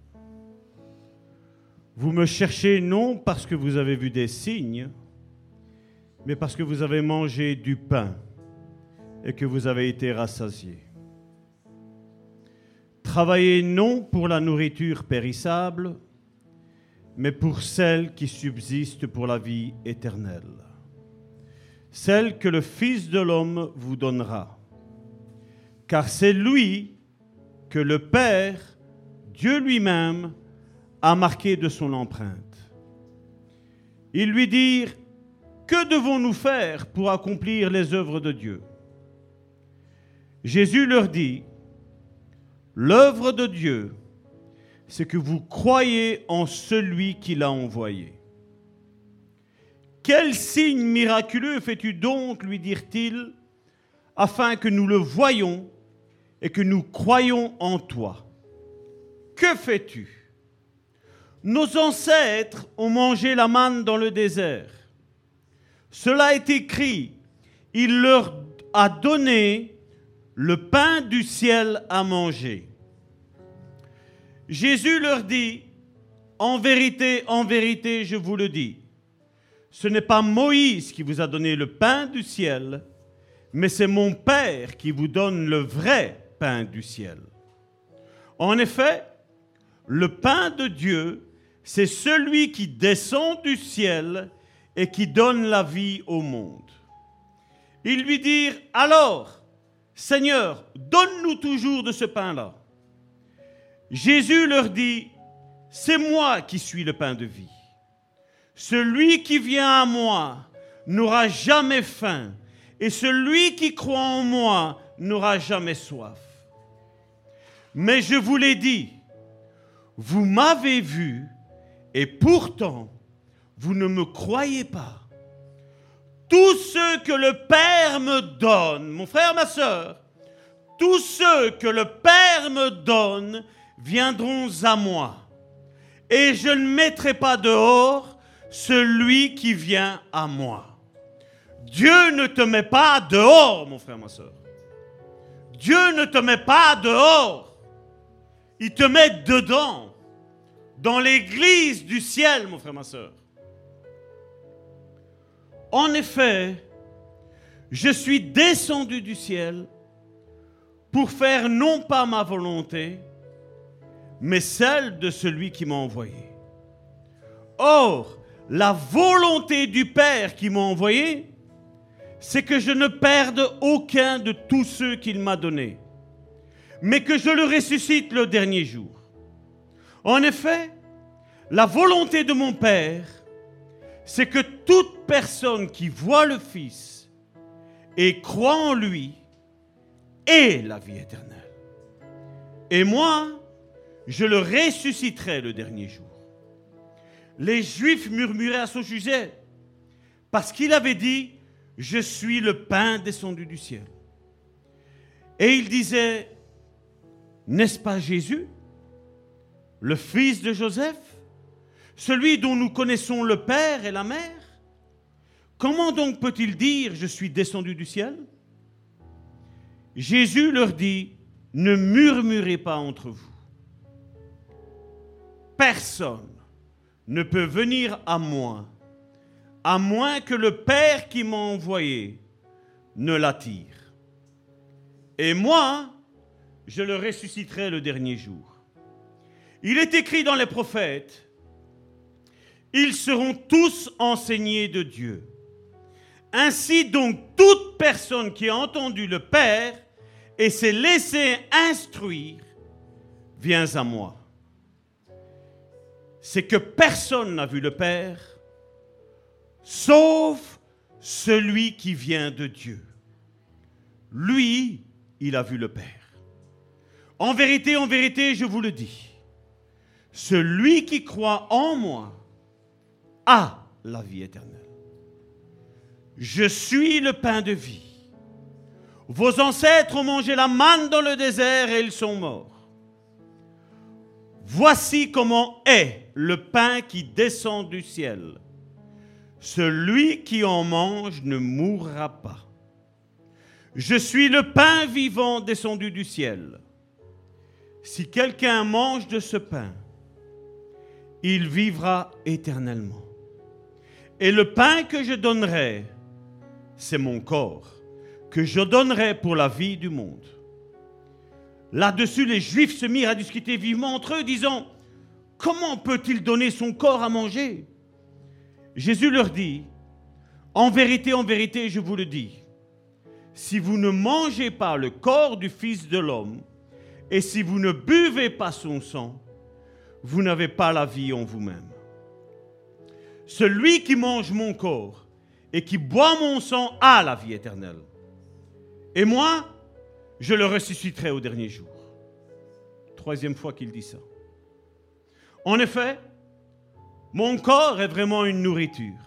vous me cherchez non parce que vous avez vu des signes, mais parce que vous avez mangé du pain et que vous avez été rassasiés. Travaillez non pour la nourriture périssable, mais pour celle qui subsiste pour la vie éternelle, celle que le Fils de l'homme vous donnera. Car c'est lui que le Père, Dieu lui-même, a marqué de son empreinte. Ils lui dirent, « Que devons-nous faire pour accomplir les œuvres de Dieu ?» Jésus leur dit, « L'œuvre de Dieu, c'est que vous croyez en celui qui l'a envoyé. » « Quel signe miraculeux fais-tu donc, lui dirent-ils, afin que nous le voyions et que nous croyions en toi? Que fais-tu? Nos ancêtres ont mangé la manne dans le désert. Cela est écrit, il leur a donné le pain du ciel à manger. » Jésus leur dit, « En vérité, en vérité, je vous le dis, ce n'est pas Moïse qui vous a donné le pain du ciel, mais c'est mon Père qui vous donne le vrai pain du ciel. En effet, le pain de Dieu, c'est celui qui descend du ciel et qui donne la vie au monde. » Ils lui dirent, « Alors, Seigneur, donne-nous toujours de ce pain-là. » Jésus leur dit, « C'est moi qui suis le pain de vie. Celui qui vient à moi n'aura jamais faim, et celui qui croit en moi n'aura jamais soif. Mais je vous l'ai dit, vous m'avez vu, et pourtant, vous ne me croyez pas. Tous ceux que le Père me donne, mon frère, ma sœur, tous ceux que le Père me donne viendront à moi, et je ne mettrai pas dehors celui qui vient à moi. » Dieu ne te met pas dehors, mon frère, ma sœur. Dieu ne te met pas dehors. Il te met dedans, dans l'église du ciel, mon frère, ma sœur. En effet, je suis descendu du ciel pour faire non pas ma volonté, mais celle de celui qui m'a envoyé. Or, la volonté du Père qui m'a envoyé, c'est que je ne perde aucun de tous ceux qu'il m'a donnés, mais que je le ressuscite le dernier jour. En effet, la volonté de mon Père, c'est que toute personne qui voit le Fils et croit en lui ait la vie éternelle. Et moi, je le ressusciterai le dernier jour. Les Juifs murmuraient à son sujet, parce qu'il avait dit, « Je suis le pain descendu du ciel. » Et il disait, « N'est-ce pas Jésus, le fils de Joseph, celui dont nous connaissons le père et la mère? Comment donc peut-il dire, « Je suis descendu du ciel » ?» Jésus leur dit, « Ne murmurez pas entre vous. Personne ne peut venir à moi, à moins que le Père qui m'a envoyé ne l'attire. Et moi, je le ressusciterai le dernier jour. Il est écrit dans les prophètes, ils seront tous enseignés de Dieu. Ainsi donc, toute personne qui a entendu le Père et s'est laissé instruire, vient à moi. C'est que personne n'a vu le Père, sauf celui qui vient de Dieu. Lui, il a vu le Père. En vérité, en vérité, je vous le dis, celui qui croit en moi a la vie éternelle. Je suis le pain de vie. Vos ancêtres ont mangé la manne dans le désert et ils sont morts. Voici comment est le pain qui descend du ciel. Celui qui en mange ne mourra pas. Je suis le pain vivant descendu du ciel. Si quelqu'un mange de ce pain, il vivra éternellement. Et le pain que je donnerai, c'est mon corps, que je donnerai pour la vie du monde. Là-dessus, les Juifs se mirent à discuter vivement entre eux, disant, « Comment peut-il donner son corps à manger ?» Jésus leur dit, « En vérité, en vérité, je vous le dis, si vous ne mangez pas le corps du Fils de l'homme, et si vous ne buvez pas son sang, vous n'avez pas la vie en vous-même. Celui qui mange mon corps et qui boit mon sang a la vie éternelle. Et moi, je le ressusciterai au dernier jour. » Troisième fois qu'il dit ça. En effet, mon corps est vraiment une nourriture.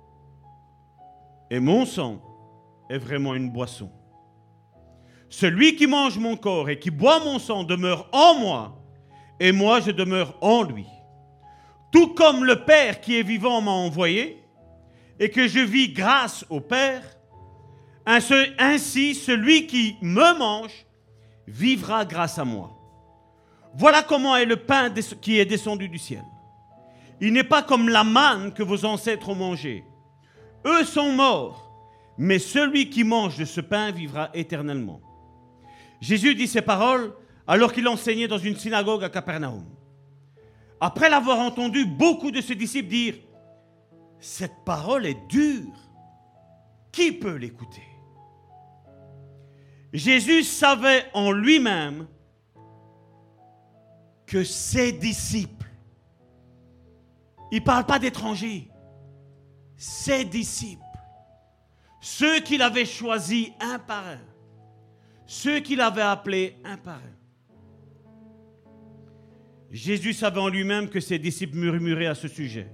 Et mon sang est vraiment une boisson. Celui qui mange mon corps et qui boit mon sang demeure en moi, et moi je demeure en lui. Tout comme le Père qui est vivant m'a envoyé, et que je vis grâce au Père, ainsi celui qui me mange vivra grâce à moi. Voilà comment est le pain qui est descendu du ciel. Il n'est pas comme la manne que vos ancêtres ont mangée. Eux sont morts, mais celui qui mange de ce pain vivra éternellement. Jésus dit ces paroles alors qu'il enseignait dans une synagogue à Capernaum. Après l'avoir entendu, beaucoup de ses disciples dirent « Cette parole est dure. Qui peut l'écouter ?» Jésus savait en lui-même que ses disciples, il ne parle pas d'étrangers, ses disciples, ceux qu'il avait choisis un par un, ceux qu'il avait appelés un par un. Jésus savait en lui-même que ses disciples murmuraient à ce sujet.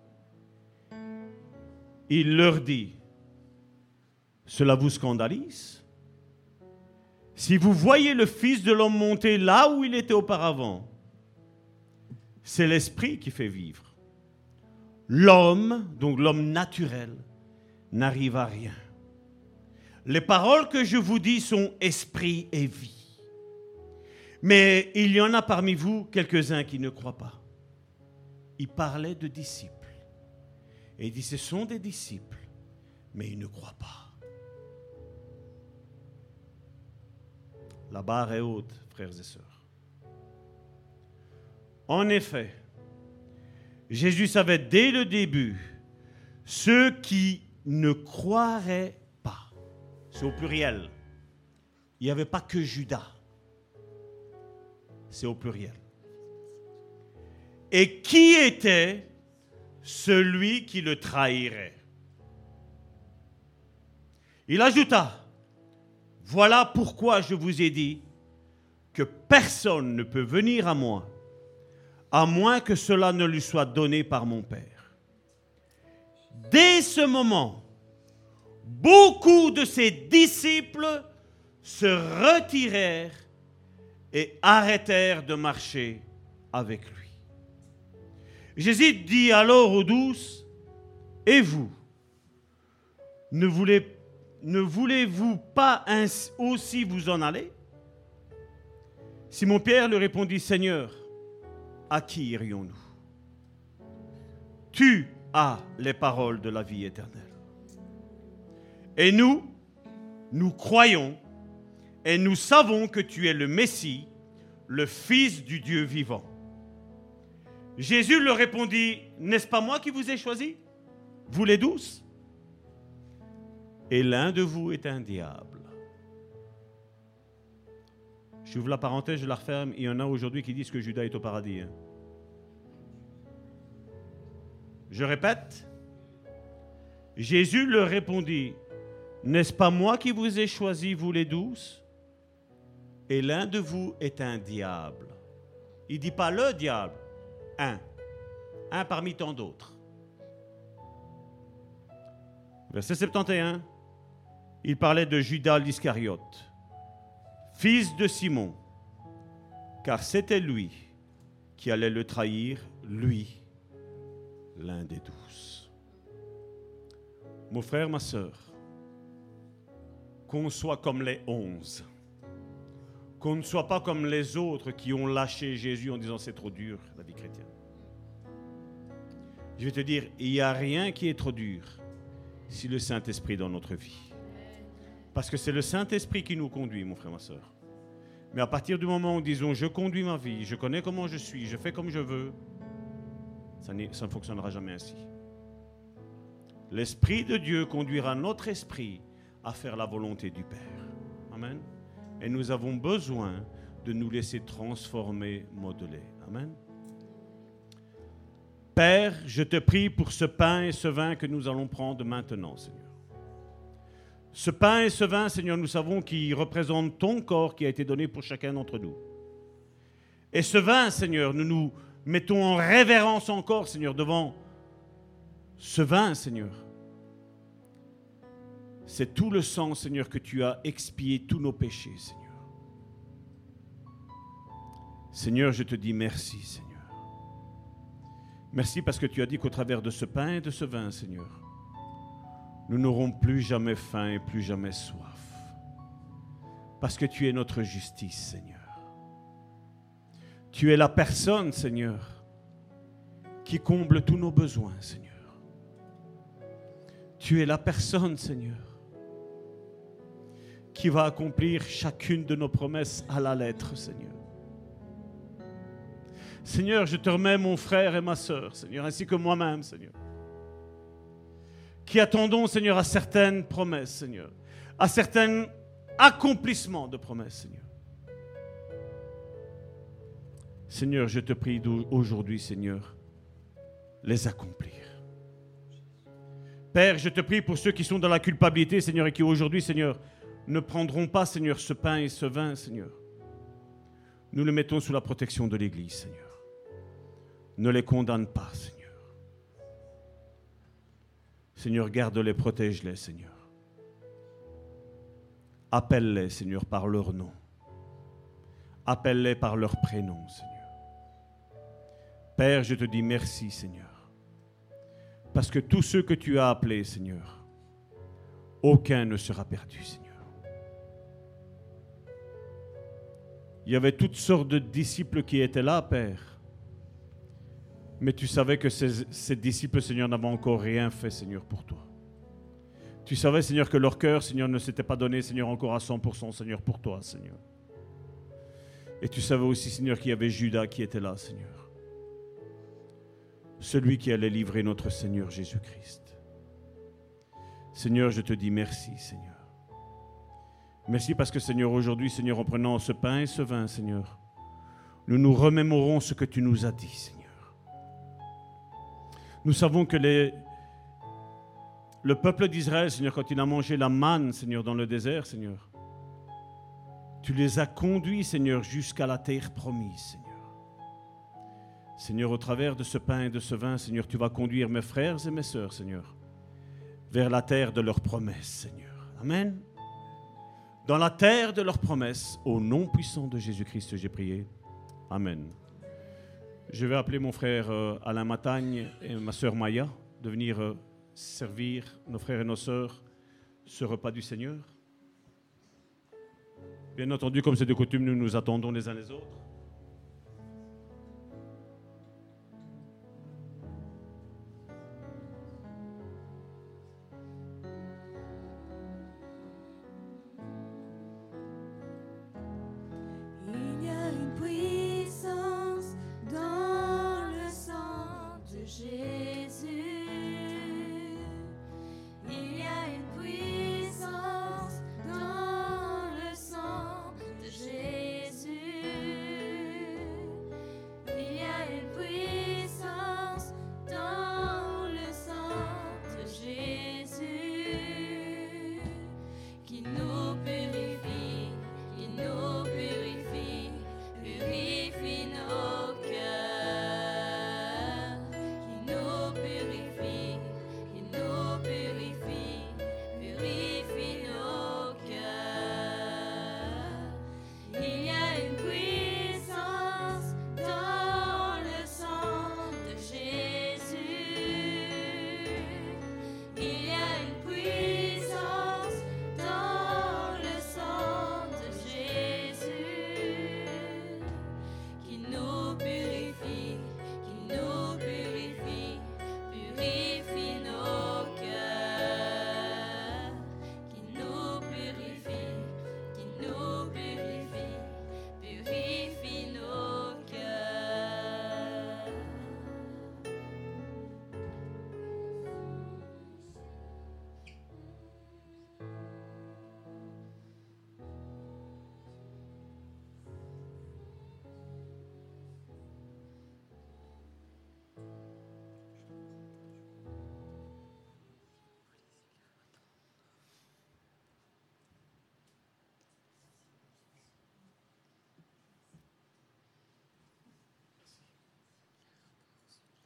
Il leur dit, « Cela vous scandalise ? Si vous voyez le Fils de l'homme monter là où il était auparavant, c'est l'Esprit qui fait vivre. L'homme, donc l'homme naturel, n'arrive à rien. Les paroles que je vous dis sont esprit et vie. Mais il y en a parmi vous quelques-uns qui ne croient pas. » Il parlait de disciples. Et il dit, ce sont des disciples, mais ils ne croient pas. La barre est haute, frères et sœurs. En effet, Jésus savait dès le début ceux qui ne croiraient pas. C'est au pluriel. Il n'y avait pas que Judas. C'est au pluriel. Et qui était celui qui le trahirait? Il ajouta, « Voilà pourquoi je vous ai dit que personne ne peut venir à moi à moins que cela ne lui soit donné par mon Père. » Dès ce moment, beaucoup de ses disciples se retirèrent et arrêtèrent de marcher avec lui. Jésus dit alors aux douze, « Et vous, ne, voulez, ne voulez-vous pas ainsi, aussi vous en aller ?» Simon-Pierre lui répondit, « Seigneur, à qui irions-nous? Tu as les paroles de la vie éternelle. Et nous, nous croyons et nous savons que tu es le Messie, le Fils du Dieu vivant. » Jésus leur répondit, « N'est-ce pas moi qui vous ai choisi, vous les douze? Et l'un de vous est un diable. » J'ouvre la parenthèse, je la referme. Il y en a aujourd'hui qui disent que Judas est au paradis. Hein. Je répète. Jésus leur répondit, « N'est-ce pas moi qui vous ai choisi, vous les douze? Et l'un de vous est un diable. » Il ne dit pas le diable, un. Un parmi tant d'autres. Verset soixante et onze, il parlait de Judas l'Iscariote, fils de Simon, car c'était lui qui allait le trahir, lui, l'un des douze. Mon frère, ma sœur, qu'on soit comme les onze, qu'on ne soit pas comme les autres qui ont lâché Jésus en disant c'est trop dur, la vie chrétienne. Je vais te dire, il n'y a rien qui est trop dur si le Saint-Esprit est dans notre vie. Parce que c'est le Saint-Esprit qui nous conduit, mon frère, ma sœur. Mais à partir du moment où disons, je conduis ma vie, je connais comment je suis, je fais comme je veux, ça, ça ne fonctionnera jamais ainsi. L'Esprit de Dieu conduira notre esprit à faire la volonté du Père. Amen. Et nous avons besoin de nous laisser transformer, modeler. Amen. Père, je te prie pour ce pain et ce vin que nous allons prendre maintenant, Seigneur. Ce pain et ce vin, Seigneur, nous savons qu'ils représentent ton corps qui a été donné pour chacun d'entre nous. Et ce vin, Seigneur, nous nous mettons en révérence encore, Seigneur, devant ce vin, Seigneur. C'est tout le sang, Seigneur, que tu as expié tous nos péchés, Seigneur. Seigneur, je te dis merci, Seigneur. Merci parce que tu as dit qu'au travers de ce pain et de ce vin, Seigneur, nous n'aurons plus jamais faim et plus jamais soif. Parce que tu es notre justice, Seigneur. Tu es la personne, Seigneur, qui comble tous nos besoins, Seigneur. Tu es la personne, Seigneur, qui va accomplir chacune de nos promesses à la lettre, Seigneur. Seigneur, je te remets mon frère et ma sœur, Seigneur, ainsi que moi-même, Seigneur, qui attendons, Seigneur, à certaines promesses, Seigneur, à certains accomplissements de promesses, Seigneur. Seigneur, je te prie aujourd'hui, Seigneur, les accomplir. Père, je te prie pour ceux qui sont dans la culpabilité, Seigneur, et qui aujourd'hui, Seigneur, ne prendront pas, Seigneur, ce pain et ce vin, Seigneur. Nous le mettons sous la protection de l'Église, Seigneur. Ne les condamne pas, Seigneur. Seigneur, garde-les, protège-les, Seigneur. Appelle-les, Seigneur, par leur nom. Appelle-les par leur prénom, Seigneur. Père, je te dis merci, Seigneur. Parce que tous ceux que tu as appelés, Seigneur, aucun ne sera perdu, Seigneur. Il y avait toutes sortes de disciples qui étaient là, Père. Mais tu savais que ces, ces disciples, Seigneur, n'avaient encore rien fait, Seigneur, pour toi. Tu savais, Seigneur, que leur cœur, Seigneur, ne s'était pas donné, Seigneur, encore à cent pour cent, Seigneur, pour toi, Seigneur. Et tu savais aussi, Seigneur, qu'il y avait Judas qui était là, Seigneur. Celui qui allait livrer notre Seigneur Jésus-Christ. Seigneur, je te dis merci, Seigneur. Merci parce que, Seigneur, aujourd'hui, Seigneur, en prenant ce pain et ce vin, Seigneur, nous nous remémorons ce que tu nous as dit, Seigneur. Nous savons que les, le peuple d'Israël, Seigneur, quand il a mangé la manne, Seigneur, dans le désert, Seigneur, tu les as conduits, Seigneur, jusqu'à la terre promise, Seigneur. Seigneur, au travers de ce pain et de ce vin, Seigneur, tu vas conduire mes frères et mes sœurs, Seigneur, vers la terre de leurs promesses, Seigneur. Amen. Dans la terre de leurs promesses, au nom puissant de Jésus-Christ, j'ai prié. Amen. Je vais appeler mon frère euh, Alain Matagne et ma sœur Maya de venir euh, servir nos frères et nos sœurs ce repas du Seigneur. Bien entendu, comme c'est de coutume, nous nous attendons les uns les autres. Il y a une puissance dans le sang de Jésus. Il y a une puissance dans le sang de Jésus.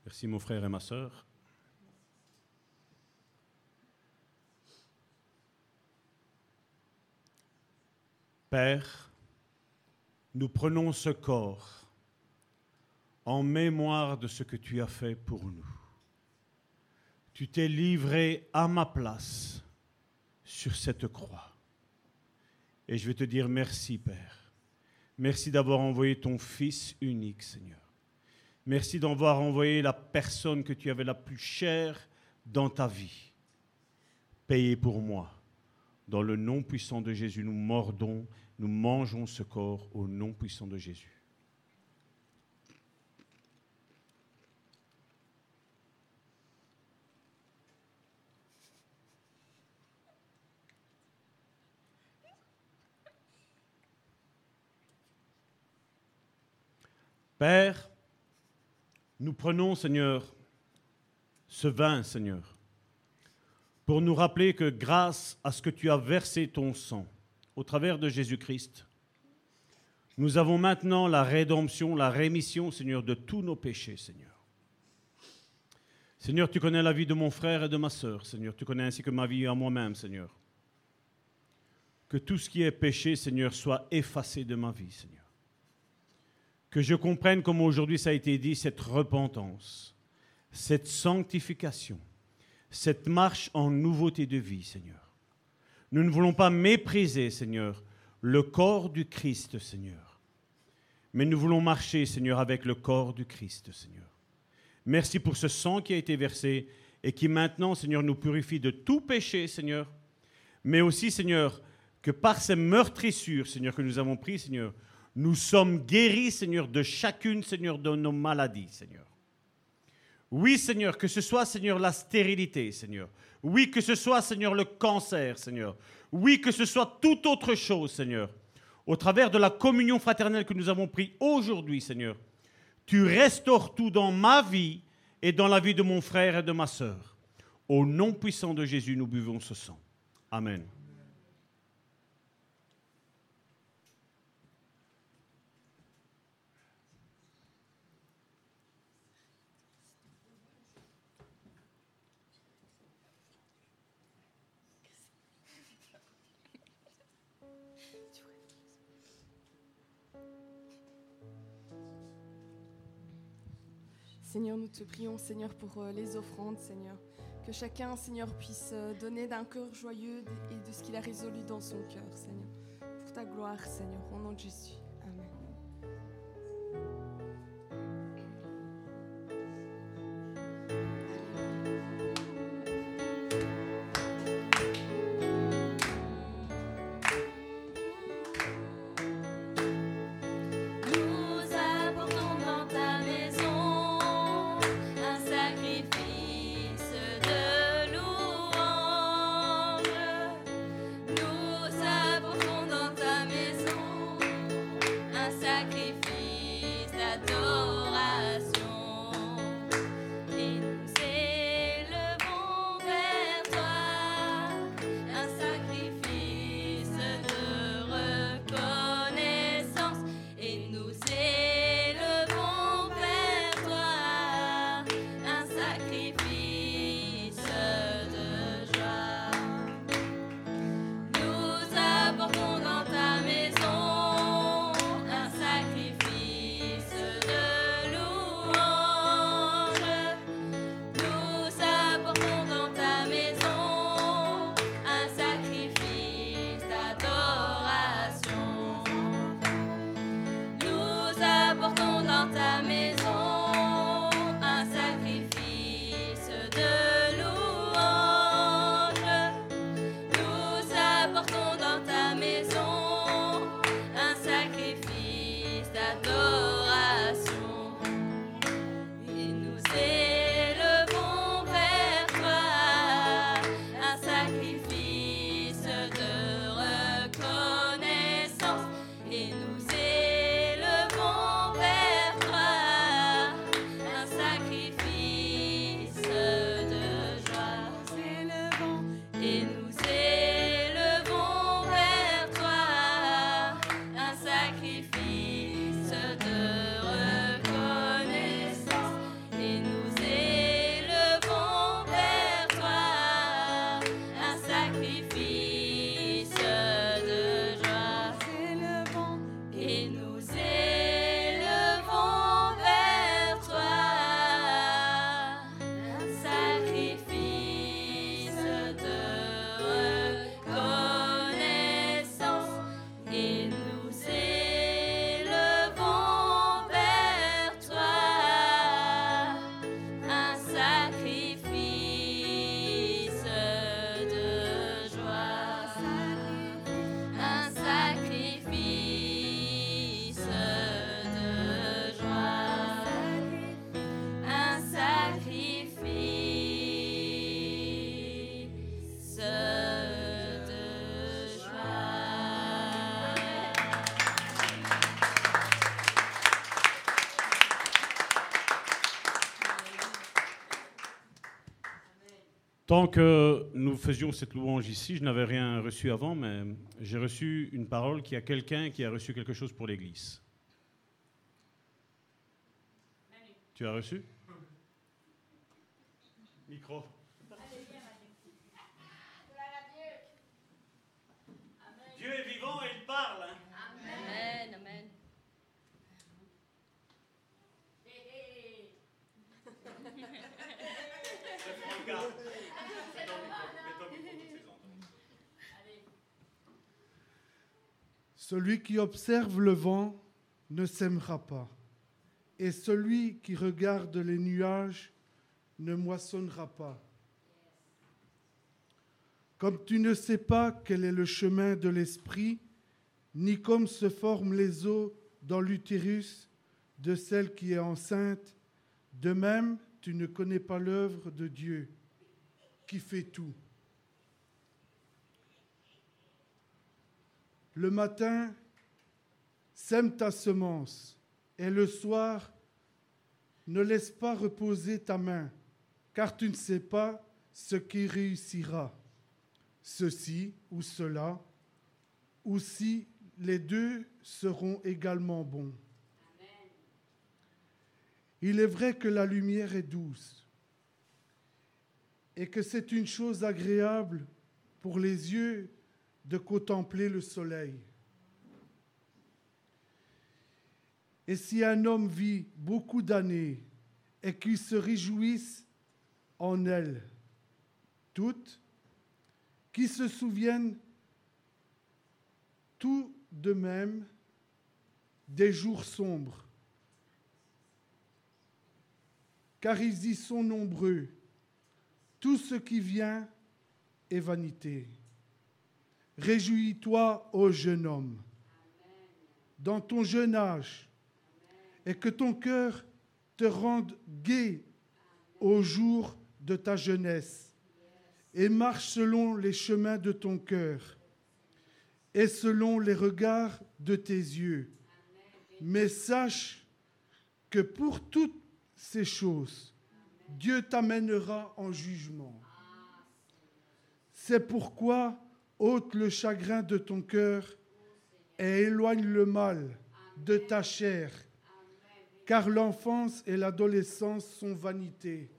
Merci mon frère et ma sœur. Père, nous prenons ce corps en mémoire de ce que tu as fait pour nous. Tu t'es livré à ma place sur cette croix. Et je vais te dire merci, Père. Merci d'avoir envoyé ton Fils unique, Seigneur. Merci d'avoir envoyé la personne que tu avais la plus chère dans ta vie. Payé pour moi. Dans le nom puissant de Jésus, nous mordons, nous mangeons ce corps au nom puissant de Jésus. Père, nous prenons, Seigneur, ce vin, Seigneur, pour nous rappeler que grâce à ce que tu as versé ton sang au travers de Jésus-Christ, nous avons maintenant la rédemption, la rémission, Seigneur, de tous nos péchés, Seigneur. Seigneur, tu connais la vie de mon frère et de ma sœur, Seigneur. Tu connais ainsi que ma vie à moi-même, Seigneur. Que tout ce qui est péché, Seigneur, soit effacé de ma vie, Seigneur. Que je comprenne, comme aujourd'hui ça a été dit, cette repentance, cette sanctification, cette marche en nouveauté de vie, Seigneur. Nous ne voulons pas mépriser, Seigneur, le corps du Christ, Seigneur. Mais nous voulons marcher, Seigneur, avec le corps du Christ, Seigneur. Merci pour ce sang qui a été versé et qui maintenant, Seigneur, nous purifie de tout péché, Seigneur. Mais aussi, Seigneur, que par ces meurtrissures, Seigneur, que nous avons pris, Seigneur, nous sommes guéris, Seigneur, de chacune, Seigneur, de nos maladies, Seigneur. Oui, Seigneur, que ce soit, Seigneur, la stérilité, Seigneur. Oui, que ce soit, Seigneur, le cancer, Seigneur. Oui, que ce soit toute autre chose, Seigneur. Au travers de la communion fraternelle que nous avons prise aujourd'hui, Seigneur, tu restaures tout dans ma vie et dans la vie de mon frère et de ma sœur. Au nom puissant de Jésus, nous buvons ce sang. Amen. Seigneur, nous te prions, Seigneur, pour euh, les offrandes, Seigneur. Que chacun, Seigneur, puisse euh, donner d'un cœur joyeux et de ce qu'il a résolu dans son cœur, Seigneur. Pour ta gloire, Seigneur, au nom de Jésus. Amen. Nous apportons dans ta maison Tant que nous faisions cette louange ici, je n'avais rien reçu avant, mais j'ai reçu une parole qu'il y a quelqu'un qui a reçu quelque chose pour l'Église. Tu as reçu? Micro. Dieu est vivant et il parle. Hein? Amen, amen. Celui qui observe le vent ne sèmera pas, et celui qui regarde les nuages ne moissonnera pas. Comme tu ne sais pas quel est le chemin de l'esprit, ni comme se forment les os dans l'utérus de celle qui est enceinte, de même tu ne connais pas l'œuvre de Dieu, qui fait tout. Le matin, sème ta semence, et le soir, ne laisse pas reposer ta main, car tu ne sais pas ce qui réussira, ceci ou cela, ou si les deux seront également bons. Amen. Il est vrai que la lumière est douce, et que c'est une chose agréable pour les yeux de contempler le soleil. Et si un homme vit beaucoup d'années et qu'il se réjouisse en elles toutes, qui se souviennent tout de même des jours sombres, car ils y sont nombreux. Tout ce qui vient est vanité. Réjouis-toi, ô jeune homme, dans ton jeune âge, et que ton cœur te rende gai au jour de ta jeunesse, et marche selon les chemins de ton cœur, et selon les regards de tes yeux. Mais sache que pour toutes ces choses, Dieu t'amènera en jugement. C'est pourquoi ôte le chagrin de ton cœur et éloigne le mal de ta chair, car l'enfance et l'adolescence sont vanité.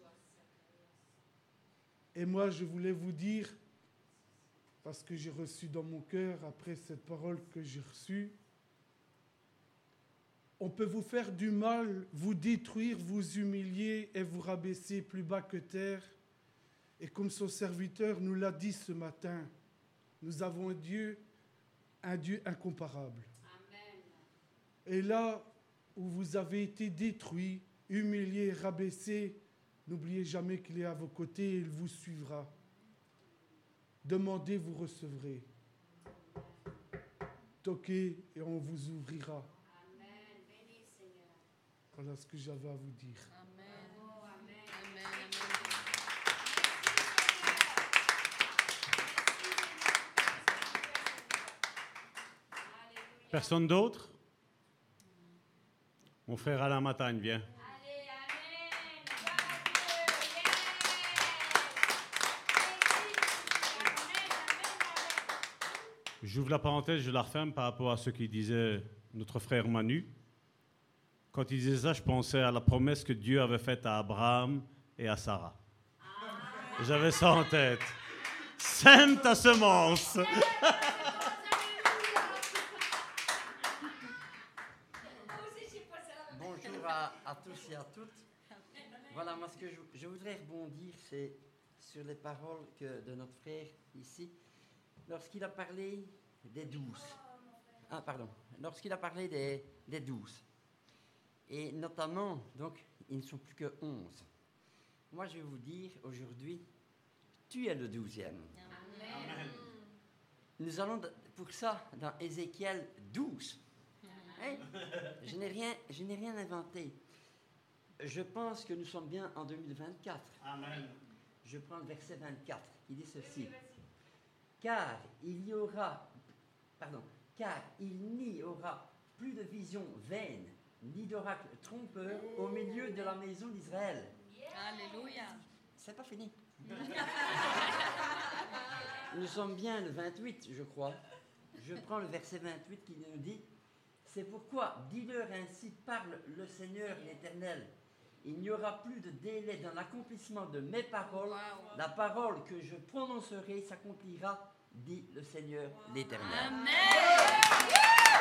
Et moi, je voulais vous dire, parce que j'ai reçu dans mon cœur, après cette parole que j'ai reçue, on peut vous faire du mal, vous détruire, vous humilier et vous rabaisser plus bas que terre. Et comme son serviteur nous l'a dit ce matin, nous avons un Dieu, un Dieu incomparable. Amen. Et là où vous avez été détruits, humiliés, rabaissés, n'oubliez jamais qu'il est à vos côtés et il vous suivra. Demandez, vous recevrez. Toquez et on vous ouvrira. Amen. Béni, Seigneur. Voilà ce que j'avais à vous dire. Amen. Oh, amen. Amen. Amen. Personne d'autre? Mon frère Alain Matagne, viens. J'ouvre la parenthèse, je la referme par rapport à ce qu'il disait notre frère Manu. Quand il disait ça, je pensais à la promesse que Dieu avait faite à Abraham et à Sarah. J'avais ça en tête. Sème ta semence. Bonjour à, à tous et à toutes. Voilà, moi ce que je, je voudrais rebondir, c'est sur les paroles que, de notre frère ici. Lorsqu'il a parlé des douze, ah pardon, lorsqu'il a parlé des, des douze, et notamment, donc, ils ne sont plus que onze. Moi, je vais vous dire aujourd'hui, tu es le douzième. Amen. Nous allons pour ça dans Ézéchiel douze. Hein? Je n'ai rien, je n'ai rien inventé. Je pense que nous sommes bien en deux mille vingt-quatre. Amen. Je prends le verset vingt-quatre, qui dit ceci. Car il y aura, pardon, car il n'y aura plus de vision vaine, ni d'oracle trompeur au milieu de la maison d'Israël. Alléluia. C'est pas fini. Nous sommes bien le vingt-huit, je crois. Je prends le verset vingt-huit qui nous dit « C'est pourquoi, dis-leur ainsi, parle le Seigneur l'Éternel. Il n'y aura plus de délai dans l'accomplissement de mes paroles. La parole que je prononcerai s'accomplira, dit le Seigneur l'Éternel. » Amen.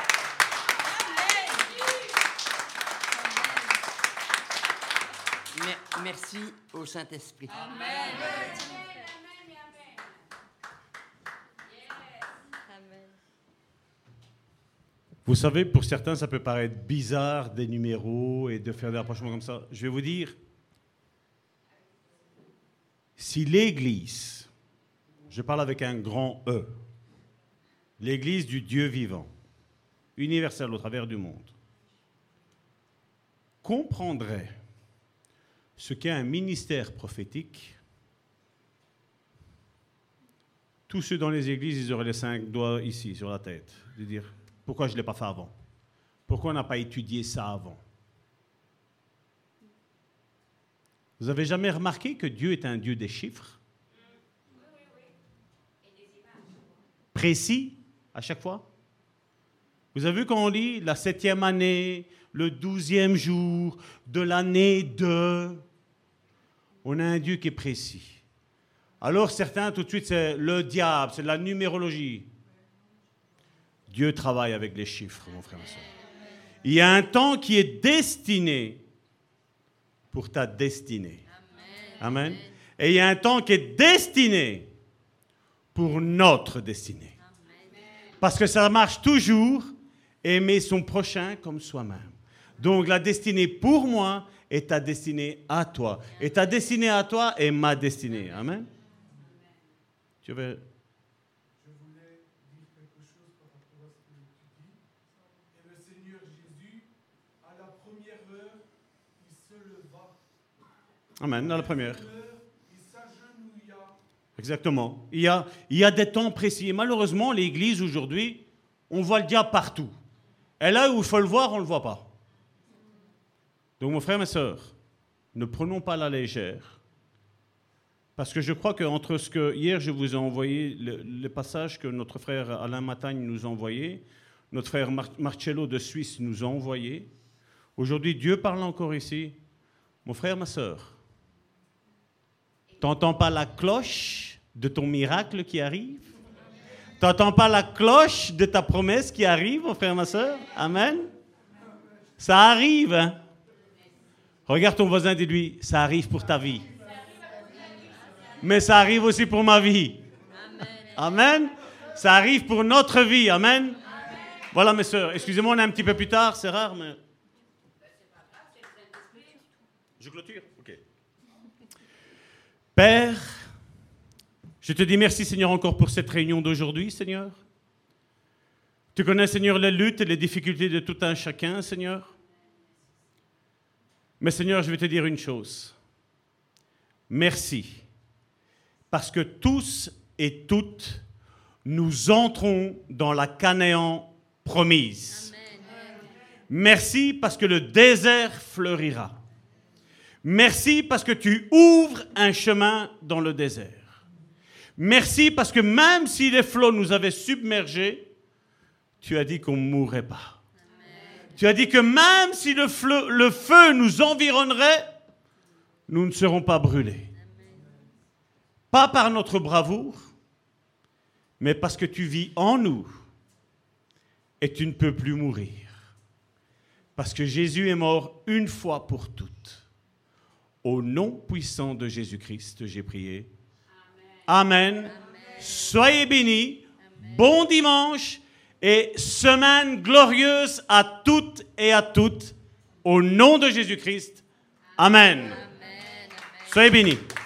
Mais, merci au Saint-Esprit. Amen. Vous savez, pour certains, ça peut paraître bizarre des numéros et de faire des rapprochements comme ça. Je vais vous dire, si l'Église, je parle avec un grand E, l'Église du Dieu vivant, universelle au travers du monde, comprendrait ce qu'est un ministère prophétique, tous ceux dans les églises, ils auraient les cinq doigts ici, sur la tête, de dire... Pourquoi je ne l'ai pas fait avant? Pourquoi on n'a pas étudié ça avant? Vous avez jamais remarqué que Dieu est un Dieu des chiffres? Précis, à chaque fois? Vous avez vu quand on lit la septième année, le douzième jour de l'année de... On a un Dieu qui est précis. Alors certains, tout de suite, c'est le diable, c'est de la numérologie. Dieu travaille avec les chiffres, mon frère et soeur. Il y a un temps qui est destiné pour ta destinée. Amen. Amen. Et il y a un temps qui est destiné pour notre destinée. Amen. Parce que ça marche toujours, aimer son prochain comme soi-même. Donc la destinée pour moi est ta destinée à toi. Et ta destinée à toi est ma destinée. Amen. Amen. Tu veux... Amen, dans la première. Exactement. Il y a, il y a des temps précis. Et malheureusement, l'Église aujourd'hui, on voit le diable partout. Et là où il faut le voir, on ne le voit pas. Donc, mon frère, ma soeur, ne prenons pas la légère. Parce que je crois qu'entre ce que hier je vous ai envoyé, le, le passage que notre frère Alain Matagne nous a envoyé, notre frère Mar- Marcello de Suisse nous a envoyé, aujourd'hui, Dieu parle encore ici. Mon frère, ma soeur, t'entends pas la cloche de ton miracle qui arrive? T'entends pas la cloche de ta promesse qui arrive, mon frère, ma soeur? Amen. Ça arrive. Hein? Regarde ton voisin, dis-lui, ça arrive pour ta vie. Mais ça arrive aussi pour ma vie. Amen. Ça arrive pour notre vie. Amen. Amen. Voilà, mes sœurs. Excusez-moi, on est un petit peu plus tard, c'est rare, mais... Je clôture? Ok. Père, je te dis merci, Seigneur, encore pour cette réunion d'aujourd'hui, Seigneur. Tu connais, Seigneur, les luttes et les difficultés de tout un chacun, Seigneur. Mais, Seigneur, je vais te dire une chose. Merci, parce que tous et toutes, nous entrons dans la Canaan promise. Amen. Merci, parce que le désert fleurira. Merci parce que tu ouvres un chemin dans le désert. Merci parce que même si les flots nous avaient submergés, tu as dit qu'on ne mourrait pas. Amen. Tu as dit que même si le feu, le feu nous environnerait, nous ne serons pas brûlés. Amen. Pas par notre bravoure, mais parce que tu vis en nous et tu ne peux plus mourir. Parce que Jésus est mort une fois pour toutes. Au nom puissant de Jésus-Christ, j'ai prié. Amen. Amen. Amen. Soyez bénis. Amen. Bon dimanche et semaine glorieuse à toutes et à toutes. Au nom de Jésus-Christ. Amen. Amen. Amen. Soyez bénis.